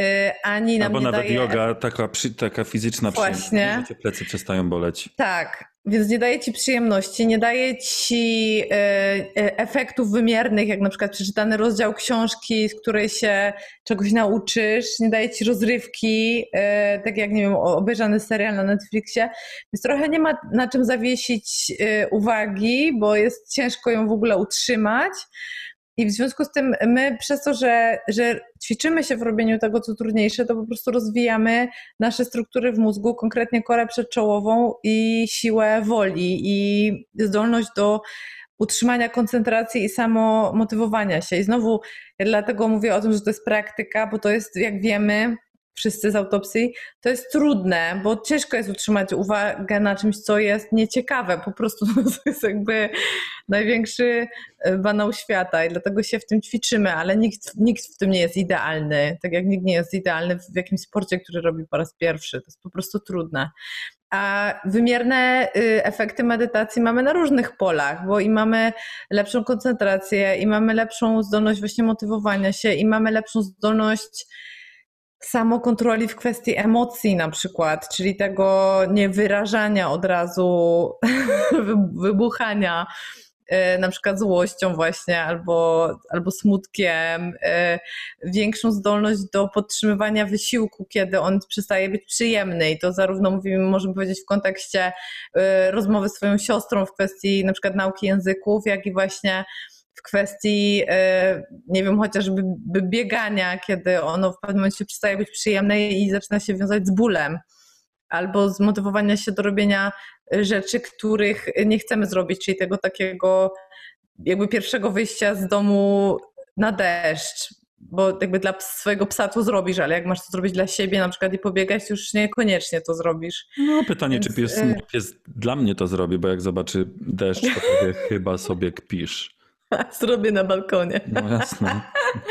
ani nam Albo nie nawet daje... joga, taka, taka fizyczna Właśnie. przyjemność, że cię plecy przestają boleć. Tak, Więc nie daje ci przyjemności, nie daje ci e, e, efektów wymiernych, jak na przykład przeczytany rozdział książki, z której się czegoś nauczysz, nie daje ci rozrywki, e, tak jak, nie wiem, obejrzany serial na Netflixie. Więc trochę nie ma na czym zawiesić e, uwagi, bo jest ciężko ją w ogóle utrzymać. I w związku z tym my przez to, że, że ćwiczymy się w robieniu tego, co trudniejsze, to po prostu rozwijamy nasze struktury w mózgu, konkretnie korę przedczołową i siłę woli i zdolność do utrzymania koncentracji i samomotywowania się. I znowu ja dlatego mówię o tym, że to jest praktyka, bo to jest, jak wiemy, wszyscy z autopsji, to jest trudne, bo ciężko jest utrzymać uwagę na czymś, co jest nieciekawe. Po prostu to jest jakby największy banał świata i dlatego się w tym ćwiczymy, ale nikt, nikt w tym nie jest idealny. Tak jak nikt nie jest idealny w jakimś sporcie, który robi po raz pierwszy. To jest po prostu trudne. A wymierne efekty medytacji mamy na różnych polach, bo i mamy lepszą koncentrację, i mamy lepszą zdolność właśnie motywowania się, i mamy lepszą zdolność samokontroli w kwestii emocji na przykład, czyli tego niewyrażania od razu, wybuchania na przykład złością właśnie albo, albo smutkiem, większą zdolność do podtrzymywania wysiłku, kiedy on przestaje być przyjemny i to zarówno mówimy, możemy powiedzieć w kontekście rozmowy z swoją siostrą w kwestii na przykład nauki języków, jak i właśnie w kwestii, nie wiem, chociażby biegania, kiedy ono w pewnym momencie przestaje być przyjemne i zaczyna się wiązać z bólem, albo zmotywowania się do robienia rzeczy, których nie chcemy zrobić, czyli tego takiego jakby pierwszego wyjścia z domu na deszcz, bo jakby dla swojego psa to zrobisz, ale jak masz to zrobić dla siebie na przykład i pobiegać, to już niekoniecznie to zrobisz. No pytanie, Więc, czy pies, pies dla mnie to zrobi, bo jak zobaczy deszcz, to powie, chyba sobie kpisz. Zrobię na balkonie. No jasne.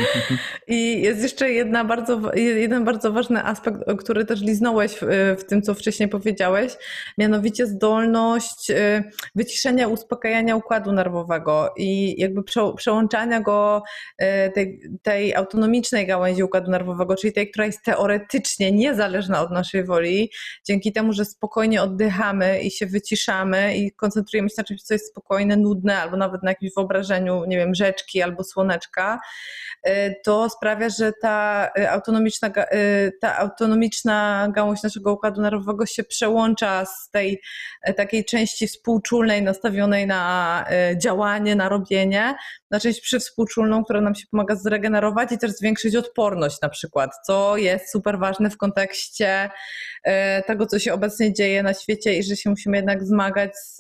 I jest jeszcze jedna bardzo, jeden bardzo ważny aspekt, który też liznąłeś w, w tym, co wcześniej powiedziałeś, mianowicie zdolność wyciszenia, uspokajania układu nerwowego i jakby prze, przełączania go tej, tej autonomicznej gałęzi układu nerwowego, czyli tej, która jest teoretycznie niezależna od naszej woli, dzięki temu, że spokojnie oddychamy i się wyciszamy i koncentrujemy się na czymś, co jest spokojne, nudne, albo nawet na jakimś wyobrażeniu, nie wiem, rzeczki albo słoneczka, to sprawia, że ta autonomiczna, ta autonomiczna gałąź naszego układu nerwowego się przełącza z tej takiej części współczulnej, nastawionej na działanie, na robienie, na część przywspółczulną, która nam się pomaga zregenerować i też zwiększyć odporność na przykład, co jest super ważne w kontekście tego, co się obecnie dzieje na świecie i że się musimy jednak zmagać z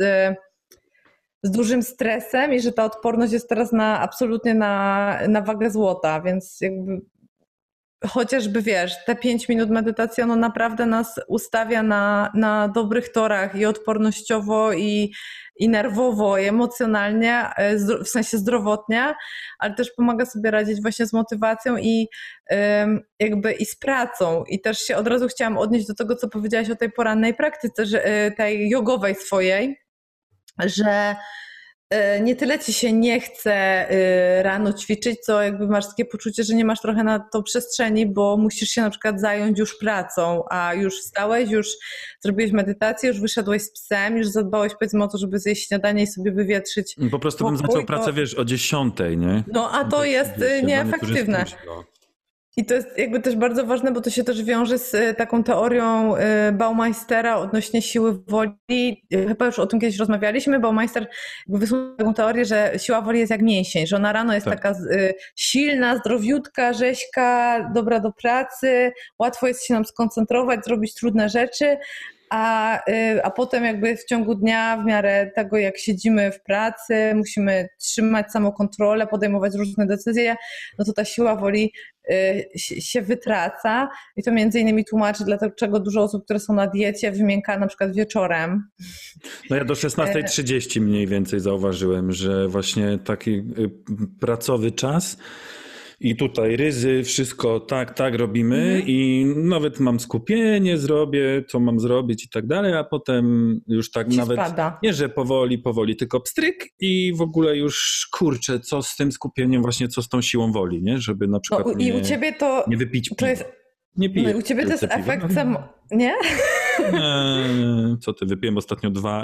z dużym stresem i że ta odporność jest teraz na, absolutnie na, na wagę złota, więc jakby chociażby wiesz, te pięć minut medytacji, ono naprawdę nas ustawia na, na dobrych torach i odpornościowo i, i nerwowo i emocjonalnie, w sensie zdrowotnie, ale też pomaga sobie radzić właśnie z motywacją i jakby i z pracą. I też się od razu chciałam odnieść do tego, co powiedziałaś o tej porannej praktyce, że, tej jogowej swojej, że nie tyle ci się nie chce rano ćwiczyć, co jakby masz takie poczucie, że nie masz trochę na to przestrzeni, bo musisz się na przykład zająć już pracą, a już wstałeś, już zrobiłeś medytację, już wyszedłeś z psem, już zadbałeś powiedzmy o to, żeby zjeść śniadanie i sobie wywietrzyć Po prostu pokój, bym zaczął pracę, to... wiesz, o dziesiątej, nie? No a to, to jest wiesz, nieefektywne. I to jest jakby też bardzo ważne, bo to się też wiąże z taką teorią Baumeistera odnośnie siły woli. Chyba już o tym kiedyś rozmawialiśmy. Baumeister wysłuchał taką teorię, że siła woli jest jak mięsień, że ona rano jest tak. taka silna, zdrowiutka, rzeźka, dobra do pracy, łatwo jest się nam skoncentrować, zrobić trudne rzeczy, a, a potem jakby w ciągu dnia, w miarę tego jak siedzimy w pracy, musimy trzymać samokontrolę, podejmować różne decyzje, no to ta siła woli się wytraca i to między innymi tłumaczy, dlaczego dużo osób, które są na diecie, wymięka na przykład wieczorem. No ja do szesnastej trzydzieści mniej więcej zauważyłem, że właśnie taki pracowy czas i tutaj ryzy, wszystko tak, tak robimy mhm. i nawet mam skupienie, zrobię, co mam zrobić i tak dalej, a potem już tak Ci nawet, spada. nie że powoli, powoli, tylko pstryk i w ogóle już kurczę, co z tym skupieniem właśnie, co z tą siłą woli, nie? Żeby na przykład no, nie, i u ciebie to, nie wypić to jest, nie piję. No, u ciebie to jest piwa. efekt, sam... nie? Eee, co ty, wypiłem ostatnio dwa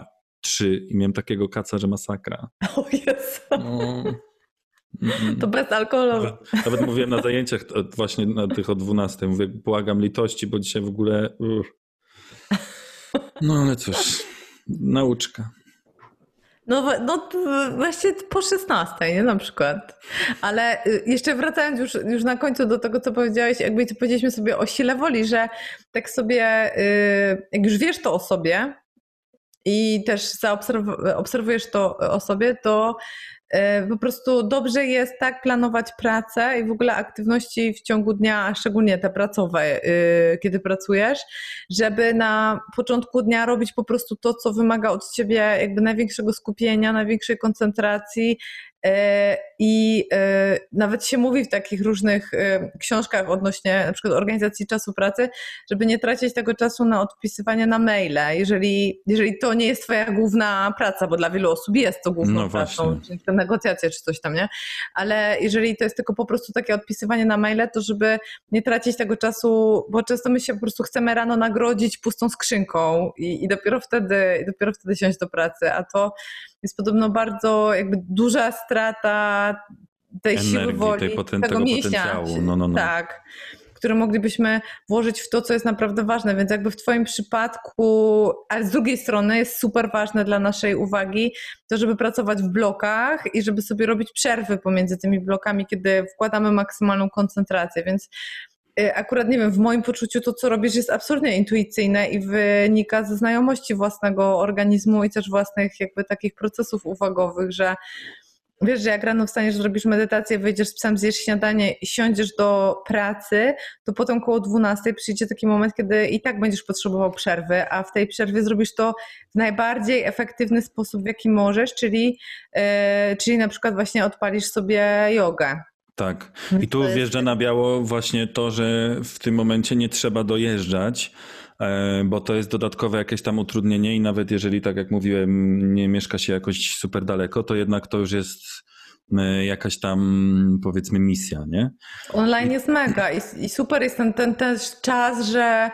trzy i miałem takiego kaca, że masakra. O Jezu. No. Mm. To bezalkoholowe. Nawet, nawet mówiłem na zajęciach właśnie na tych o dwunastej, mówię, błagam litości, bo dzisiaj w ogóle... Uff. No ale cóż, nauczka. No, no właśnie po szesnastej, nie, na przykład. Ale jeszcze wracając już, już na końcu do tego, co powiedziałeś, jakby to powiedzieliśmy sobie o sile woli, że tak sobie, jak już wiesz to o sobie i też zaobserwujesz to o sobie, to po prostu dobrze jest tak planować pracę i w ogóle aktywności w ciągu dnia, szczególnie te pracowe, kiedy pracujesz, żeby na początku dnia robić po prostu to, co wymaga od ciebie jakby największego skupienia, największej koncentracji. I nawet się mówi w takich różnych książkach odnośnie na przykład organizacji czasu pracy, żeby nie tracić tego czasu na odpisywanie na maile, jeżeli, jeżeli to nie jest twoja główna praca, bo dla wielu osób jest to główną no pracą, czyli te negocjacje czy coś tam, nie? Ale jeżeli to jest tylko po prostu takie odpisywanie na maile, to żeby nie tracić tego czasu, bo często my się po prostu chcemy rano nagrodzić pustą skrzynką i, i dopiero wtedy, i dopiero wtedy siąść do pracy, a to jest podobno bardzo jakby duża strata tej energii, siły woli, tej poten- tego, tego mięśnia, potencjału. No, no, no. Tak, które moglibyśmy włożyć w to, co jest naprawdę ważne, więc jakby w twoim przypadku, ale z drugiej strony jest super ważne dla naszej uwagi to, żeby pracować w blokach i żeby sobie robić przerwy pomiędzy tymi blokami, kiedy wkładamy maksymalną koncentrację, więc akurat nie wiem, w moim poczuciu to, co robisz, jest absolutnie intuicyjne i wynika ze znajomości własnego organizmu i też własnych jakby takich procesów uwagowych, że wiesz, że jak rano wstaniesz, zrobisz medytację, wyjdziesz z psem, zjesz śniadanie i siądziesz do pracy, to potem koło dwunastej przyjdzie taki moment, kiedy i tak będziesz potrzebował przerwy, a w tej przerwie zrobisz to w najbardziej efektywny sposób, w jaki możesz, czyli, yy, czyli na przykład właśnie odpalisz sobie jogę. Tak. I tu wjeżdża na biało właśnie to, że w tym momencie nie trzeba dojeżdżać, bo to jest dodatkowe jakieś tam utrudnienie i nawet jeżeli, tak jak mówiłem, nie mieszka się jakoś super daleko, to jednak to już jest jakaś tam, powiedzmy, misja, nie? Online jest mega i, i super jest ten, ten też czas, że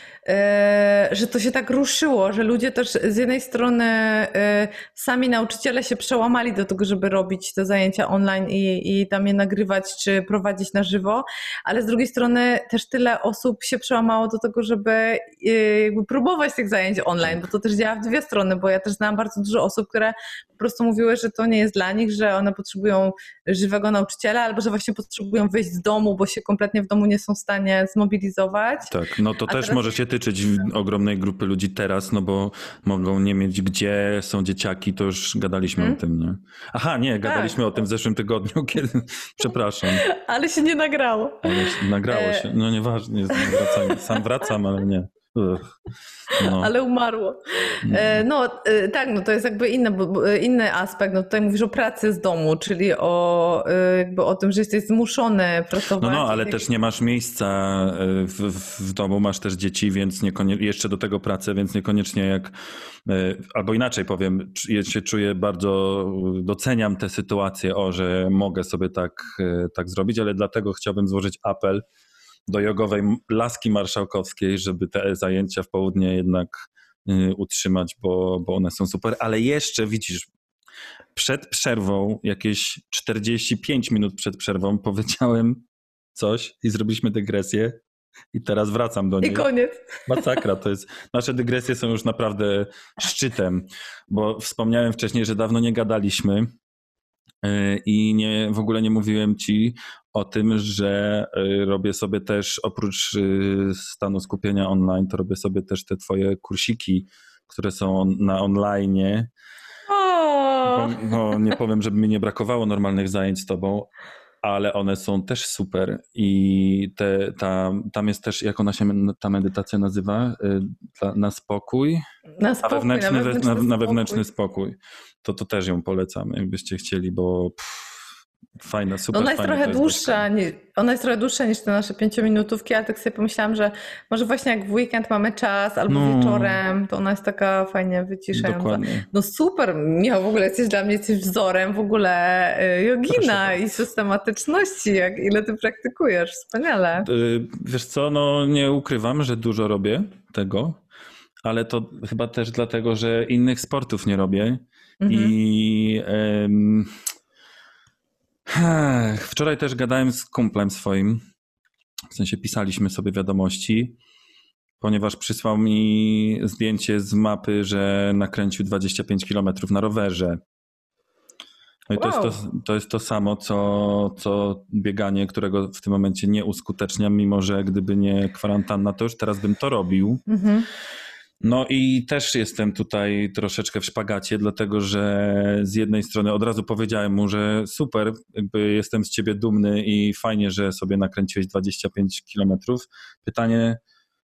że to się tak ruszyło, że ludzie też z jednej strony sami nauczyciele się przełamali do tego, żeby robić te zajęcia online i, i tam je nagrywać czy prowadzić na żywo, ale z drugiej strony też tyle osób się przełamało do tego, żeby jakby próbować tych zajęć online, bo to też działa w dwie strony, bo ja też znam bardzo dużo osób, które po prostu mówiły, że to nie jest dla nich, że one potrzebują żywego nauczyciela albo że właśnie potrzebują wyjść z domu, bo się kompletnie w domu nie są w stanie zmobilizować. Tak, no to A też teraz... może się tyczyć ogromnej grupy ludzi teraz, no bo mogą nie mieć gdzie, są dzieciaki, to już gadaliśmy hmm? o tym, nie? Aha, nie, gadaliśmy tak. o tym w zeszłym tygodniu, kiedy, przepraszam. Ale się nie nagrało. Ale się, nagrało się, no nieważnie, wracam, sam wracam, ale nie. No. Ale umarło. No tak, no to jest jakby inny, inny aspekt. No tutaj mówisz o pracy z domu, czyli o, jakby o tym, że jesteś zmuszony pracować. No, no ale też nie masz miejsca w, w domu, masz też dzieci, więc niekoniecznie, jeszcze do tego pracę, więc niekoniecznie jak, albo inaczej powiem, ja się czuję bardzo, doceniam tę sytuację, o, że mogę sobie tak, tak zrobić, ale dlatego chciałbym złożyć apel do jogowej Laski Marszałkowskiej, żeby te zajęcia w południe jednak y, utrzymać, bo, bo one są super. Ale jeszcze widzisz, przed przerwą, jakieś czterdzieści pięć minut przed przerwą powiedziałem coś i zrobiliśmy dygresję i teraz wracam do niej. I koniec. Masakra, to jest, nasze dygresje są już naprawdę szczytem, bo wspomniałem wcześniej, że dawno nie gadaliśmy i nie, w ogóle nie mówiłem ci o tym, że robię sobie też oprócz stanu skupienia online, to robię sobie też te twoje kursiki, które są na online. O! No, nie powiem, żeby mi nie brakowało normalnych zajęć z tobą, ale one są też super i te, ta, tam jest też, jak ona się ta medytacja nazywa? Na spokój? Na spokój, na wewnętrzny, na wewnętrzny, na, spokój. Na wewnętrzny spokój. To, to też ją polecam, jakbyście chcieli, bo pff, fajna, super ona jest fajna, trochę jest dłuższa, niż, ona jest trochę dłuższa niż te nasze pięciominutówki, ale tak sobie pomyślałam, że może właśnie jak w weekend mamy czas albo no, wieczorem, to ona jest taka fajnie wyciszająca. Dokładnie. No super, Michał, w ogóle jesteś dla mnie jesteś wzorem w ogóle jogina i systematyczności, jak ile ty praktykujesz, wspaniale. Wiesz co, no nie ukrywam, że dużo robię tego, ale to chyba też dlatego, że innych sportów nie robię. Mhm. I um, wczoraj też gadałem z kumplem swoim, w sensie pisaliśmy sobie wiadomości, ponieważ przysłał mi zdjęcie z mapy, że nakręcił dwadzieścia pięć kilometrów na rowerze. No i to, wow. jest to, to jest to samo, co, co bieganie, którego w tym momencie nie uskuteczniam, mimo że gdyby nie kwarantanna, to już teraz bym to robił. Mhm. No i też jestem tutaj troszeczkę w szpagacie, dlatego że z jednej strony od razu powiedziałem mu, że super, jakby jestem z ciebie dumny i fajnie, że sobie nakręciłeś dwadzieścia pięć kilometrów. Pytanie,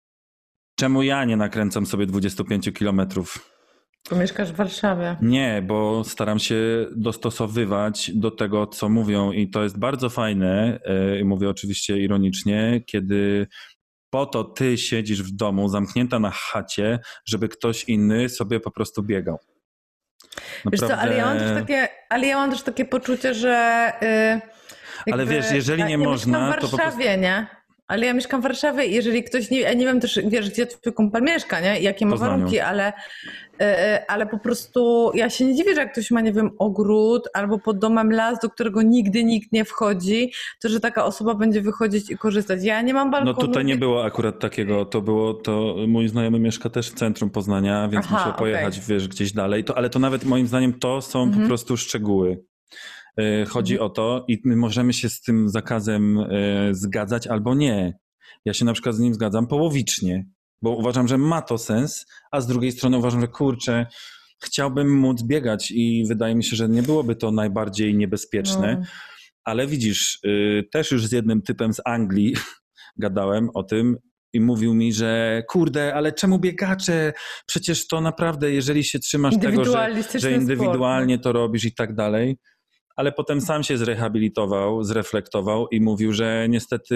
czemu ja nie nakręcam sobie dwadzieścia pięć kilometrów? Bo mieszkasz w Warszawie. Nie, bo staram się dostosowywać do tego, co mówią i to jest bardzo fajne, yy, mówię oczywiście ironicznie, kiedy po to ty siedzisz w domu, zamknięta na chacie, żeby ktoś inny sobie po prostu biegał. Naprawdę... Wiesz co, ale ja mam też takie, ale ja mam też takie poczucie, że... Yy, ale wiesz, jeżeli nie ja można, w Warszawie, to po prostu... nie? Ale ja mieszkam w Warszawie i jeżeli ktoś nie... Ja nie wiem też, wiesz, gdzie twój kumpel mieszka, nie? Jakie ma Poznaniu. warunki, ale, yy, ale po prostu ja się nie dziwię, że jak ktoś ma, nie wiem, ogród albo pod domem las, do którego nigdy nikt nie wchodzi, to że taka osoba będzie wychodzić i korzystać. Ja nie mam balkonu. No tutaj nie było akurat takiego, to było, to mój znajomy mieszka też w centrum Poznania, więc Aha, musiał pojechać, okay. wiesz, gdzieś dalej, to, ale to nawet moim zdaniem to są mhm. po prostu szczegóły. Chodzi mhm. o to i my możemy się z tym zakazem zgadzać albo nie. Ja się na przykład z nim zgadzam połowicznie, bo uważam, że ma to sens, a z drugiej strony uważam, że kurczę, chciałbym móc biegać i wydaje mi się, że nie byłoby to najbardziej niebezpieczne, no. Ale widzisz, też już z jednym typem z Anglii gadałem o tym i mówił mi, że kurde, ale czemu biegacze? Przecież to naprawdę, jeżeli się trzymasz tego, że, że indywidualnie sport, no. to robisz i tak dalej. Ale potem sam się zrehabilitował, zreflektował i mówił, że niestety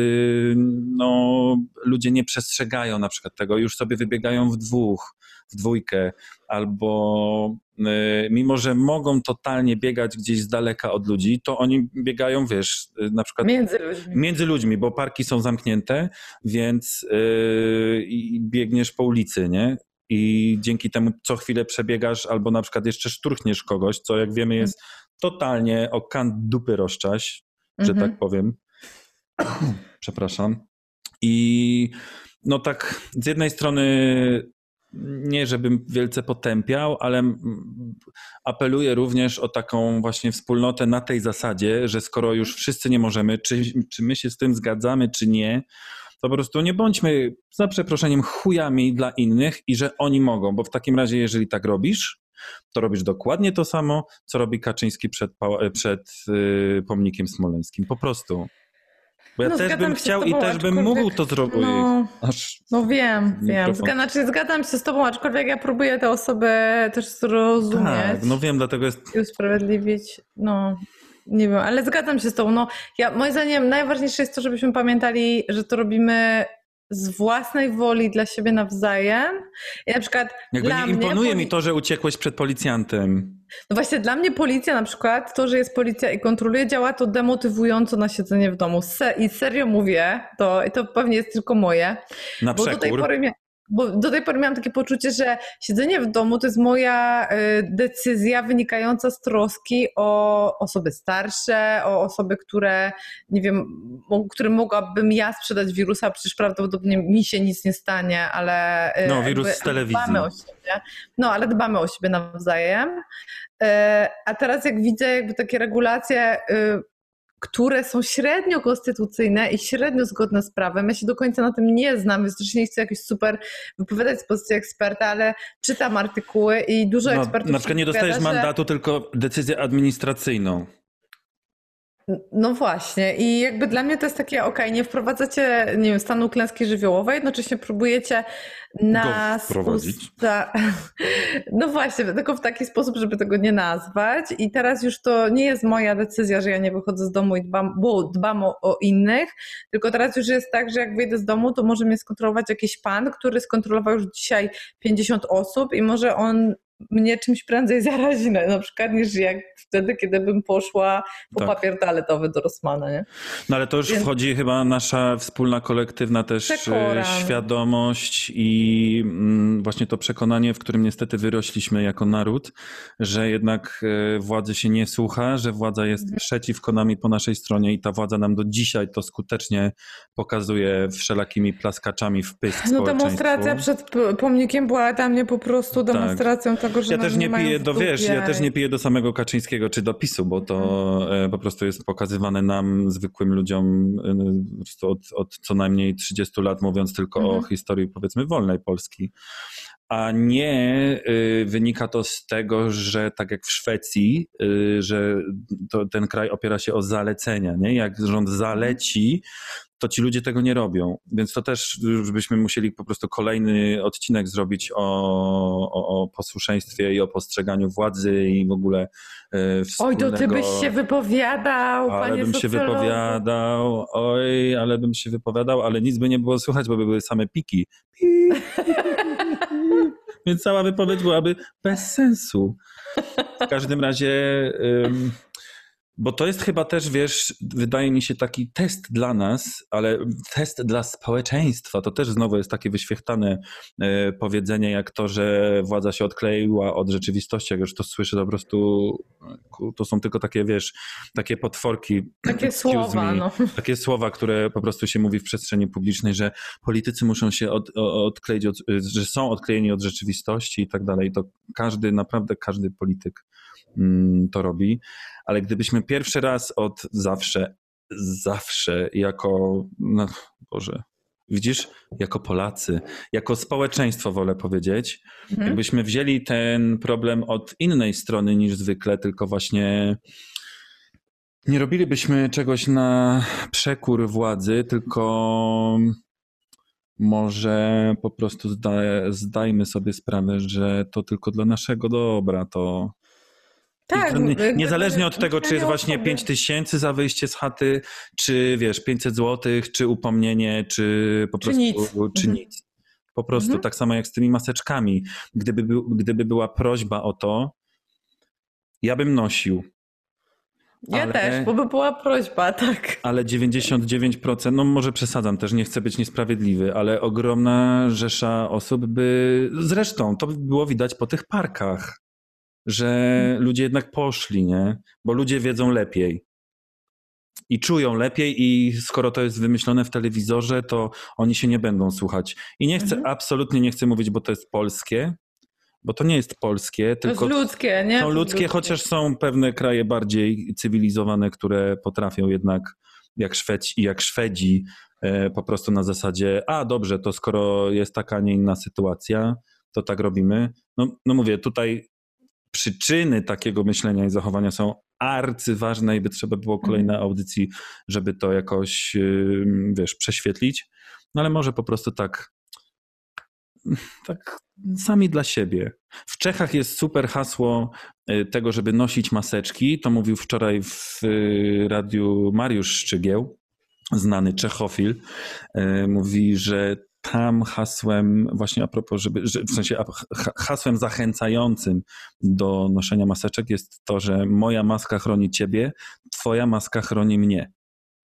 no, ludzie nie przestrzegają na przykład tego, już sobie wybiegają w dwóch, w dwójkę, albo y, mimo, że mogą totalnie biegać gdzieś z daleka od ludzi, to oni biegają, wiesz, na przykład między ludźmi, między ludźmi bo parki są zamknięte, więc y, biegniesz po ulicy, nie? I dzięki temu co chwilę przebiegasz albo na przykład jeszcze szturchniesz kogoś, co jak wiemy jest totalnie o kant dupy rozczaś, że mhm. tak powiem. Przepraszam. I no tak z jednej strony nie żebym wielce potępiał, ale apeluję również o taką właśnie wspólnotę na tej zasadzie, że skoro już wszyscy nie możemy, czy, czy my się z tym zgadzamy, czy nie, to po prostu nie bądźmy za przeproszeniem chujami dla innych i że oni mogą, bo w takim razie jeżeli tak robisz, to robisz dokładnie to samo, co robi Kaczyński przed, przed yy, pomnikiem smoleńskim. Po prostu. Bo ja no, też bym chciał tobą, i też bym mógł to zrobić. No, no wiem, wiem. Znaczy, zgadzam się z tobą, aczkolwiek ja próbuję te osoby też zrozumieć. Tak, no wiem, dlatego jest... I usprawiedliwić. No, nie wiem, ale zgadzam się z tobą. No, ja, moim zdaniem najważniejsze jest to, żebyśmy pamiętali, że to robimy z własnej woli dla siebie nawzajem. I na przykład jakby dla nie imponuje mnie, mi to, że uciekłeś przed policjantem. No właśnie dla mnie policja na przykład, to, że jest policja i kontroluje, działa to demotywująco na siedzenie w domu. Se- I serio mówię, to, i to pewnie jest tylko moje. Na bo przekór. Do tej pory mia- Bo do tej pory miałam takie poczucie, że siedzenie w domu to jest moja y, decyzja wynikająca z troski o osoby starsze, o osoby, które, nie wiem, mo- którym mogłabym ja sprzedać wirusa, przecież prawdopodobnie mi się nic nie stanie, ale y, no, wirus z telewizji. Dbamy o siebie. No, ale dbamy o siebie nawzajem. Y, a teraz jak widzę jakby takie regulacje, y, które są średnio konstytucyjne i średnio zgodne z prawem. Ja się do końca na tym nie znam, więc też nie chcę jakoś super wypowiadać z pozycji eksperta, ale czytam artykuły i dużo no, ekspertów... Na przykład nie dostajesz że... mandatu, tylko decyzję administracyjną. No właśnie i jakby dla mnie to jest takie, okej, okay, nie wprowadzacie, nie wiem, stanu klęski żywiołowej, jednocześnie próbujecie nas wprowadzić. Usta... No właśnie, tylko w taki sposób, żeby tego nie nazwać i teraz już to nie jest moja decyzja, że ja nie wychodzę z domu i dbam, bo dbam o, o innych, tylko teraz już jest tak, że jak wyjdę z domu, to może mnie skontrolować jakiś pan, który skontrolował już dzisiaj pięćdziesiąt osób i może on mnie czymś prędzej zarazi, na przykład niż jak wtedy, kiedy bym poszła po Tak. papier toaletowy do Rossmana, nie? No ale to już Więc... wchodzi chyba nasza wspólna, kolektywna też Przekoran. świadomość i mm, właśnie to przekonanie, w którym niestety wyrośliśmy jako naród, że jednak e, władzy się nie słucha, że władza jest Mhm. przeciwko nami po naszej stronie i ta władza nam do dzisiaj to skutecznie pokazuje wszelakimi plaskaczami w pysk No społeczeństwu. demonstracja przed p- pomnikiem była dla mnie po prostu demonstracją Tak. tego, że Ja no też nie mają piję w do, dupie. wiesz, ja też nie piję do samego Kaczyńskiego czy do PiSu, bo to e, po prostu jest pokazywane nam, zwykłym ludziom e, po prostu od, od co najmniej trzydziestu lat, mówiąc tylko Mhm. o historii, powiedzmy, wolnej Polski. A nie y, wynika to z tego, że tak jak w Szwecji, y, że to, ten kraj opiera się o zalecenia, nie? Jak rząd zaleci, to ci ludzie tego nie robią. Więc to też już byśmy musieli po prostu kolejny odcinek zrobić o, o, o posłuszeństwie i o postrzeganiu władzy i w ogóle y, Oj, to ty wspólnego- byś się wypowiadał, ale panie bym się socjologu. wypowiadał, oj, ale bym się wypowiadał, ale nic by nie było słychać, bo by były same piki. Pik. Więc cała wypowiedź byłaby bez sensu. W każdym razie, ym, bo to jest chyba też, wiesz, wydaje mi się taki test dla nas, ale test dla społeczeństwa. To też znowu jest takie wyświechtane y, powiedzenie, jak to, że władza się odkleiła od rzeczywistości. Jak już to słyszę, to po prostu ku, to są tylko takie, wiesz, takie potworki. Takie Excuse słowa, me. no. Takie słowa, które po prostu się mówi w przestrzeni publicznej, że politycy muszą się od, o- odkleić, od, że są odklejeni od rzeczywistości i tak dalej. To każdy, naprawdę każdy polityk mm, to robi. Ale gdybyśmy pierwszy raz od zawsze, zawsze jako, no Boże, widzisz, jako Polacy, jako społeczeństwo wolę powiedzieć, Mhm. jakbyśmy wzięli ten problem od innej strony niż zwykle, tylko właśnie nie robilibyśmy czegoś na przekór władzy, tylko może po prostu zda, zdajmy sobie sprawę, że to tylko dla naszego dobra, to Tak, I to nie, jakby niezależnie od tego, czy jest myślenie o właśnie sobie. pięć tysięcy za wyjście z chaty, czy wiesz, pięćset złotych, czy upomnienie, czy po Czy prostu nic. czy Mhm. nic. Po prostu Mhm. tak samo jak z tymi maseczkami. Gdyby, był, gdyby była prośba o to, ja bym nosił. Ja ale- też, bo by była prośba, tak. Ale dziewięćdziesiąt dziewięć procent, no może przesadzam też, nie chcę być niesprawiedliwy, ale ogromna rzesza osób by, zresztą to by było widać po tych parkach, że ludzie jednak poszli, nie? Bo ludzie wiedzą lepiej. I czują lepiej i skoro to jest wymyślone w telewizorze, to oni się nie będą słuchać. I nie chcę, Mhm. absolutnie nie chcę mówić, bo to jest polskie, bo to nie jest polskie, To jest tylko ludzkie, nie? są ludzkie, chociaż są pewne kraje bardziej cywilizowane, które potrafią jednak, jak Szwedzi, jak Szwedzi, e, po prostu na zasadzie, a dobrze, to skoro jest taka, nie inna sytuacja, to tak robimy. No, no mówię, tutaj przyczyny takiego myślenia i zachowania są arcyważne i by trzeba było kolejnej audycji, żeby to jakoś, yy, wiesz, prześwietlić. No ale może po prostu tak, tak sami dla siebie. W Czechach jest super hasło y, tego, żeby nosić maseczki. To mówił wczoraj w y, radiu Mariusz Szczygieł, znany czechofil. Y, Mówi, że tam hasłem, właśnie a propos, żeby, że, w sensie ha- hasłem zachęcającym do noszenia maseczek jest to, że moja maska chroni ciebie, twoja maska chroni mnie.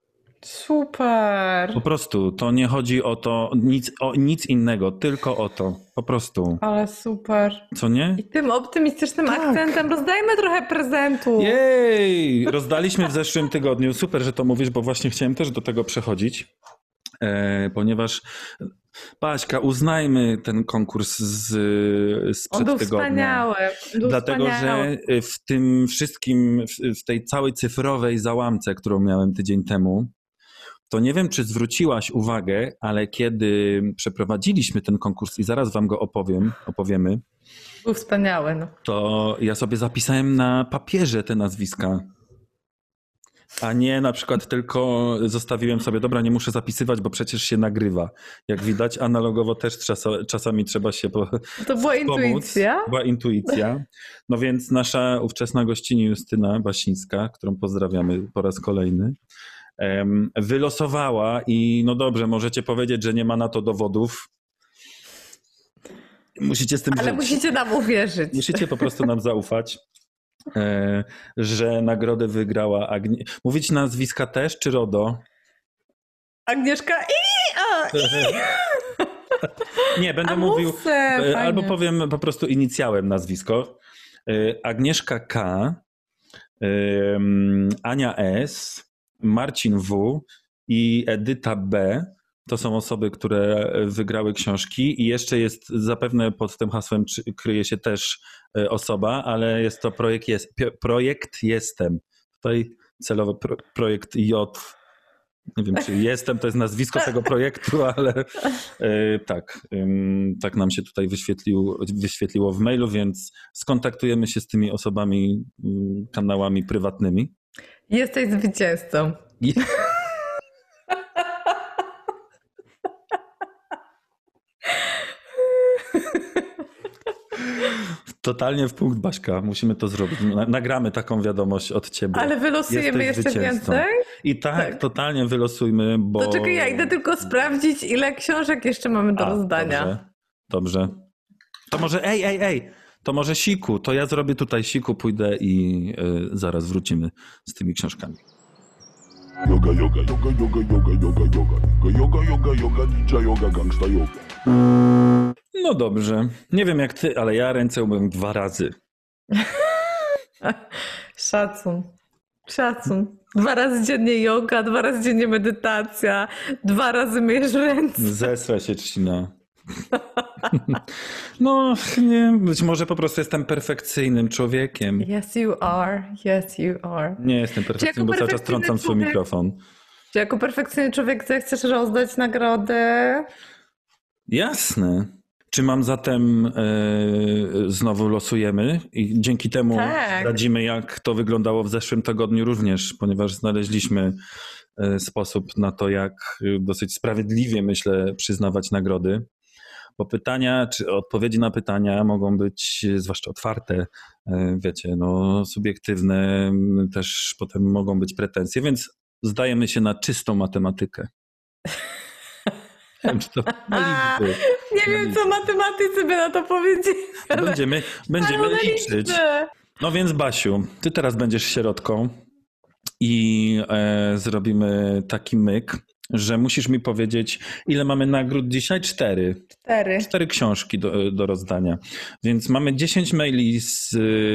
Super. Po prostu, to nie chodzi o to, nic, o nic innego, tylko o to. Po prostu. Ale super. Co nie? I tym optymistycznym Tak. akcentem rozdajmy trochę prezentu. Jej! Rozdaliśmy w zeszłym tygodniu. Super, że to mówisz, bo właśnie chciałem też do tego przechodzić. E, ponieważ Baśka, uznajmy ten konkurs z, sprzed On był tygodnia. wspaniały. Był Dlatego, wspaniały. że w tym wszystkim, w, w tej całej cyfrowej załamce, którą miałem tydzień temu, to nie wiem, czy zwróciłaś uwagę, ale kiedy przeprowadziliśmy ten konkurs i zaraz wam go opowiem, opowiemy, Był wspaniały. No. to ja sobie zapisałem na papierze te nazwiska. A nie na przykład tylko zostawiłem sobie, dobra, nie muszę zapisywać, bo przecież się nagrywa. Jak widać, analogowo też czasa, czasami trzeba się po, To była pomóc. intuicja. Była intuicja. No więc nasza ówczesna gościni Justyna Basińska, którą pozdrawiamy po raz kolejny, em, wylosowała i no dobrze, możecie powiedzieć, że nie ma na to dowodów. Musicie z tym Ale żyć. musicie nam uwierzyć. Musicie po prostu nam zaufać, e, że nagrodę wygrała Agnieszka. Mówić nazwiska też, czy RODO? Agnieszka i... A, i. Nie, będę A mówił, mówce, e, fajnie. albo powiem po prostu inicjałem nazwisko. E, Agnieszka K, e, Ania S, Marcin W i Edyta B. To są osoby, które wygrały książki i jeszcze jest zapewne pod tym hasłem kryje się też osoba, ale jest to projekt, jest, projekt Jestem. Tutaj celowo pro, projekt J. Nie wiem, czy Jestem to jest nazwisko tego projektu, ale e, tak, e, tak nam się tutaj wyświetliło, wyświetliło w mailu, więc skontaktujemy się z tymi osobami e, kanałami prywatnymi. Jesteś zwycięzcą. I... Totalnie w punkt, Baśka. Musimy to zrobić. Nagramy taką wiadomość od ciebie. Ale wylosujemy Jesteś jeszcze zwycięzcą. więcej? I tak, Tak. totalnie wylosujmy, bo... To czekaj, ja idę tylko sprawdzić, ile książek jeszcze mamy do A, rozdania. Dobrze, dobrze. To może, ej, ej, ej, to może siku. To ja zrobię tutaj siku, pójdę i y, zaraz wrócimy z tymi książkami. Yoga, yoga, yoga, yoga, yoga, yoga, yoga. Yoga, yoga, yoga, ninja yoga, gangsta yoga. No dobrze. Nie wiem jak ty, ale ja ręce umyłem dwa razy. Szacun. Szacun. Dwa razy dziennie yoga, dwa razy dziennie medytacja, dwa razy myjesz ręce. Zesraj się, Trzcina. No, nie, być może po prostu jestem perfekcyjnym człowiekiem. Yes you are, yes you are. Nie jestem perfekcyjnym, bo cały czas perfekcyjny trącam swój człowiek- mikrofon. Czy jako perfekcyjny człowiek zechcesz rozdać nagrodę? Jasne. Czy mam zatem e, znowu losujemy i dzięki temu Tak. radzimy, jak to wyglądało w zeszłym tygodniu również, ponieważ znaleźliśmy e, sposób na to, jak e, dosyć sprawiedliwie, myślę, przyznawać nagrody. Bo pytania, czy odpowiedzi na pytania mogą być zwłaszcza otwarte, e, wiecie, no subiektywne, m, też potem mogą być pretensje, więc zdajemy się na czystą matematykę. Nie wiem, czy to na liczby. Nie wiem, co matematycy by na to powiedzieli. Będziemy, będziemy Ale liczyć. liczby. No więc Basiu, ty teraz będziesz środką i e, zrobimy taki myk, że musisz mi powiedzieć, ile mamy nagród dzisiaj? Cztery. Cztery. Cztery książki do, do rozdania. Więc mamy dziesięć maili z,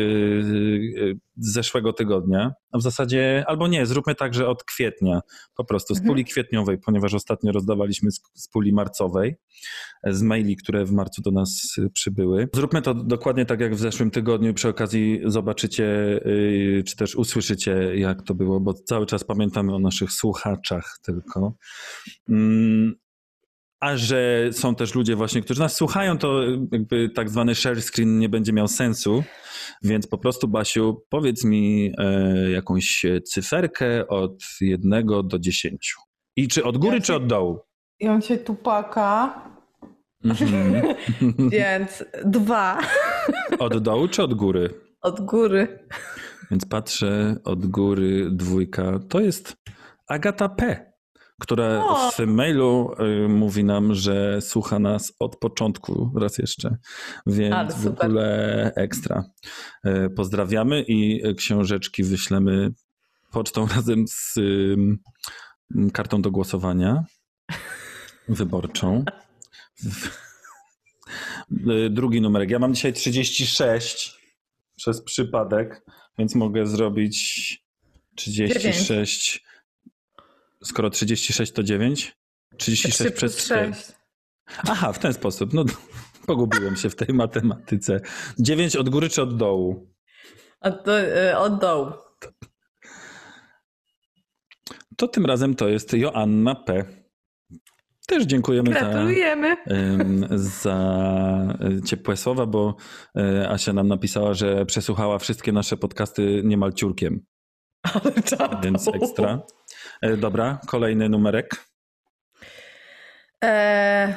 z zeszłego tygodnia. A w zasadzie, albo nie, zróbmy tak, że od kwietnia. Po prostu z Mhm. puli kwietniowej, ponieważ ostatnio rozdawaliśmy z, z puli marcowej, z maili, które w marcu do nas przybyły. Zróbmy to dokładnie tak jak w zeszłym tygodniu. Przy okazji zobaczycie, yy, czy też usłyszycie, jak to było, bo cały czas pamiętamy o naszych słuchaczach tylko. Mm. A że są też ludzie właśnie, którzy nas słuchają, to jakby tak zwany share screen nie będzie miał sensu, więc po prostu, Basiu, powiedz mi e, jakąś cyferkę od jednego do dziesięciu. I czy od góry, Ja czy się- od dołu? Ja mam się tupaka, Mhm. więc dwa Od dołu, czy od góry? od góry. Więc patrzę, od góry dwójka. To jest Agata P., która O! w swym mailu y, mówi nam, że słucha nas od początku raz jeszcze, więc Ale w super. ogóle ekstra. Y, pozdrawiamy i książeczki wyślemy pocztą razem z y, kartą do głosowania wyborczą. Y, drugi numerek. Ja mam dzisiaj trzydzieści sześć przez przypadek, więc mogę zrobić trzydzieści sześć. Skoro trzydzieści sześć to dziewięć? trzydzieści sześć trzy przez plus cztery. sześć. Aha, w ten sposób. No, pogubiłem się w tej matematyce. dziewięć od góry czy od dołu? Od, y, od dołu. To tym razem to jest Joanna P. Też dziękujemy za, Gratulujemy. ym, za ciepłe słowa, bo y, Asia nam napisała, że przesłuchała wszystkie nasze podcasty niemal ciurkiem, Ale czadu. więc ekstra. Y, dobra, kolejny numerek. E...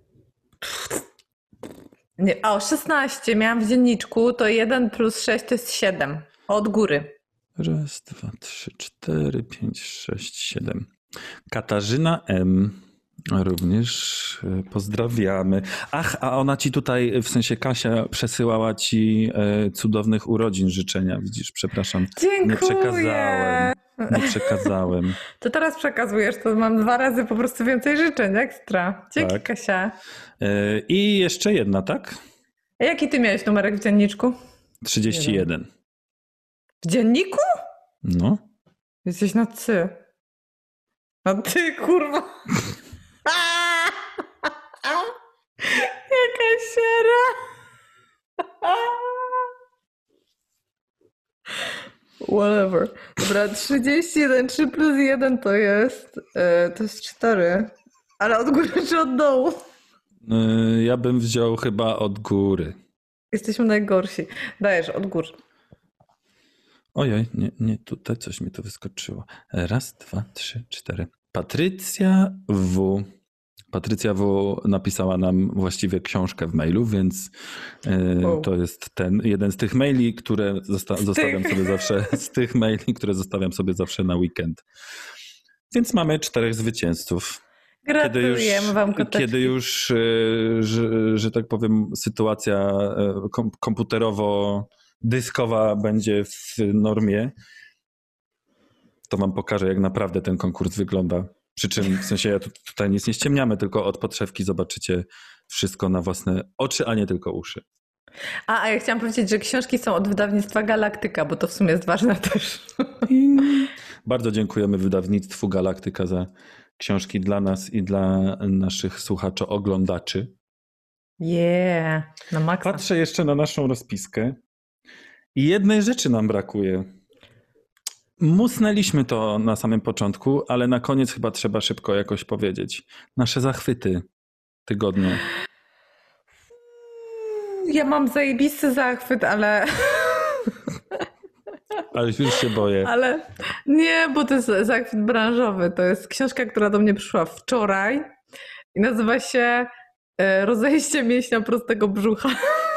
Nie, o, szesnaście miałam w dzienniczku, to jeden plus sześć to jest siedem. Od góry. Raz, dwa, trzy, cztery, pięć, sześć, siedem. Katarzyna M. Również pozdrawiamy. Ach, a ona ci tutaj, w sensie Kasia, przesyłała ci e, cudownych urodzin życzenia. Widzisz, przepraszam. Dziękuję. Nie przekazałem. Nie przekazałem. To teraz przekazujesz, to mam dwa razy po prostu więcej życzeń, ekstra. Dzięki, Tak. Kasia. E, I jeszcze jedna, tak? A jaki ty miałeś numerek w dzienniczku? trzydzieści jeden. W dzienniku? No. Jesteś na ty. Na ty, kurwa. Jaka siera. Whatever. Dobra, trzydzieści jeden, trzy plus jeden to jest, yy, to jest cztery. Ale od góry czy od dołu? E, ja bym wziął chyba od góry. Jesteśmy najgorsi. Dajesz, od góry. Ojej, nie, nie, tutaj coś mi tu wyskoczyło. Raz, dwa, trzy, cztery. Patrycja W. Patrycja W. napisała nam właściwie książkę w mailu, więc e, Wow. to jest ten jeden z tych maili, które zosta- zostawiam tych. sobie zawsze, z tych maili, które zostawiam sobie zawsze na weekend. Więc mamy czterech zwycięzców. Kiedy już, Gratulujemy wam, koteczki. kiedy już e, że, że tak powiem, sytuacja e, kom- komputerowo-dyskowa będzie w normie, to wam pokażę, jak naprawdę ten konkurs wygląda. Przy czym, w sensie, ja tu, tutaj nic nie ściemniamy, tylko od podszewki zobaczycie wszystko na własne oczy, a nie tylko uszy. A, a ja chciałam powiedzieć, że książki są od wydawnictwa Galaktyka, bo to w sumie jest ważne też. Bardzo dziękujemy wydawnictwu Galaktyka za książki dla nas i dla naszych słuchaczy, oglądaczy. Yeah, na maksa. Patrzę jeszcze na naszą rozpiskę i jednej rzeczy nam brakuje. Musnęliśmy to na samym początku, ale na koniec chyba trzeba szybko jakoś powiedzieć. Nasze zachwyty tygodnia. Ja mam zajebisty zachwyt, ale... Ale już się boję. Ale nie, bo to jest zachwyt branżowy. To jest książka, która do mnie przyszła wczoraj i nazywa się e, Rozejście mięśnia prostego brzucha.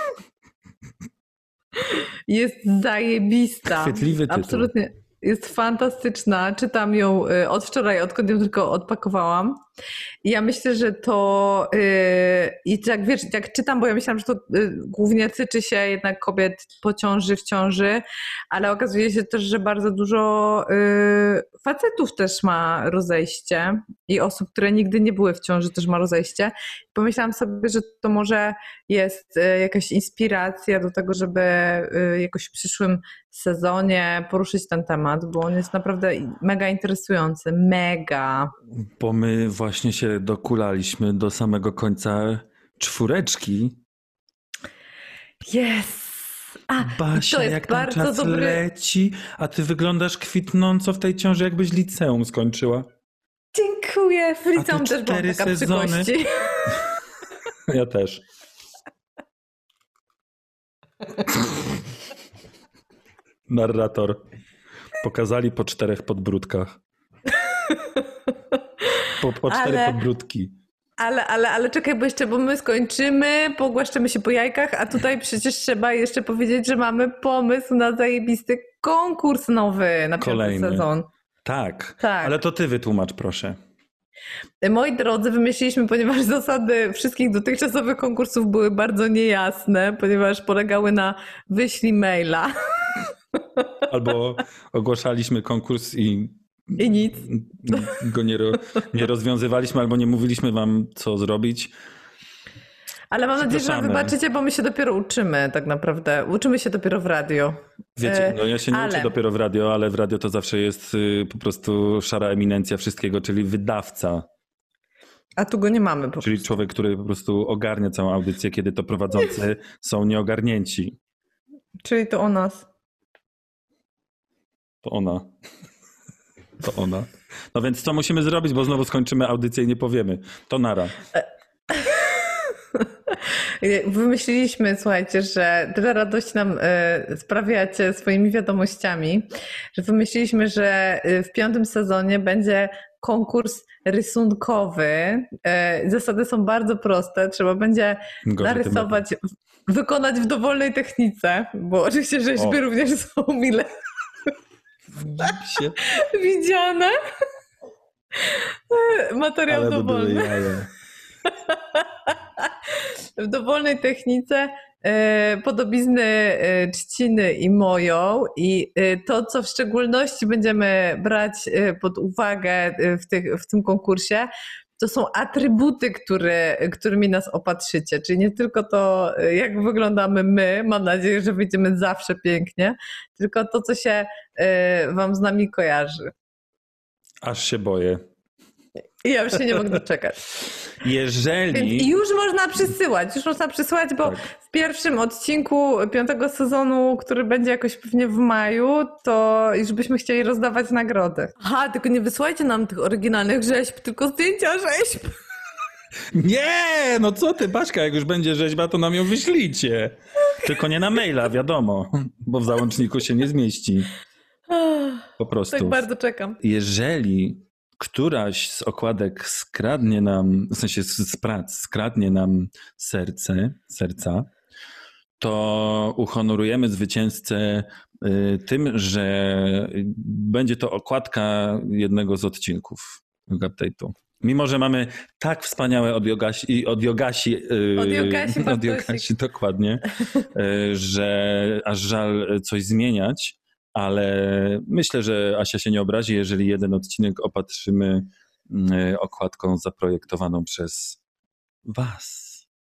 Jest zajebista. Chwytliwy tytuł. Absolutnie. Jest fantastyczna. Czytam ją y, od wczoraj, odkąd ją tylko odpakowałam. I ja myślę, że to y, i jak wiesz, jak czytam, bo ja myślałam, że to y, głównie tyczy się jednak kobiet po ciąży, w ciąży, ale okazuje się też, że bardzo dużo y, facetów też ma rozejście i osób, które nigdy nie były w ciąży, też ma rozejście. Pomyślałam sobie, że to może jest y, jakaś inspiracja do tego, żeby y, jakoś w przyszłym sezonie poruszyć ten temat, bo on jest naprawdę mega interesujący, mega. Bo my właśnie się dokulaliśmy do samego końca czwóreczki. Yes! A, Basia, to jest jak ten bardzo czas dobry... leci, a ty wyglądasz kwitnąco w tej ciąży, jakbyś liceum skończyła. Dziękuję. W liceum tu też byłam cztery taka sezony. przy kości. Ja też. Narrator. Pokazali po czterech podbródkach. Po, po cztery Ale- podbródki. Ale, ale, ale czekaj, bo jeszcze, bo my skończymy, pogłaszczymy się po jajkach, a tutaj przecież trzeba jeszcze powiedzieć, że mamy pomysł na zajebisty konkurs nowy na piąty Kolejny. sezon. Tak, Tak. ale to ty wytłumacz, proszę. Moi drodzy, wymyśliliśmy, ponieważ zasady wszystkich dotychczasowych konkursów były bardzo niejasne, ponieważ polegały na wyślij maila Albo ogłaszaliśmy konkurs i i nic. go nie, ro, nie rozwiązywaliśmy, albo nie mówiliśmy wam, co zrobić. Ale mam nadzieję, że nam Przepraszamy. wybaczycie, bo my się dopiero uczymy tak naprawdę. Uczymy się dopiero w radio. Wiecie, no ja się nie ale- uczę dopiero w radio, ale w radio to zawsze jest y, po prostu szara eminencja wszystkiego, czyli wydawca. A tu go nie mamy po Czyli prostu. człowiek, który po prostu ogarnia całą audycję, kiedy to prowadzący są nieogarnięci. Czyli to o nas. To ona. To ona. No więc co musimy zrobić, bo znowu skończymy audycję i nie powiemy. To nara. Wymyśliliśmy, słuchajcie, że tyle radości nam y, sprawiacie swoimi wiadomościami, że wymyśliliśmy, że y, w piątym sezonie będzie konkurs rysunkowy. Y, zasady są bardzo proste. Trzeba będzie Gorzej tym narysować, w- wykonać w dowolnej technice, bo oczywiście rzeźby O. również są mile lepiej. się. widziane. Materiał Ale by były dowolny. jaja. W dowolnej technice e, podobizny e, Trzciny i moją i e, to, co w szczególności będziemy brać e, pod uwagę e, w, tych, w tym konkursie, to są atrybuty, które, którymi nas opatrzycie, czyli nie tylko to, e, jak wyglądamy my, mam nadzieję, że wyjdziemy zawsze pięknie, tylko to, co się e, wam z nami kojarzy. Aż się boję. I ja już się nie mogę doczekać. Jeżeli... Więc już można przysyłać, już można przysyłać, bo Tak. w pierwszym odcinku piątego sezonu, który będzie jakoś pewnie w maju, to już byśmy chcieli rozdawać nagrody. Aha, tylko nie wysyłajcie nam tych oryginalnych rzeźb, tylko zdjęcia rzeźb. Nie, no co ty, Baśka, jak już będzie rzeźba, to nam ją wyślijcie. Tylko nie na maila, wiadomo, bo w załączniku się nie zmieści. Po prostu. Tak bardzo czekam. Jeżeli któraś z okładek skradnie nam, w sensie z, z prac skradnie nam serce, serca, to uhonorujemy zwycięzcę y, tym, że będzie to okładka jednego z odcinków Yoga Update'u. Mimo że mamy tak wspaniałe od Jogasi, od Jogasi, yy, Od Jogasi od Jogasi dokładnie, yy, że aż żal coś zmieniać, ale myślę, że Asia się nie obrazi, jeżeli jeden odcinek opatrzymy yy, okładką zaprojektowaną przez was.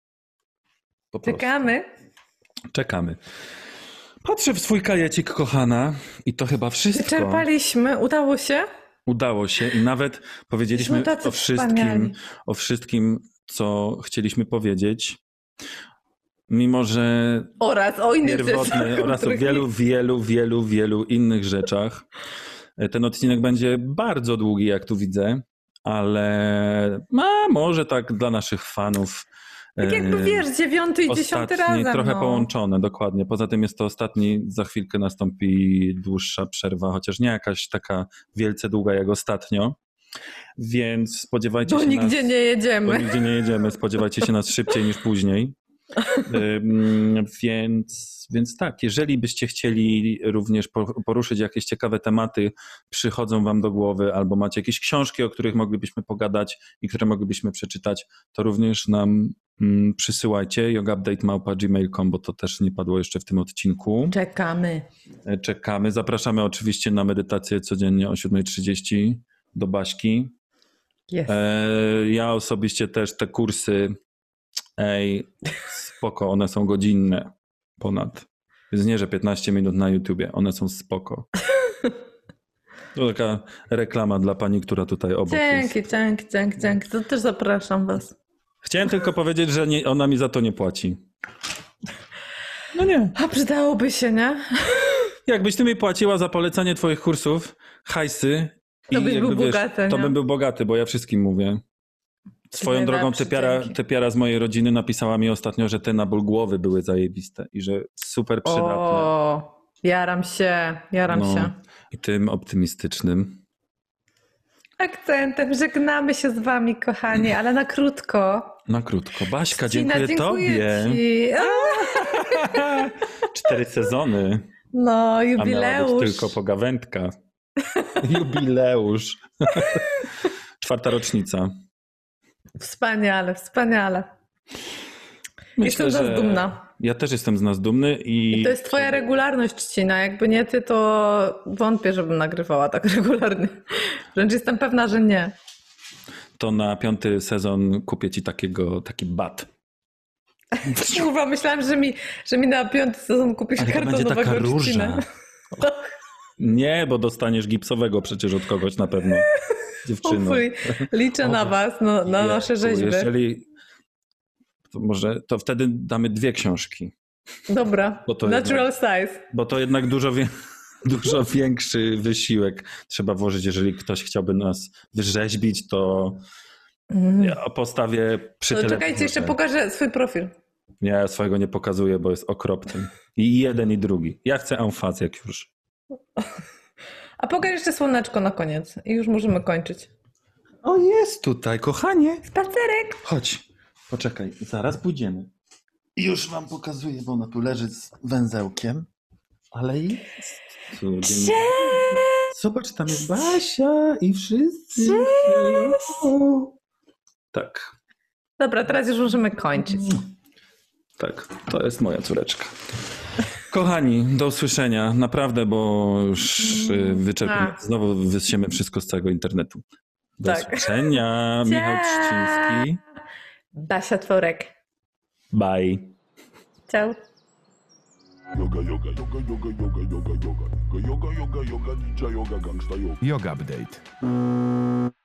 Po prostu. Czekamy. Czekamy. Patrzę w swój kajecik, kochana, i to chyba wszystko. Wyczerpaliśmy, udało się? Udało się i nawet powiedzieliśmy Jesteśmy tacy o wszystkim, wspaniali. o wszystkim, co chcieliśmy powiedzieć. Mimo że Oraz o innych pierwotny rzeczach, oraz o których wielu, nie- wielu, wielu, wielu innych rzeczach. Ten odcinek będzie bardzo długi, jak tu widzę, ale a, może tak dla naszych fanów. Tak jakby e, wiesz, dziewiąty i dziesiąty Ostatni, razem. trochę no. połączone, dokładnie. Poza tym jest to ostatni, za chwilkę nastąpi dłuższa przerwa, chociaż nie jakaś taka wielce długa jak ostatnio. Więc spodziewajcie Bo się nigdzie nas... nie Bo jedziemy. nigdzie nie jedziemy, spodziewajcie się nas szybciej niż później. Ym, więc, więc tak, jeżeli byście chcieli również po- poruszyć jakieś ciekawe tematy, przychodzą wam do głowy, albo macie jakieś książki, o których moglibyśmy pogadać i które moglibyśmy przeczytać, to również nam mm, przysyłajcie yogaupdate małpa gmail kropka com, bo to też nie padło jeszcze w tym odcinku. Czekamy. E, Czekamy. Zapraszamy oczywiście na medytację codziennie o siódma trzydzieści do Baśki. Jest. E, ja osobiście też te kursy, ej, spoko, one są godzinne ponad. Więc nie, że piętnaście minut na YouTubie, one są spoko. To taka reklama dla pani, która tutaj obok jest. Dzięki, dzięki, dzięki, dzięki. To też zapraszam was. Chciałem tylko powiedzieć, że nie, ona mi za to nie płaci. No nie. A przydałoby się, nie? Jakbyś ty mi płaciła za polecanie twoich kursów, hajsy, To byś jakby, był bogaty, to nie? bym był bogaty, bo ja wszystkim mówię. Swoją Najlepszy, drogą typiara, dzięki. typiara z mojej rodziny napisała mi ostatnio, że te na ból głowy były zajebiste i że super przydatne. O, jaram się, jaram No. się. I tym optymistycznym. Akcentem żegnamy się z wami, kochani, ale na krótko. Na krótko. Baśka, Cina, dziękuję, tobie. Ci. A, Cztery sezony, no, a miała jubileusz. być tylko pogawędka. Jubileusz. Czwarta rocznica. Wspaniale, wspaniale. Myślę, Jestem z nas że dumna. Ja też jestem z nas dumny i... I to jest twoja regularność, Trzcina. Jakby nie ty, to wątpię, żebym nagrywała tak regularnie. Wręcz jestem pewna, że nie. To na piąty sezon kupię ci takiego, taki bat. Kurwa, myślałam, że mi, że mi na piąty sezon kupisz Ale to będzie taka kartonowego róża. Trzcinę. Nie, bo dostaniesz gipsowego przecież od kogoś na pewno. Dziewczyno. Ufuj, liczę na was, no, na nasze Jejku, rzeźby. Jeżeli... To może to wtedy damy dwie książki. Dobra, Bo to natural jednak- size. Bo to jednak dużo, wie... dużo większy wysiłek trzeba włożyć. Jeżeli ktoś chciałby nas wyrzeźbić, to Mm. ja postawię przy No, telewizorze. czekajcie, jeszcze pokażę swój profil. Nie, ja swojego nie pokazuję, bo jest okropny. I jeden, i drugi. Ja chcę emfaz, jak już. A pokaż jeszcze słoneczko na koniec i już możemy kończyć. O, jest tutaj, kochanie. Spacerek! Chodź, poczekaj, zaraz pójdziemy. Już wam pokazuję, bo ona tu leży z węzełkiem. Ale jest. Tu, dzień... Zobacz, tam jest Basia i wszyscy. Tak. Dobra, teraz już możemy kończyć. Tak, to jest moja córeczka. Kochani, do usłyszenia. Naprawdę, bo już y, wyczerpiemy. A. Znowu wysiemy wszystko z całego internetu. Do Tak. usłyszenia. Michał Trzciński. Basia Tworek. Bye. Ciao. Yoga, yoga, yoga, yoga, yoga, yoga, yoga. Yoga, yoga, yoga, ninja yoga, gangsta yoga. Yoga Update.